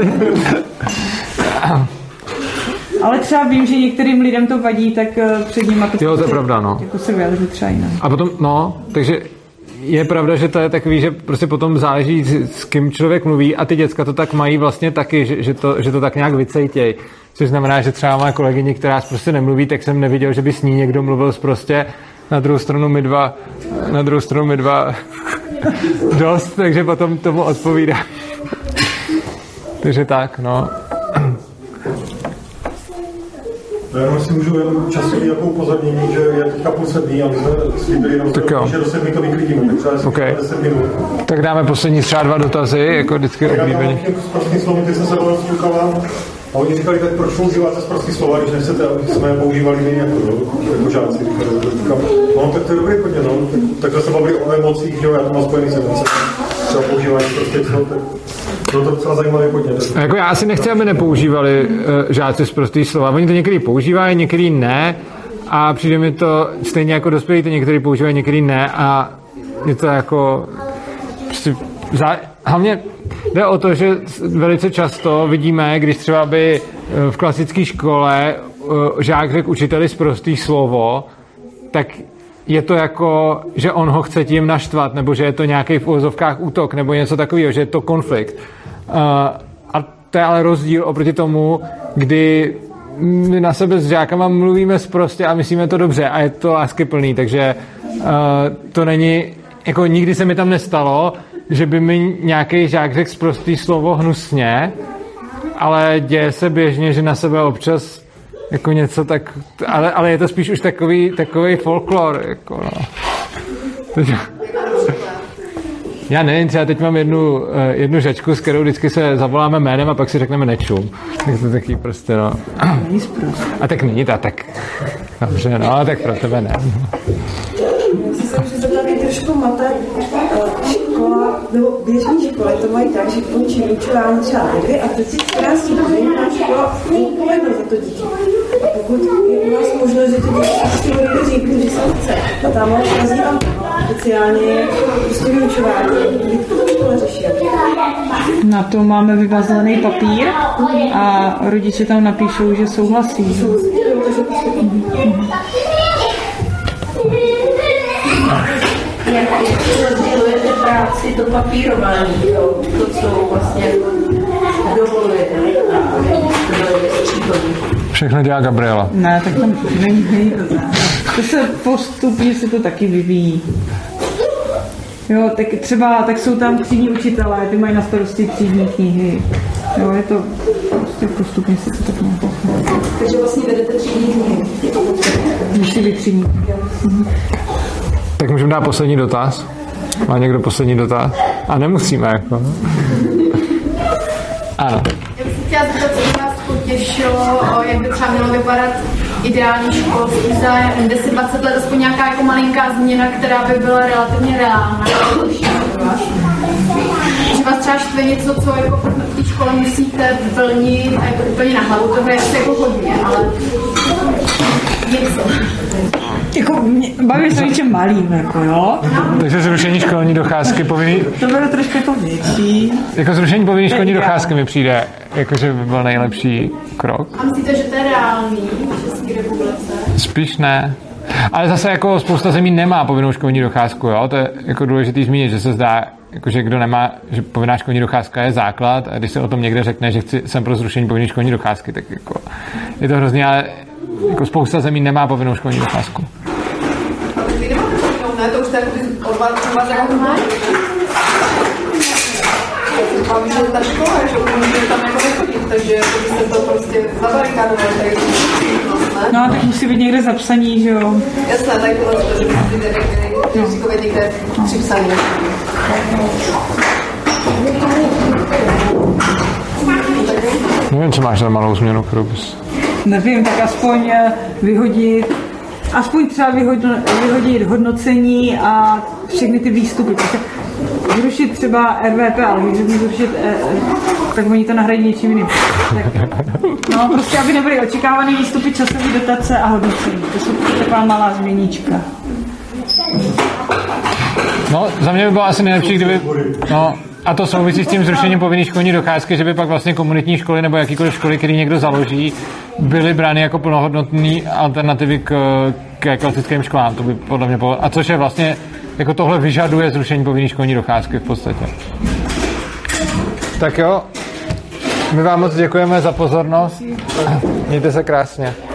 Ale třeba vím, že některým lidem to vadí, tak před nimi to, jo, to je pravda, no. Jako se vyjadřu třeba jinak. A potom, no, takže je pravda, že to je takový, že prostě potom záleží, s kým člověk mluví a ty děcka to tak mají vlastně taky, že, že, to, že to tak nějak vycejtěj. Což znamená, že třeba má kolegyně, která prostě nemluví, tak jsem neviděl, že by s ní někdo mluvil prostě na druhou stranu my dva, na druhou stranu my dva dost, takže potom tomu odpovídá. Takže tak, no. No, jenom si můžu jenom časový jako upozornění, že je teďka půl sedmý a my jsme slíbili jenom, že do sedmi to vyklidíme, tak třeba jestli okay. deset minut. Tak dáme poslední třeba dva dotazy, jako vždycky oblíbený. Já s prostým slovy, ty jsem se bavil s klukama a oni říkali, tak proč používáte z prostý slova, když nechcete, aby jsme je používali my jako, jako žáci. Říkám, no tak to je dobrý podně, no. Tak, takhle se bavili o emocích, že jo, já to mám spojený s emocemi. Třeba používání prostých slov, tak bylo to docela zajímavý podnět. Jako já asi nechci, aby nepoužívali uh, žáci z prostý slova. Oni to některý používají, některý ne. A přijde mi to stejně jako dospělí, to některý používají, některý ne. A je to jako... Prostě zá... Hlavně jde o to, že velice často vidíme, když třeba by v klasické škole žák řekl učiteli sprostý slovo, tak je to jako, že on ho chce tím naštvat, nebo že je to nějaký v uvozovkách útok, nebo něco takového, že je to konflikt. A to je ale rozdíl oproti tomu, kdy my na sebe s žákama mluvíme sprostě a myslíme to dobře a je to láskyplný, takže to není, jako nikdy se mi tam nestalo, že by mi nějaký žák řekl sprostý slovo hnusně, ale děje se běžně, že na sebe občas jako něco tak, ale, ale je to spíš už takový, takový folklor, jako no. Takže, já nevím, třeba teď mám jednu, jednu žačku, s kterou vždycky se zavoláme jménem a pak si řekneme nečum. Tak to taky prostě, no. A tak není ta, tak dobře, no, tak pro tebe ne. Já si se můžu zeptat trošku mate, škola, nebo běžní školy to mají tak, že končí vyučování třeba dvě a teď si čtrnáct hodin má škola odpovědno za to dítě. A pokud je u nás možnost, že ty děti s tím lidé říkají, že se chce, a tam ho nazývám speciálně prostě vyučování, kdy to v škole řeší. Na to máme vyvazený papír a rodiče tam napíšou, že souhlasí. Jak rozdělujete práci, to papírování, to, to co vlastně dovolujete a všechno dělá Gabriela. Ne, tak tam není. To se postupně se to taky vyvíjí. Jo, tak třeba tak jsou tam třídní učitelé, ty mají na starosti třídní knihy. Jo, je to prostě postupně se to tak nějak. Takže vlastně vedete třídní knihy. Musí být třídní. Mhm. Tak můžeme dát poslední dotaz? Má někdo poslední dotaz? A nemusíme, jako. Ano. Já bych se chtěla zeptat, co vás potěšilo, jak by třeba mělo vypadat ideální školství za deset dvacet let, aspoň nějaká jako malinká změna, která by byla relativně reálná. Že vás třeba štve něco, co jako v té škole musíte plnit a jako úplně na hlavu, toho je asi jako hodně, ale něco. Jako, baví se něčem malým, jako jo. Takže zrušení školní docházky povinný... To bylo trošku jako větší. Jako zrušení povinné školní docházky mi přijde, jakože by byl nejlepší krok. A myslíte, že to je reálný v České republice? Spíš ne. Ale zase jako spousta zemí nemá povinnou školní docházku, jo. To je jako důležitý zmínit, že se zdá, jakože kdo nemá, že povinná školní docházka je základ a když se o tom někde řekne, že chci, jsem pro zrušení povinné školní docházky, tak jako je to hrozně, ale jako spousta zemí nemá povinnou školní docházku. Ne, to už to jakoby od vás, od vás jako má. Vám, že ta škola, že můžete tam jako nechodit, takže byste to prostě zabarikádovali, takže no, tak musí být někde zapsaný, že jo. Jasné, tady tohle to, že musíte někde, říkovat někde připsaný. Nevím, co máš za malou změnu, kterou bys... Nevím, tak aspoň vyhodit aspoň třeba vyhodno, vyhodit hodnocení a všechny ty výstupy. Zrušit třeba R V P, ale když můžu zrušit, tak oni to nahradí něčím jiným. Tak, no, prostě, aby nebyly očekávané výstupy, časové dotace a hodnocení. To jsou taková malá změníčka. No, za mě by bylo asi nejlepší, kdyby... No, a to souvisí s tím zrušením povinné školní docházky, že by pak vlastně komunitní školy nebo jakýkoliv školy, které někdo založí, byly brány jako plnohodnotné alternativy k, k klasickým školám. To by podle mě bylo... A což je vlastně... Jako tohle vyžaduje zrušení povinné školní docházky v podstatě. Tak jo, my vám moc děkujeme za pozornost. Mějte se krásně.